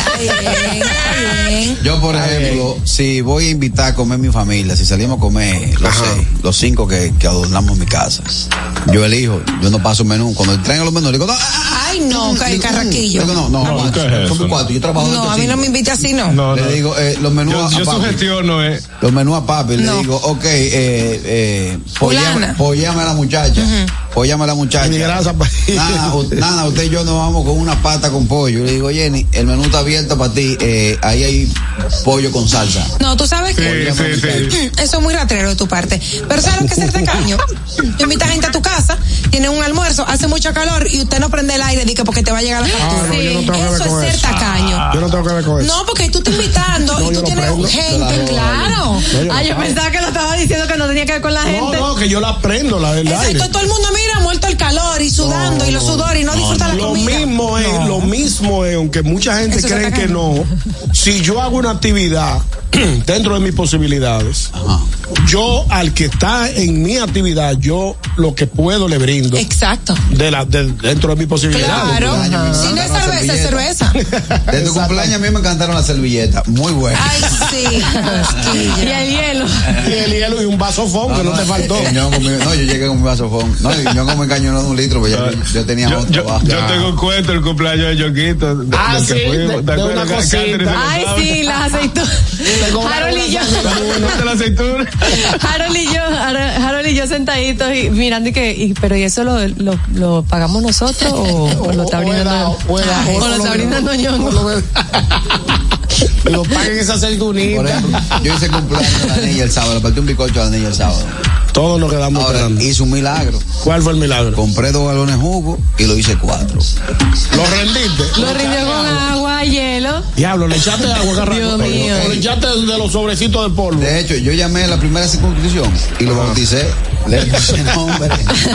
Yo, por ejemplo, si voy a invitar a comer mi familia, si salimos a comer los seis, los cinco que, que adornamos mi casa, yo elijo, yo no paso menú. Cuando traigan los menús, digo, no, ay, no, el carraquillo. Digo, no, no, no, no es son cuatro, yo trabajo. No, a mí no me invite así, no. no le no. digo, eh, los menús yo, a yo papi. Yo sugestiono, eh. Los menús a papi, no. le digo, ok, eh, eh, pollame a la muchacha. Uh-huh. pues llama a la muchacha. Nada, nada, usted y yo nos vamos con una pata con pollo. Yo le digo, Jenny, el menú está abierto para ti, eh, ahí hay pollo con salsa. No, tú sabes que sí, sí, sí. Eso es muy ratrero de tu parte. Pero ¿sabes lo que es ser tacaño? Tú invitas gente a tu casa, tienen un almuerzo, hace mucho calor y usted no prende el aire, dice porque te va a llegar la factura. Ah, no, yo no tengo que ver eso con es ser eso. tacaño. Ah, yo no tengo que ver con eso. No, porque tú estás invitando No, y yo tú lo tienes prendo. gente, claro. No, yo Ah, yo no pensaba que lo estaba diciendo que no tenía que ver con la gente. No, no, que yo la prendo, la del aire. Exacto, todo el mundo mira muerto el calor y sudando y los sudores y no, disfruta la Lo comida. mismo es, No. lo mismo es, aunque mucha gente Eso cree está que no, si yo hago una actividad dentro de mis posibilidades, Ajá. yo al que está en mi actividad, yo lo que puedo le brindo. Exacto. De la, de, dentro de mis posibilidades. Claro. Ajá. Si no es La cerveza, es cerveza. De tu cumpleaños a mí me encantaron las servilletas, muy buenas. Ay, sí. Y el hielo. Y el hielo y un vasofón que no te faltó. Eh, No, con mi- no, yo llegué con mi vasofón. No, y yo como encañonó de un litro, pues ya, yo tenía Yo, otro yo, bajo. yo tengo un cuento el cumpleaños de Yoquito. de- Ah, del que sí, fuimos. de- ¿Te de acuerdas una que cosita. Catherine se lo Ay, sabe? sí, las aceitunas. Harold y yo. ¿Te la aceituna? Harold y yo, Harold, Harold y yo sentaditos y mirando y que, y, pero ¿y eso lo, lo, lo pagamos nosotros o, o lo está brindando? O era- o o lo está lo- brindando Ñongo? Lo paguen esa Por aceitunitas. ejemplo, yo hice cumpleaños de la niña el sábado, le partí un bizcocho a la niña el sábado. Todos nos quedamos Ahora, esperando. hice un milagro. ¿Cuál fue el milagro? Compré dos galones de jugo y lo hice cuatro. ¿Lo rendiste? Lo rindió con agua, hielo. Diablo, le echaste agua, Carranco. Dios mío. O le echaste de los sobrecitos de polvo. De hecho, yo llamé a la primera circunscripción y lo bauticé. Le puse nombre.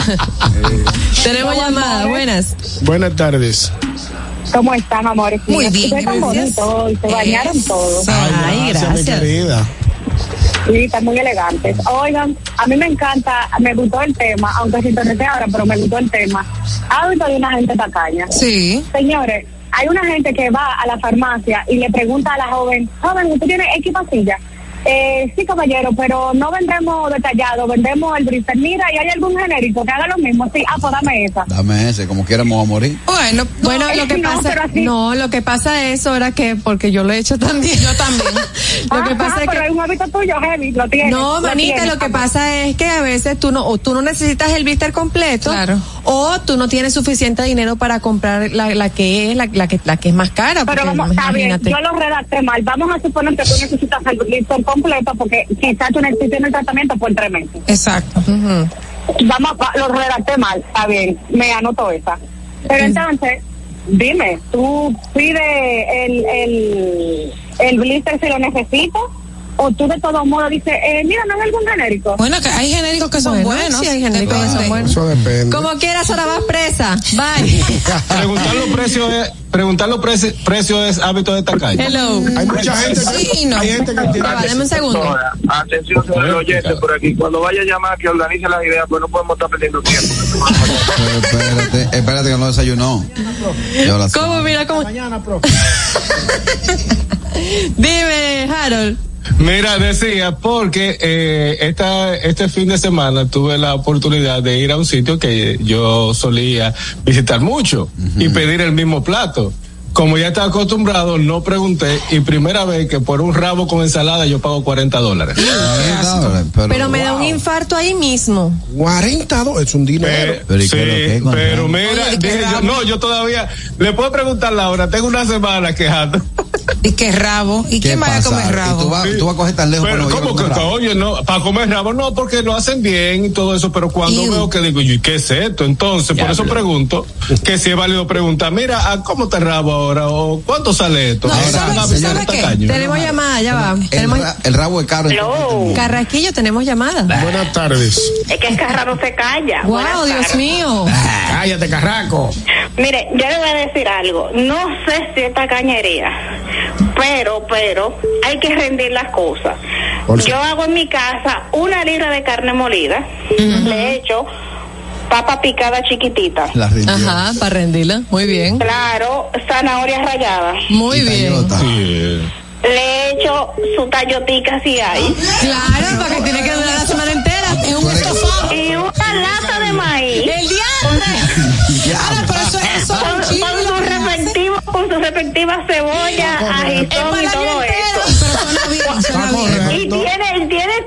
Tenemos llamada, buenas. Buenas tardes. ¿Cómo están, amores? Muy bien, Ustedes están gracias. bonitos y se bañaron todos. Ay, mi gracias. querida. Sí, están muy elegantes. Oigan, a mí me encanta, me gustó el tema, aunque se internet ahora, pero me gustó el tema. Hábito de una gente tacaña. Sí. Señores, hay una gente que va a la farmacia y le pregunta a la joven, joven, ¿usted tiene X pasilla? Eh, sí, caballero, pero no vendemos detallado, vendemos el Brister. Mira, ¿y hay algún genérico que haga lo mismo? Sí, ah, pues dame esa. Dame ese, como quiera me voy a morir. Bueno, Bueno, lo que no, pasa, pero así- no, lo que pasa es ahora que, porque yo lo he hecho también. Yo también. Lo que Ajá, pasa es pero que hay un hábito tuyo, heavy, lo tienes. no, manita, tienes, lo que papá. pasa es que a veces tú no, o tú no necesitas el blister completo, Claro. o tú no tienes suficiente dinero para comprar la, la que es la, la que la que es más cara. Pero porque vamos, está bien, imagínate. yo lo redacté mal. Vamos a suponer que tú necesitas el blister completo porque quizás tú necesites el tratamiento por tres meses. Exacto. Ujú. Vamos, a- lo redacté mal, está bien, me anoto esa. Pero entonces, dime, ¿tú pides el, el, el blister si lo necesitas? ¿O tú de todos modos dices, eh, mira, no hay algún genérico? Bueno, que hay genéricos que son Bueno, buenos. sí, hay genéricos que son Depende. buenos. Eso depende. Como quieras, ahora vas presa. Bye. Preguntar los precios es, preguntar los precios precios es hábito de tacaño. Hello. Hay mucha gente que, Sí, no. hay gente que tiene. Ya va, dame un segundo. Atención, señor oyente, por aquí. Cuando vaya a llamar, que organice las ideas, pues no podemos estar perdiendo tiempo. Pero espérate, espérate que no desayunó. Yo la ¿Cómo? Mira cómo. Dime, Harold. Mira, decía, porque eh, esta, este fin de semana tuve la oportunidad de ir a un sitio que yo solía visitar mucho y pedir el mismo plato. Como ya estaba acostumbrado, no pregunté y primera vez que por un rabo con ensalada yo pago cuarenta dólares. Pero, Pero me da un infarto ahí mismo. cuarenta dólares es un dinero. Eh, Pero, ¿y sí, qué es lo que es con pero rabo? mira, Oye, ¿y qué dije yo, rabo? no, yo todavía, le puedo preguntar Laura, tengo una semana quejando. ¿Y qué rabo? ¿Y ¿Qué quién va a pasa? comer ¿Y rabo? tú vas, tú vas a coger tan lejos Pero para no ¿cómo que, comer rabo? oye, no, para comer rabo? No, porque lo hacen bien y todo eso, pero cuando Ew. veo que digo, ¿y qué es esto? Entonces, por eso pregunto, que si es válido preguntar, mira, ¿a ¿cómo te rabo ahora? ¿O cuánto sale esto? No, Ahora, ¿sabes- una ¿sabes visita qué? tacaño. Tenemos llamada, ya va. El, Tenemos ra- el rabo es caro. Hello. Carrasquillo, tenemos llamada. Buenas tardes. Es que el carrano se calla. Buenas Wow, Dios tardes. mío. Cállate, carraco. Mire, yo le voy a decir algo. No sé si es tacañería, pero, pero, hay que rendir las cosas. Por Yo hago en mi casa una libra de carne molida, le echo papa picada chiquitita. La rindió. Ajá, para rendirla. Muy bien. Claro, zanahorias ralladas. Muy bien. Sí, eh. Le echo su tallotica si hay. Claro, porque tiene que durar la semana entera. Es un estofado. Y una lata de maíz. El diantre. Ahora, pero eso es eso. Con, un chile, con su respectivo, con su respectiva cebolla, Es agitón para y el año todo entero. eso. Pero suena bien, suena bien. Y tiene, tiene que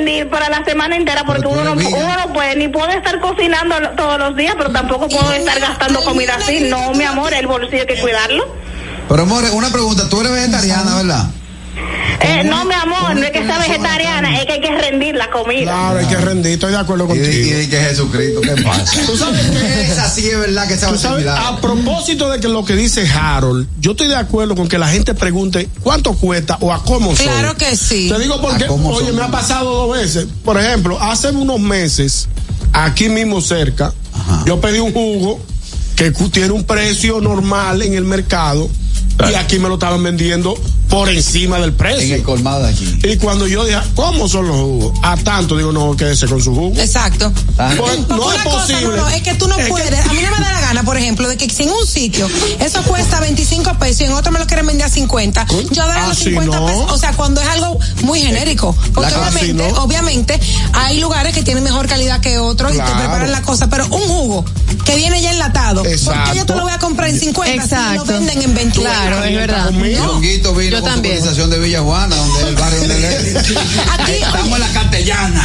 rendir para la semana entera porque uno no, uno no puede, ni puede estar cocinando todos los días, pero tampoco puedo estar gastando comida así. No, mi amor, el bolsillo hay que cuidarlo. Pero, amor, una pregunta, tú eres vegetariana, ¿verdad? Eh, no, mi amor, no es que sea vegetariana, es que hay que rendir la comida. Claro, hay que rendir, estoy de acuerdo contigo. Y, y, y que Jesucristo, ¿qué pasa? Tú sabes que es así, es verdad que ¿Tú sabes, a propósito de que lo que dice Harold, yo estoy de acuerdo con que la gente pregunte cuánto cuesta o a cómo son. Claro que sí. Te digo porque, oye, son? me ha pasado dos veces. Por ejemplo, hace unos meses, aquí mismo cerca, Ajá. yo pedí un jugo que tiene un precio normal en el mercado. Y aquí me lo estaban vendiendo por encima del precio. En el colmado de aquí. Y cuando yo dije, ¿cómo son los jugos? A tanto, digo, no, quédese con su jugo. Exacto. Pues, no es cosa, posible. No, no, es que tú no es puedes. Que... A mí no me da la gana, por ejemplo, de que si en un sitio eso cuesta veinticinco pesos y en otro me lo quieren vender a cincuenta, yo daré los cincuenta no. pesos. O sea, cuando es algo muy genérico. Porque obviamente, no. obviamente, hay lugares que tienen mejor calidad que otros claro. y te preparan la cosa. Pero un jugo que viene ya enlatado, Exacto. ¿por qué yo te lo voy a comprar en cincuenta si lo venden en veintiuno? Claro, es verdad. No. Vino yo con también. Su organización de Villa Juana, donde es el barrio donde él Aquí estamos oye. en la Castellana.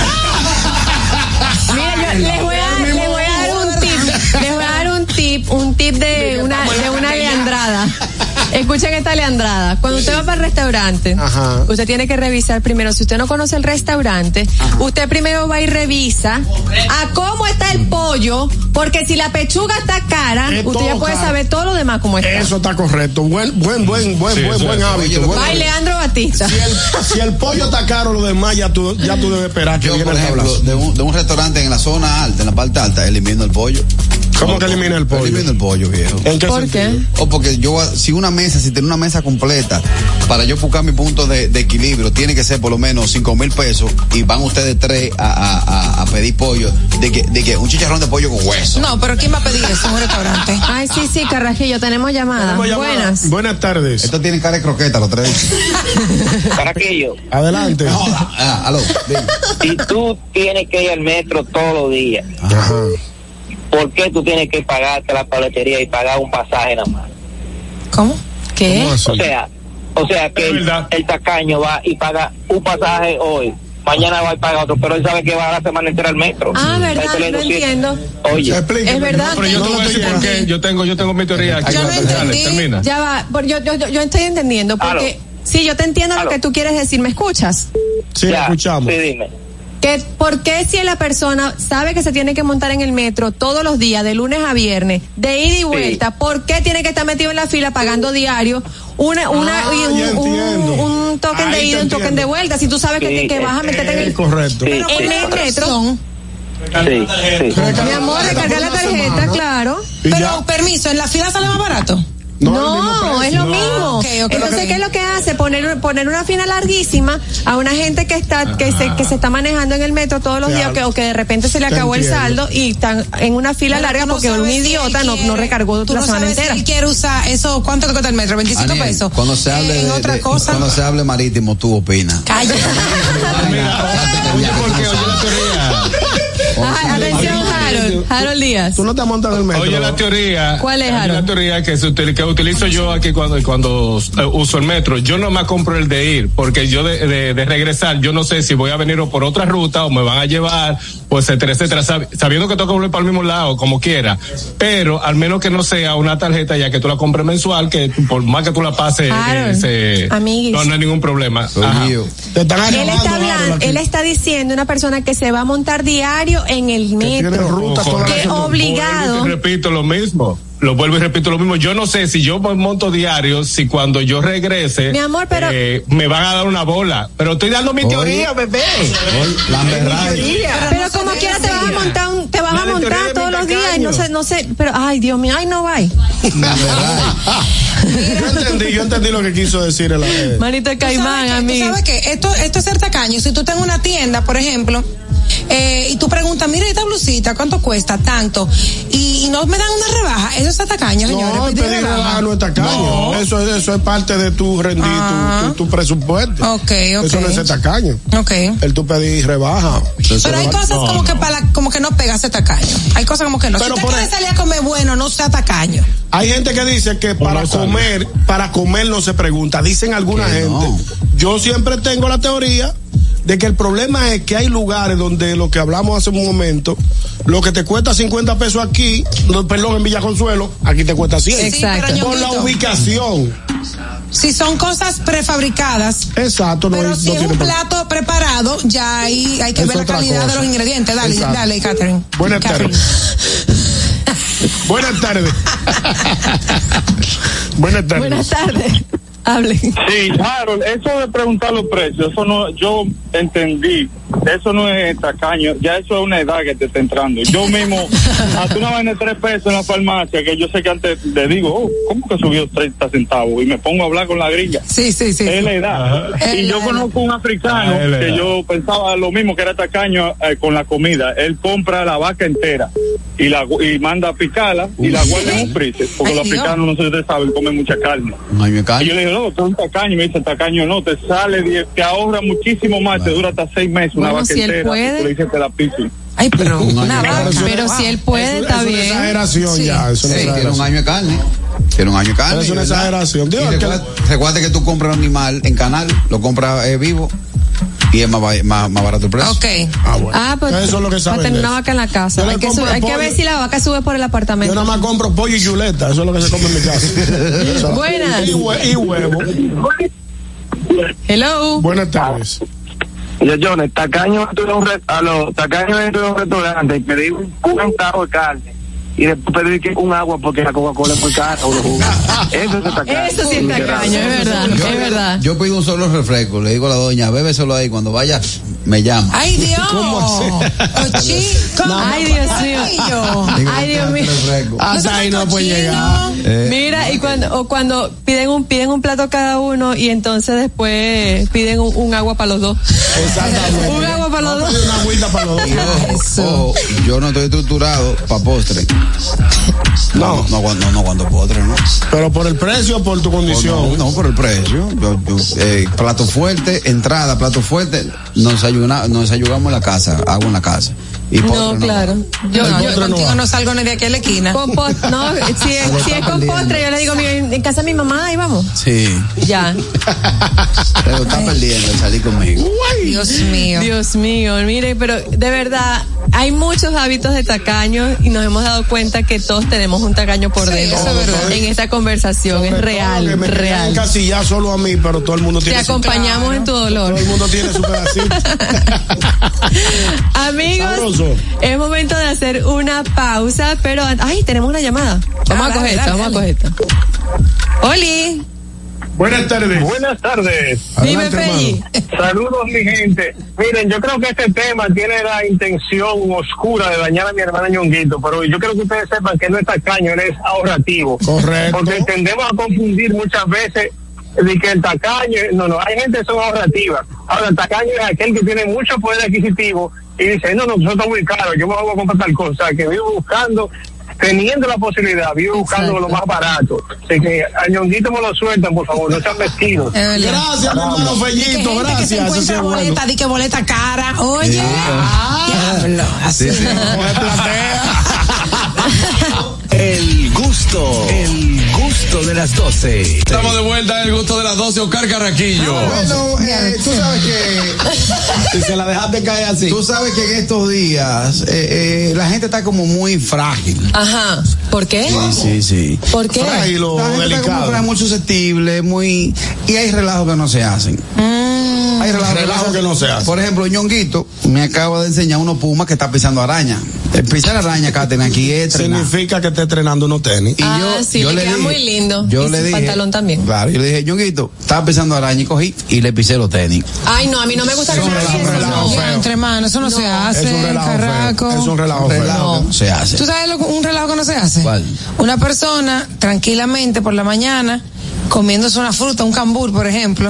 Mira, yo les voy a, les voy a dar un tip, les voy a dar un tip, un tip de una, de una leandrada. Escuchen esta leandrada. Cuando usted va para el restaurante, Ajá. usted tiene que revisar primero, si usted no conoce el restaurante, Ajá. usted primero va y revisa a cómo está el pollo, porque si la pechuga está cara, Me usted toca. ya puede saber todo lo demás cómo está. Eso está correcto. Buen, buen, buen, buen, sí, buen, buen hábito. Buen Ay, Leandro Batista. Si el, si el pollo está caro, lo demás ya tú, ya tú debes esperar que Yo, viene por el ejemplo, de un, de un restaurante en la zona alta, en la parte alta, elimino el pollo. ¿Cómo no, que elimina el pollo? Elimino el pollo, viejo. ¿En qué ¿Por sentido? qué? O porque yo, si una mesa, si tengo una mesa completa, para yo buscar mi punto de, de equilibrio, tiene que ser por lo menos cinco mil pesos y van ustedes tres a, a, a, a pedir pollo, de que, de que un chicharrón de pollo con hueso. No, pero ¿quién va a pedir eso en un restaurante? Ay, sí, sí, Carrajillo, tenemos llamadas. Tenemos llamada. Buenas. Buenas tardes. Estos tienen cara de croqueta, los tres. Carrajillo. Adelante. No, ah, aló, si tú tienes que ir al metro todos los días, Ajá. ¿por qué tú tienes que pagarte la paletería y pagar un pasaje nada más? ¿Cómo? ¿Qué? ¿Cómo o sea, o sea que el, el tacaño va y paga un pasaje hoy, mañana va y paga otro, pero él sabe que va a la semana entera al metro. Ah, verdad, no entiendo. Oye, es verdad. No, pero yo te voy a decir por qué. Yo tengo, yo tengo mi teoría aquí. Yo no entendí. Termina. Ya va, yo, yo, yo, yo estoy entendiendo porque Aló. sí, yo te entiendo Aló. lo que tú quieres decir. ¿Me escuchas? Sí, ya, escuchamos. Sí, dime. Que, ¿por qué si la persona sabe que se tiene que montar en el metro todos los días, de lunes a viernes, de ida y vuelta, sí. ¿por qué tiene que estar metido en la fila pagando diario una, una, ah, un, un, un token Ahí de ida y un token de vuelta? Si tú sabes sí, que, que vas a meterte en el correcto. Sí, en sí, el metro. Sí, sí. Mi amor, recargar la tarjeta, claro. Pero, permiso, ¿en la fila sale más barato? No, no es lo no. mismo. Okay, okay, Entonces, okay. ¿qué es lo que hace? Poner poner una fila larguísima a una gente que está que se que se está manejando en el metro todos los claro. días que, o que de repente se le acabó el saldo y están en una fila Pero larga no porque un idiota si no, quiere, no recargó tú la no semana entera. Si él quiere usar eso, ¿cuánto le cuesta el metro? veinticinco Aniel, pesos. Cuando se hable eh, de, otra de, cosa. Cuando se hable marítimo, tú opinas. Calla. Oye, ¿por qué? Oye la teoría. Ajá, atención, Harold. Harold Díaz. Tú no te montas en el metro. Oye la teoría. ¿Cuál es, Harold? La teoría que, se, que utilizo yo aquí cuando, cuando uh, uso el metro. Yo no me compro el de ir, porque yo de, de, de regresar, yo no sé si voy a venir o por otra ruta o me van a llevar, o etcétera, etcétera, sabiendo que tengo que volver para el mismo lado, como quiera. Pero al menos que no sea una tarjeta ya que tú la compres mensual, que por más que tú la pases, Harold, eh, se, no, no hay ningún problema. Te están él está hablando, él está diciendo una persona que se va a montar diario en el metro. Ruta que obligado. Y repito lo mismo. Lo vuelvo y repito lo mismo. Yo no sé si yo monto diario, si cuando yo regrese, mi amor, pero eh, me van a dar una bola. Pero estoy dando mi teoría, oye, bebé. Oye, la verdad. Pero no como quiera te vas a montar un, te vas la a montar todos los días y no sé, no sé, pero ay, Dios mío, ay, no va. La verdad. Yo entendí, yo entendí lo que quiso decir el Manito de Caimán, a mí. ¿Tú sabes qué? Esto, esto es ser tacaño. Si tú estás en una tienda, por ejemplo, eh, y tú preguntas, mira esta blusita, ¿cuánto cuesta? Tanto. Y, y no me dan una rebaja. Eso es tacaño, señores. No, pedir rebaja. rebaja no es tacaño. No. Eso, es, eso es parte de tu rendir, ah. tu, tu, tu presupuesto. Ok, ok. Eso no es ser tacaño. Ok. El tú pedir rebaja. Pero hay cosas no, como no. que para como que no pega ser tacaño. Hay cosas como que no. Pero si usted quiere salir a comer bueno, no sea tacaño. Hay gente que dice que para no comer, sale. para comer no se pregunta. Dicen alguna gente. No. Yo siempre tengo la teoría de que el problema es que hay lugares donde lo que hablamos hace un momento, lo que te cuesta cincuenta pesos aquí, no, perdón, en Villa Consuelo, aquí te cuesta cien. Exacto. Sí, por la ubicación. Si son cosas prefabricadas. Exacto, no, pero no si es tiene un por... plato preparado, ya ahí hay que es ver la calidad cosa. de los ingredientes. Dale, Exacto. dale, Catherine. Buenas Catherine. tardes. Buenas tardes. Buenas tardes. Buenas tardes. Hablen. Sí, Harold, eso de preguntar los precios, eso no, yo entendí, eso no es tacaño, ya eso es una edad que te está entrando. Yo mismo, hasta una vaina de tres pesos en la farmacia, que yo sé que antes le digo, oh, ¿cómo que subió treinta centavos? Y me pongo a hablar con la grilla. Sí, sí, sí. Es la edad. Es Y yo la conozco un africano Ah, es la que edad. yo pensaba lo mismo, que era tacaño eh, con la comida. Él compra la vaca entera y la y manda a picarla y la guarda en un freezer, porque Ay, los Dios. africanos, no sé si ustedes saben, comen mucha carne. No hay Y mecánico. yo le dije, no, tú eres un tacaño. Y me dice, tacaño no, te sale, diez, te ahorra muchísimo más, te dura hasta seis meses una Bueno, vaca si él entera. puede. Y tú le dices, te la piso. Ay, pero Un una año. vaca. Pero si él puede, Eso- está eso es una bien. exageración Sí. ya, eso no Sí, es tiene un exageración. año de carne. Tiene un año de carne. Pero es una ¿verdad? exageración. Digo, Y que- recuerda, recuerda que tú compras un animal en canal, lo compras eh, vivo y es más, ba- más, más barato el precio. Ok. Ah, bueno. Ah, pues Eso es lo que va a saben tener de una eso. vaca en la casa. Yo le Hay que, compro sub- hay que pollo. ver si la vaca sube por el Yo apartamento. nada más compro pollo y chuleta, eso es lo que se come en mi casa. Buenas. Y, hue- y huevo. Hello. Buenas tardes. Yo, Jones, tacaño entró en un, re- a lo, tacaño entró en un restaurante y pedí un, un tajo de carne y después pedí que un agua porque la Coca-Cola es muy cara. o los jugos. Eso es tacaño. Eso sí es tacaño, es verdad, Yo, es verdad. yo pido un solo refresco, le digo a la doña, bebe solo ahí, cuando vaya, me llama. Ay, Dios. ¿Cómo así? Cochi, ¿cómo? Ay, Dios mío. Digo, Ay, Dios mío. refresco. Hasta ahí no puede cochino. llegar. Eh, Mira, y cuando, o cuando piden un, piden un plato cada uno y entonces después piden un, un agua para los dos. Exactamente. Un agua para los Vamos a dos. pedir una agüita para los dos. y ojo, ojo, yo no estoy estructurado para postre. No. No, no, no, no aguanto postre, ¿no? Pero por el precio o por tu condición. No, no, por el precio. Yo, yo, eh, plato fuerte, entrada, plato fuerte, nos desayuna, nos desayunamos en la casa, hago en la casa. Y postre No, claro. Yo, No, yo, yo contigo va. no salgo ni de aquí a la esquina. con postre, no, si es, si es con postre, yo le digo, mira, en en casa de mi mamá, ahí vamos. Sí. Ya. Pero está perdiendo el salir conmigo. Dios mío. Dios mío, mire, pero de verdad, hay muchos hábitos de tacaños y nos hemos dado cuenta que todos tenemos un tacaño por Sí, dentro eso es verdad. en esta conversación, es Que real, me real. casi ya solo a mí, pero todo el mundo Te tiene su- acompañamos en tu dolor. Todo el mundo tiene su pedacito. Amigos, Sabroso. es momento de hacer una pausa, pero an- ay, tenemos una llamada. Vamos Ah, a coger dale, esta, dale, vamos a coger esta. Oli, Buenas tardes. Buenas tardes. dime Adelante, Pelli. Saludos, mi gente. Miren, yo creo que este tema tiene la intención oscura de dañar a mi hermana Ñonguito, pero yo creo que ustedes sepan que no es tacaño, él es ahorrativo. Correcto. Porque tendemos a confundir muchas veces de que el tacaño, no, no, hay gente que son ahorrativas. Ahora, el tacaño es aquel que tiene mucho poder adquisitivo y dice, no, no, eso está muy caro, yo me voy a comprar tal cosa, que vivo buscando, teniendo la posibilidad, vivo buscando Exacto. lo más barato. Así que a Ñonguito me lo sueltan, por favor, no sean mezquinos. Es verdad. Gracias, mi hermano Di que Fellito, gente que se gracias. Eso sí encuentra es bueno. boleta, di que boleta cara. Oye, diablo, así. Sí, sí. El gusto, el gusto de las doce. Estamos de vuelta en el gusto de las doce, Oscar Carraquillo. Bueno, eh, tú sabes que Si se la dejaste caer así. tú sabes que en estos días eh, eh, la gente está como muy frágil. Ajá, ¿por qué? Sí, sí, sí. ¿Por qué? Frágil o La gente está como delicado. frágil, muy susceptible, muy y hay relajos que no se hacen. Hay relajos, Relajo que no se hace. Por ejemplo, Ñonguito me acaba de enseñar unos pumas que está pisando araña. El pisar araña, Caten, aquí es entrenar. Significa que esté entrenando unos tenis. Y Ah, yo, sí, yo le le queda dije, muy lindo. Yo Y le su dije, pantalón también. Claro, yo le dije, Ñonguito, estaba pisando araña y cogí y le pisé los tenis. Ay, no, a mí no me gusta que Son me hagan relajo, eso. relajo. no. feo. Entre manos, eso no, se hace, Es un relajo carraco. feo. Es un relajo Un feo. relajo No. que no se hace. ¿Tú sabes lo- un relajo que no se hace? ¿Cuál? Una persona tranquilamente por la mañana comiéndose una fruta, un cambur, por ejemplo.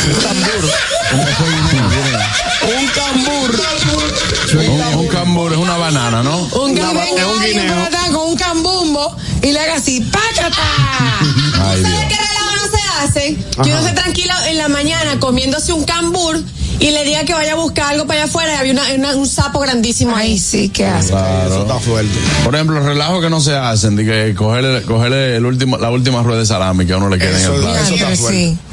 Un cambur. Un, un cambur es una banana, ¿no? Un Una guineo, ba- es un guineo. por atrás con un cambumbo y le haga así, ¡pácata! Ay, Dios. ¿Sabes qué relajo no se hace? Que uno se tranquila en la mañana comiéndose un cambur y le diga que vaya a buscar algo para allá afuera y había una, una- un sapo grandísimo ahí. Ay, sí, ¿qué hace? Eso está fuerte. Por ejemplo, los relajos que no se hacen, de que cogerle, cogerle el último, la última rueda de salami que a uno le queda en Eso, el plato. eso está Claro, fuerte. sí.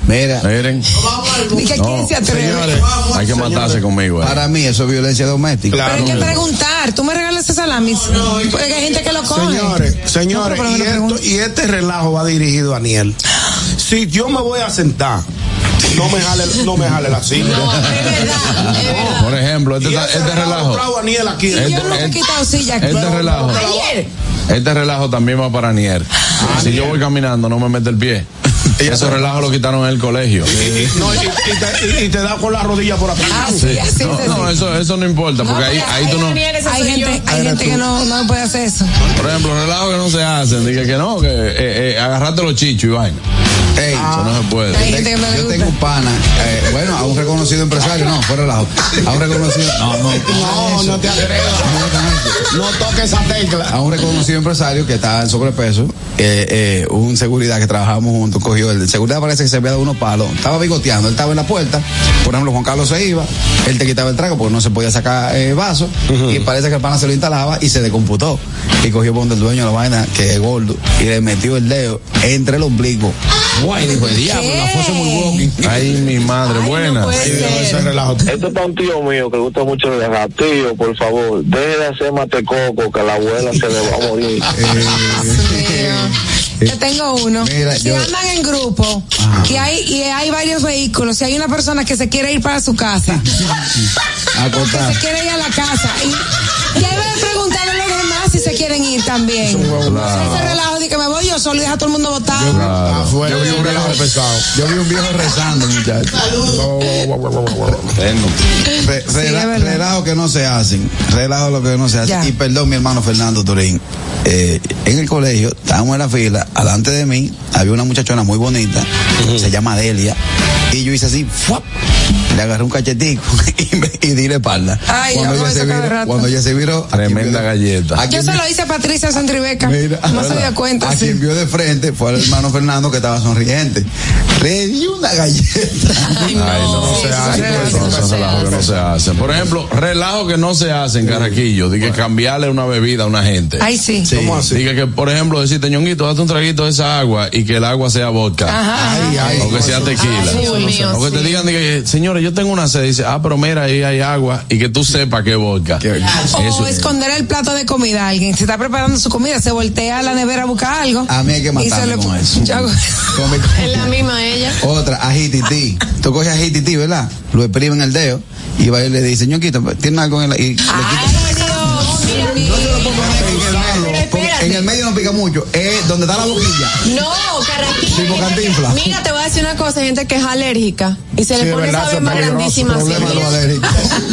Mira, miren. Dije, ¿quién se atreve? Señores, hay que matarse conmigo. Eh. Para mí eso es violencia doméstica. Claro. Pero hay que preguntar, ¿tú me regalas ese salami? Porque hay gente que lo coge. Señores, señores, no, y, esto, y este relajo va dirigido a Aniel. Si yo me voy a sentar, no me jale, no me jale la silla. No, es verdad, es verdad. Por ejemplo, este, este, este relajo. Aquí. Este, yo no he quitado silla aquí. Este relajo. Este relajo también va para Aniel. Ah, si yo voy caminando, no me mete el pie. Esos relajos lo quitaron en el colegio. Sí. No, y, y, te, y te da con la rodilla por atrás. Ah, sí, así, no, sí, no, sí. eso, eso no importa, porque no, ahí, ahí tú no. Hay gente, hay gente que no, no puede hacer eso. Por ejemplo, relajos que no se hacen. Dije que no, que eh, eh, agarrate los chichos y vaina. Ey, ah, eso no se puede. Hay gente que me yo tengo un pana, eh, bueno, a un reconocido empresario, no, fue relajo. A un reconocido. No, no, no, no te atrevas. No toques esa tecla. A un reconocido empresario que estaba en sobrepeso, eh, eh, un seguridad que trabajábamos juntos, cogió el de seguridad, parece que se había dado unos palos, estaba bigoteando, él estaba en la puerta, por ejemplo, Juan Carlos se iba, él te quitaba el trago porque no se podía sacar eh, vaso, uh-huh. y parece que el pana se lo instalaba y se decomputó. Y cogió por donde el dueño de la vaina, que es gordo, y le metió el dedo entre el ombligo. Guay, dijo, el diablo, la fosa muy walking. Ay, mi madre, ay, buena. No Esto es para un tío mío que le gusta mucho el relajo. Tío, por favor, deje de hacer matecoco, que la abuela se le va a morir. Eh, Yo tengo uno. Mira, si yo... andan en grupo, ajá, y hay, y hay varios vehículos, si hay una persona que se quiere ir para su casa, que se quiere ir a la casa, y debe preguntarle a los demás si se quieren ir también. Claro. Ese relajo de que me voy yo solo y deja a todo el mundo votado. Yo, claro. Afuera, yo vi un relajo pesado. Yo vi un viejo rezando, muchachos. Re, sí, relajo que no se hacen. Relajo lo que no se hacen. Ya. Y perdón, mi hermano Fernando Turín. Eh, en el colegio, estábamos en la fila, alante de mí había una muchachona muy bonita, uh-huh, se llama Delia, y yo hice así, ¡fuap! Le agarré un cachetico y, me, y di la espalda. Ay, cuando, ella se viró, cuando ella se viró, tremenda vio, galleta. Yo se lo hice a Patricia Santribeca. Mira, no se dio cuenta. A sí. Quien vio de frente fue al hermano Fernando, que estaba sonriente. Le di una galleta. Ay, no, Ay, no, no se hace. Son relajos que no se hacen. Por ejemplo, relajos que no se hacen, Carraquillo, de que bueno, cambiarle una bebida a una gente. Ay, sí. Sí. ¿Cómo así? Diga que, por ejemplo, decirte, Ñonguito, date un traguito de esa agua y que el agua sea vodka. Ajá. Ay, ay, o que no, sea tequila. Ay, mío, o que sí. te digan, que, señores, yo tengo una sed. Dice, ah, pero mira, ahí hay agua y que tú sepas que es vodka. O eso. Esconder el plato de comida a alguien. Se está preparando su comida, se voltea a la nevera a buscar algo. A mí hay que matarme con eso. Es la misma ella. Otra, ajititi. Tú coges ajititi, ¿verdad? Lo exprime en el dedo y va y le dice, Ñonguito, ¿tiene algo en la...? Y le quita. En el medio no pica mucho, es donde está la boquilla. No, Carraquillo. Tipo Cantinfla. Mira, te voy a decir una cosa, hay gente que es alérgica y se sí, le pone esa vez más grandísima. Problema de los alérgicos.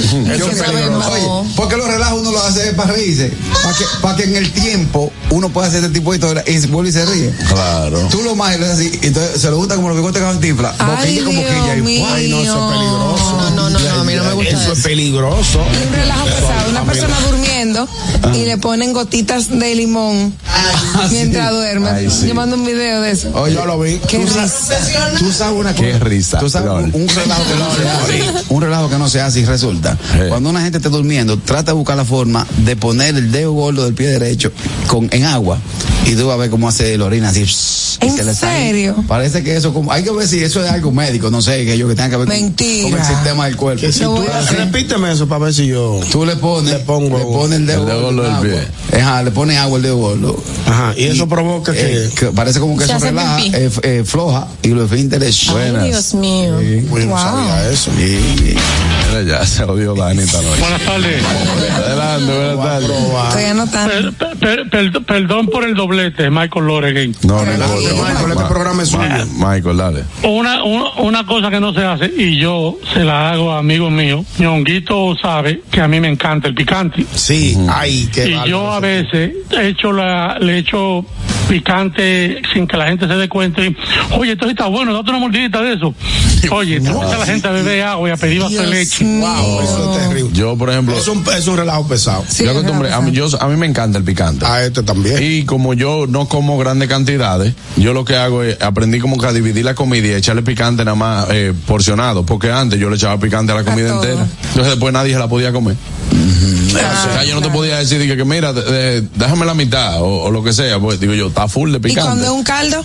Oye, porque los relajos uno lo hace para reírse, para que, para que en el tiempo uno pueda hacer este tipo de historia y vuelve y se ríe. Claro. Tú lo más y lo haces así, entonces se lo gusta como los bigotes de Cantinfla. Boquilla con boquilla. Y, ay, no, eso es peligroso. No, no, no, no, a mí no me gusta eso. Eso es peligroso. Un relajo pesado, una persona durmiendo y le ponen gotitas de limón mientras duerme. Ay, sí. Yo mando un video de eso. Oye, yo lo vi. Qué risa. Tú sabes una cosa. Qué risa. Tú sabes un, un relajo que no se hace. Un relajo que no se hace y resulta. Hey. Cuando una gente está durmiendo, trata de buscar la forma de poner el dedo gordo del pie derecho con, en agua. Y tú vas a ver cómo hace la orina así. ¿En se le serio? Sale. Parece que eso, como, hay que ver si eso es algo médico, no sé, que yo que tenga que ver con, con el sistema del cuerpo. Que si tú, repíteme eso para ver si yo. Tú le pones, le pongo, le pones el dedo, el dedo gordo del pie. Ajá, le pones agua al dedo gordo. Ajá, y, y eso provoca eh, que, que parece como que se eso relaja, eh, eh, floja y los esfínteres. Ay, Dios mío. Sí, wow. No sabía eso. Sí. Mira, ya se odió Dani esta noche. Buenas tardes. Adelante, buenas tardes. Estoy anotando. Per, per, per, perdón por el doblete, Michael Loregate. No, no, no, no, Michael, este programa es suyo. Michael, dale. Una, una, una cosa que no se hace, y yo se la hago a amigos míos. Ñonguito sabe que a mí me encanta el picante. Sí, uh-huh. Ay, qué Y yo a veces he hecho la, le echo picante sin que la gente se dé cuenta y, oye, esto sí está bueno, date una mordidita de eso. Oye, te gusta la gente a beber agua y a pedir vaso de leche. Wow, eso es terrible. Yo, por ejemplo, es un, es un relajo pesado. Sí, yo acostumbré, a mí, yo, a mí me encanta el picante. A este también. Y como yo no como grandes cantidades, yo lo que hago es, aprendí como que a dividir la comida y echarle picante nada más eh, porcionado, porque antes yo le echaba picante a la comida a entera. Entonces después nadie se la podía comer. Uh-huh. Ah, o sea, yo no te podía decir que, que mira, de, de, déjame la mitad o, o lo que sea, pues digo yo, está full de picante. ¿Y cuando es un caldo?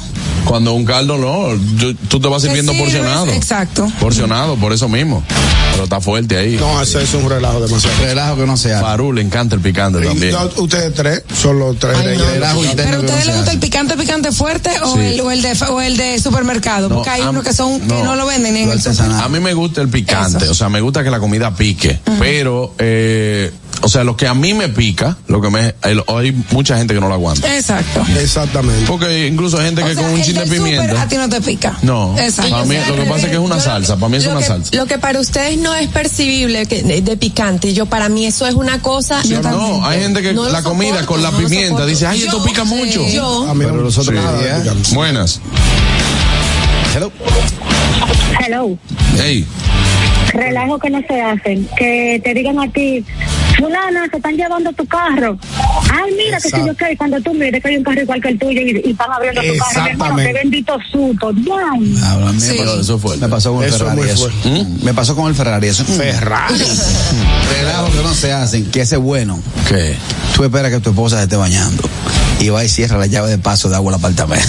Cuando un caldo no, yo, tú te vas sirviendo Sí, porcionado. Exacto. Porcionado, por eso mismo. Pero está fuerte ahí. No, ese es un relajo demasiado. Relajo que no se hace. Farú le encanta el picante Y también. ya ustedes tres son los tres Ay, reyes no. del Relajo picante. interno ¿Pero a que no ustedes se les gusta hace. el picante picante fuerte o, Sí. el, o, el de, o el de supermercado? No, Porque hay a- unos que son que no. no lo venden ni en Lo el artesanal. supermercado. A mí me gusta el picante, Eso. o sea, me gusta que la comida pique, pero, eh, o sea, lo que a mí me pica, lo que me, el- hay mucha gente que no lo aguanta. Exacto. Exactamente. Porque incluso hay gente O que sea, con un el chin de del súper pimienta. a ti no te pica. No, Exacto. para mí lo que pasa es que es una Yo- salsa, para mí es lo una que- salsa. Lo que para ustedes no es percibible que, de, de picante, yo para mí eso es una cosa. Yo no, hay gente que No lo la comida soporto, con la no lo pimienta soporto. dice, ay, Yo, esto pica mucho. Yo. A mí Pero no nosotros nada de sí. picante. Buenas. Hello. Hello. Hey. Relajo que no se hacen. Que te digan a ti, fulana, se están llevando tu carro. Ay, mira, que si yo qué, cuando tú mires que hay un carro igual que el tuyo y, y están abriendo tu carro, mi hermano, qué bendito susto. Dios. Habla, me, Sí. pasó, Eso fue. me pasó con el Eso Ferrari. muy Eso. ¿Mm? Me pasó con el Ferrari. Eso. Ferrari. Relajo que no se hacen, que ese es bueno. ¿Qué? Tú esperas que tu esposa se esté bañando y va y cierra la llave de paso de agua al apartamento.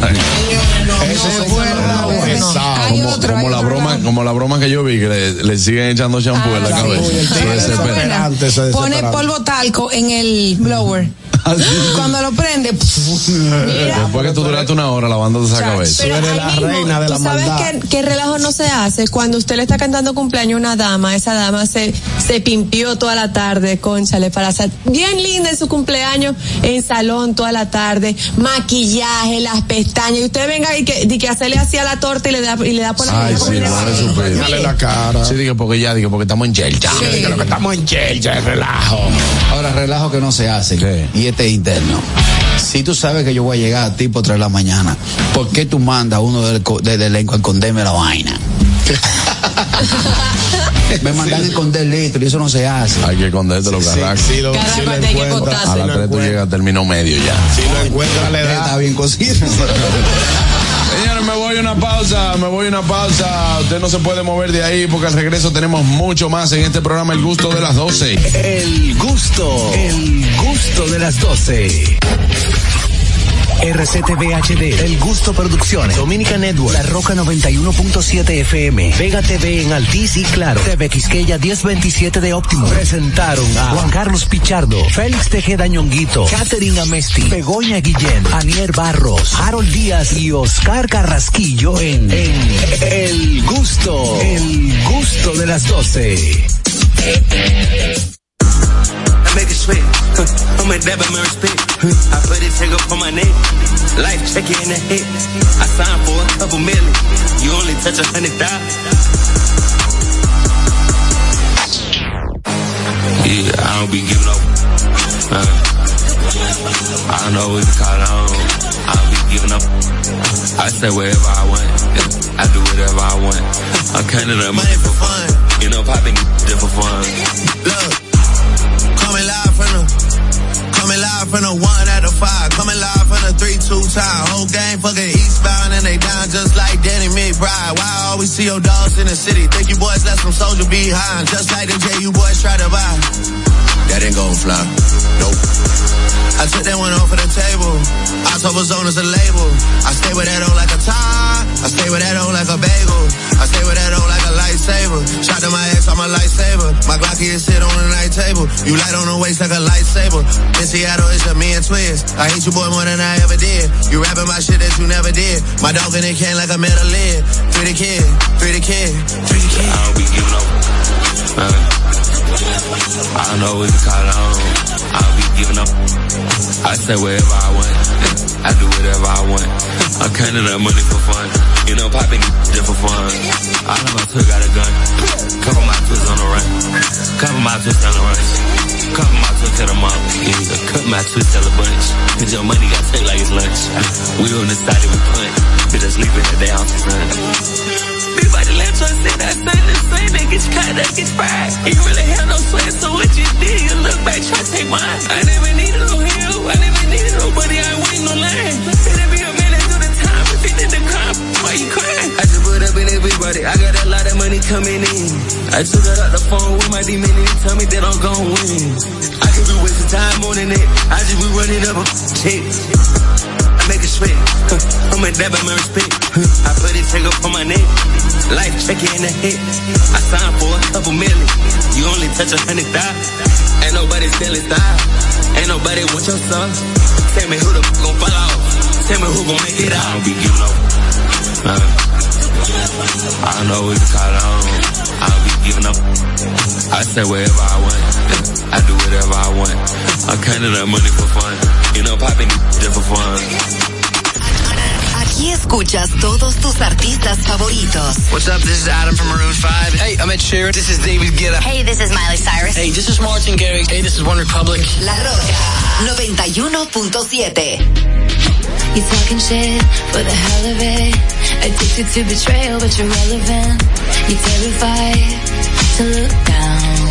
Eso es un relajo pesado. Hay Como, otro, como hay la otro broma, relajo. como la broma que yo vi que le, le siguen echando champú en la Ah, cabeza. sí. el Se tigre desespera. desesperante, se Pone desesperante. polvo talco en el blower. Cuando lo prende, Mira, Después que tú duraste una hora lavándote esa Chacho. cabeza. pero eres ahí la mismo, reina de tú la sabes maldad. que, que relajo no se hace cuando usted le está cantando cumpleaños a una dama, esa dama se, se pimpió toda la tarde, cónchale, para ser bien linda en su cumpleaños, en salón toda la tarde, maquillaje, las pestañas, y usted venga y que, y que hacerle así a la torta y le da, y le da por la Ay, cara como sí, le no va. le supe. Dale la cara. Sí, digo, porque ya, digo, porque estamos en Chelcha. Que lo que estamos en Chelcha es relajo. Ahora, relajo que no se hace. ¿Qué? Y este es interno. Si tú sabes que yo voy a llegar tipo tres de la mañana, ¿por qué tú mandas a uno del, co- del elenco a esconderme la vaina? Me mandan a esconder el litro y eso no se hace. Hay que esconderte los carracos. Sí, lo, Cada si lo cuate hay que encuentra. botarse. A Si las lo tres tú encuentra. llegas a término medio ya. Si lo encuentra, le Está da. bien cocido. Señores, me voy a una pausa, me voy a una pausa. Usted no se puede mover de ahí porque al regreso tenemos mucho más en este programa El Gusto de las doce. El gusto, el gusto de las doce. R C T V H D, El Gusto Producciones, Dominica Network, La Roca noventa y uno punto siete F M, Vega T V en Altiz y Claro, T V Quisqueya diez veintisiete de Óptimo. Presentaron a Juan Carlos Pichardo, Félix Tejeda Ñonguito, Catherine Amesti, Begoña Guillén, Anier Barros, Harold Díaz y Oscar Carrasquillo en, en El Gusto, El Gusto de las doce. I make it sweat. Huh. I'm a dab my respect. Huh. I put it take up on my neck. Life check it in the head. I signed for a couple million. You only touch a hundred thousand. Yeah, I don't be giving up. Uh, I don't know what to call it. I don't, I don't be giving up. I say wherever I want. I do whatever I want. I'm counting up money for fun. You know, popping just for fun. Look. Coming live from the, coming live from the one out of five. Coming live from the three, two time. Whole game fucking eastbound and they down just like Danny McBride. Why I always see your dogs in the city? Think you boys left some soldier behind. Just like the J you boys try to buy. That ain't gon' fly. Nope. I took that one off of the table. October Zone is a label. I stay with that on like a tie. I stay with that on like a bagel. I stay with that on like a lightsaber. Shot to my ass, I'm a lightsaber. My Glocky is sit on the night table. You light on the waist like a lightsaber. In Seattle, it's a me and twins. I hate you boy more than I ever did. You rapping my shit that you never did. My dog in the can like a metal lid. Free the kid, free the kid, free the kid. I don't be giving up. Uh, I don't know what to call it. I don't, I don't be giving up. I say wherever I want. I do whatever I want. I'm counting up money for fun. You know, popping just for fun. All of my twist got a gun. Couple my twists on the run. Couple my twists on the run. Couple my twists to the mom. Yeah, cut my twist tell a bunch. Cause your money got take like it's lunch. We on the side and we punt. Bitch, I sleep in the day off the sun. Big body left us in that sun the same. They get cut, they get fried. You really have no sweat, so what you did, you look back, try to take mine. I never needed no help, I never needed nobody, I ain't waiting no line. It'll be a minute through the time, if you did the crime, why you crying? I just put up in everybody, I got a lot of money coming in. I took it out the phone with my demon and he tell me that I'm gon' win. I could be wasting time on the net, I just be running up a check. I make it sweat, I'm a Never my respect. I put it check up on my neck. Life check in the hit. I signed for a couple million. You only touch a hundred thousand. Ain't nobody stealing style. Ain't nobody want your son. Tell me who the f gon' fall off. Tell me who gon' make it out. I don't be giving up. Uh, I don't know what to call on. I don't be giving up. I say wherever I want. I do whatever I want. I'm counting up money for fun. You know, popping just for fun. Aquí escuchas todos tus artistas favoritos. What's up? This is Adam from Maroon five. Hey, I'm Ed Sheeran. This is David Guetta. Hey, this is Miley Cyrus. Hey, this is Martin Garrix. Hey, this is One Republic. La Roca noventa y uno punto siete. You talking shit for the hell of it. Addicted to betrayal, but you're relevant. You're terrified to look down.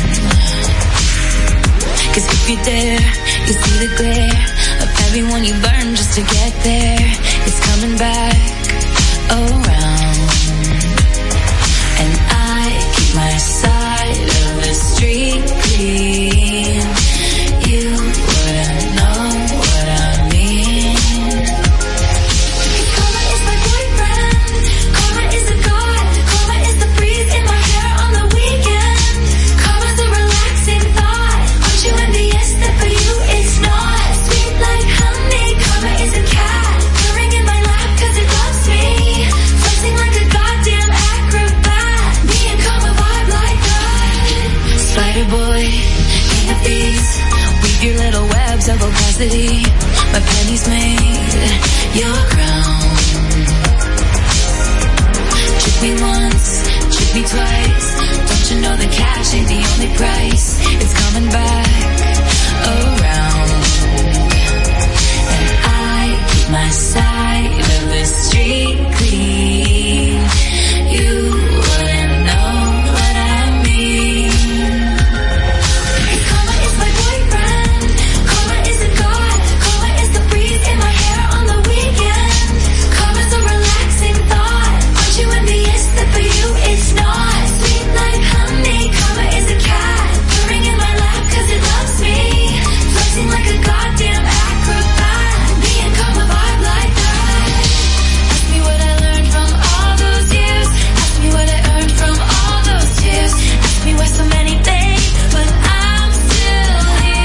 Cause if you dare, you see the glare of everyone you burn just to get there. It's coming back around. And I keep my side of the street clean. You wouldn't know what I mean. Karma is my boyfriend. Karma is a god. Karma is the breeze in my hair on the weekend. Karma's a relaxing thought. Aren't you envious that for you it's not? Sweet like honey. Karma is a cat purring in my lap cause it loves me. Flexing like a goddamn acrobat. Me and Karma vibe like that. Spider boy, king of thieves. Weave your little webs of opacity. My pennies made your crown. Trick me once, trick me twice. Don't you know the cash ain't the only price? It's coming back around. And I keep my side of the street clean. You wouldn't know what I mean. Karma is my boyfriend. Karma is a god. Karma is the breeze in my hair on the weekend. Karma's a relaxing thought. Aren't you envious that for you it's not? Sweet like honey. Karma is a cat purring in my lap cause it loves me. Flexing like a goddamn acrobat. Me and Karma vibe like that. Ask me what I learned from all those years. Ask me what I earned from all those tears. Ask me why so many things, but I'm still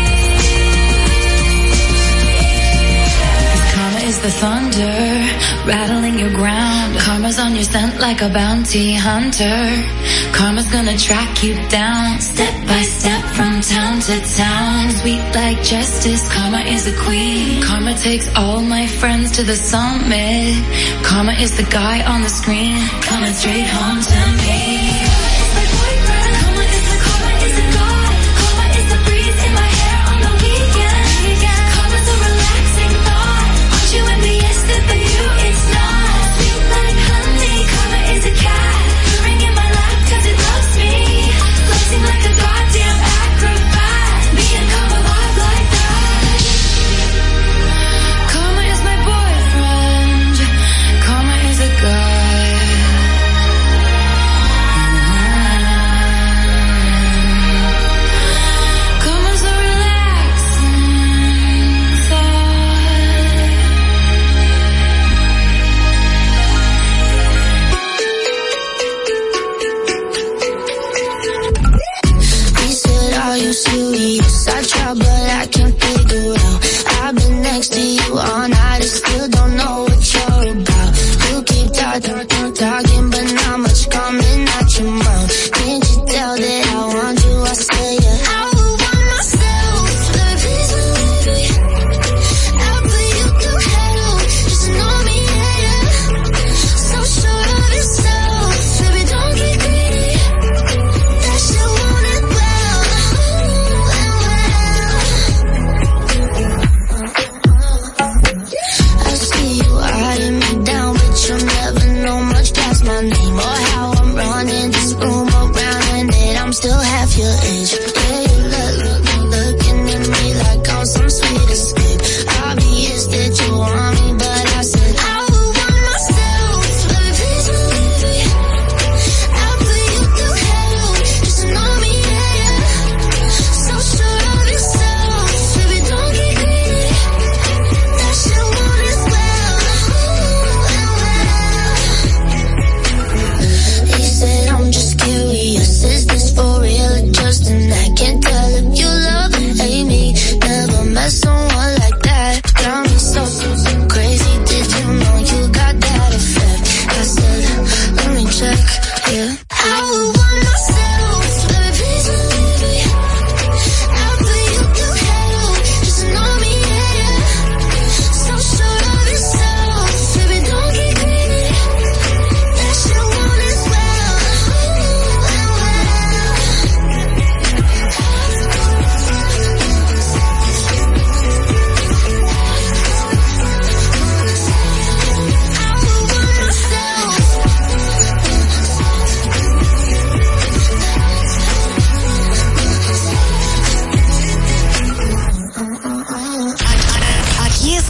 here. Karma is the thunder rattling your ground. Karma's on your scent like a bounty hunter. Karma's gonna track you down, step by step from town to town. Sweet like justice, Karma is a queen. Karma takes all my friends to the summit. Karma is the guy on the screen, coming straight home to me.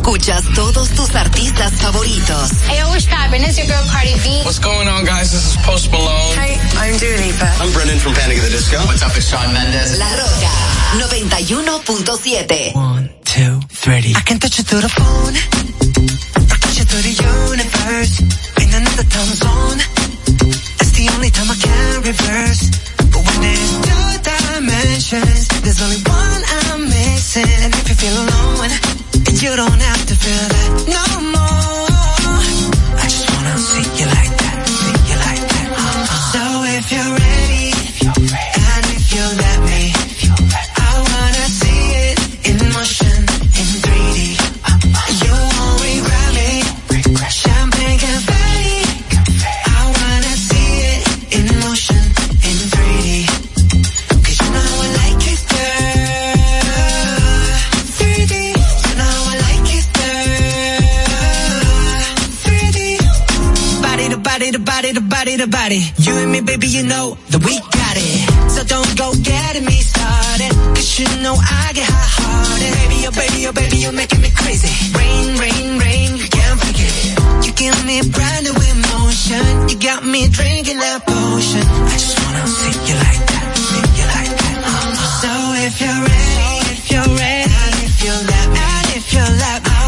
escuchas todos tus artistas favoritos. Hey, what's poppin'? It's your girl Cardi B. What's going on, guys? This is Post Malone. Hi, I'm Dua Lipa. I'm Brendan from Panic at the Disco. What's up, it's Shawn Mendes. La Roca noventa y uno punto siete. One, two, three. I can touch you through the phone. I touch you through the universe. In another time zone. It's the only time I can reverse. But when there's two dimensions, there's only one I'm missing. And if you feel alone, you don't have to feel that no more. I just wanna see you like that, see you like that. Uh-huh. So if you're ready, if you're ready, and if you let me, if you let me, I wanna see it in motion, in three D. Uh-huh. You won't regret me, regret. Champagne confetti, confetti. I wanna see it in motion, in three D. Cause you know I like it, girl. three D. You know I like it, girl. three D. Body to body to body to body to body. You and me, baby, you know that we got it. So don't go getting me started. Cause you know I get hot-hearted. Baby, oh baby, oh baby, you're making me crazy.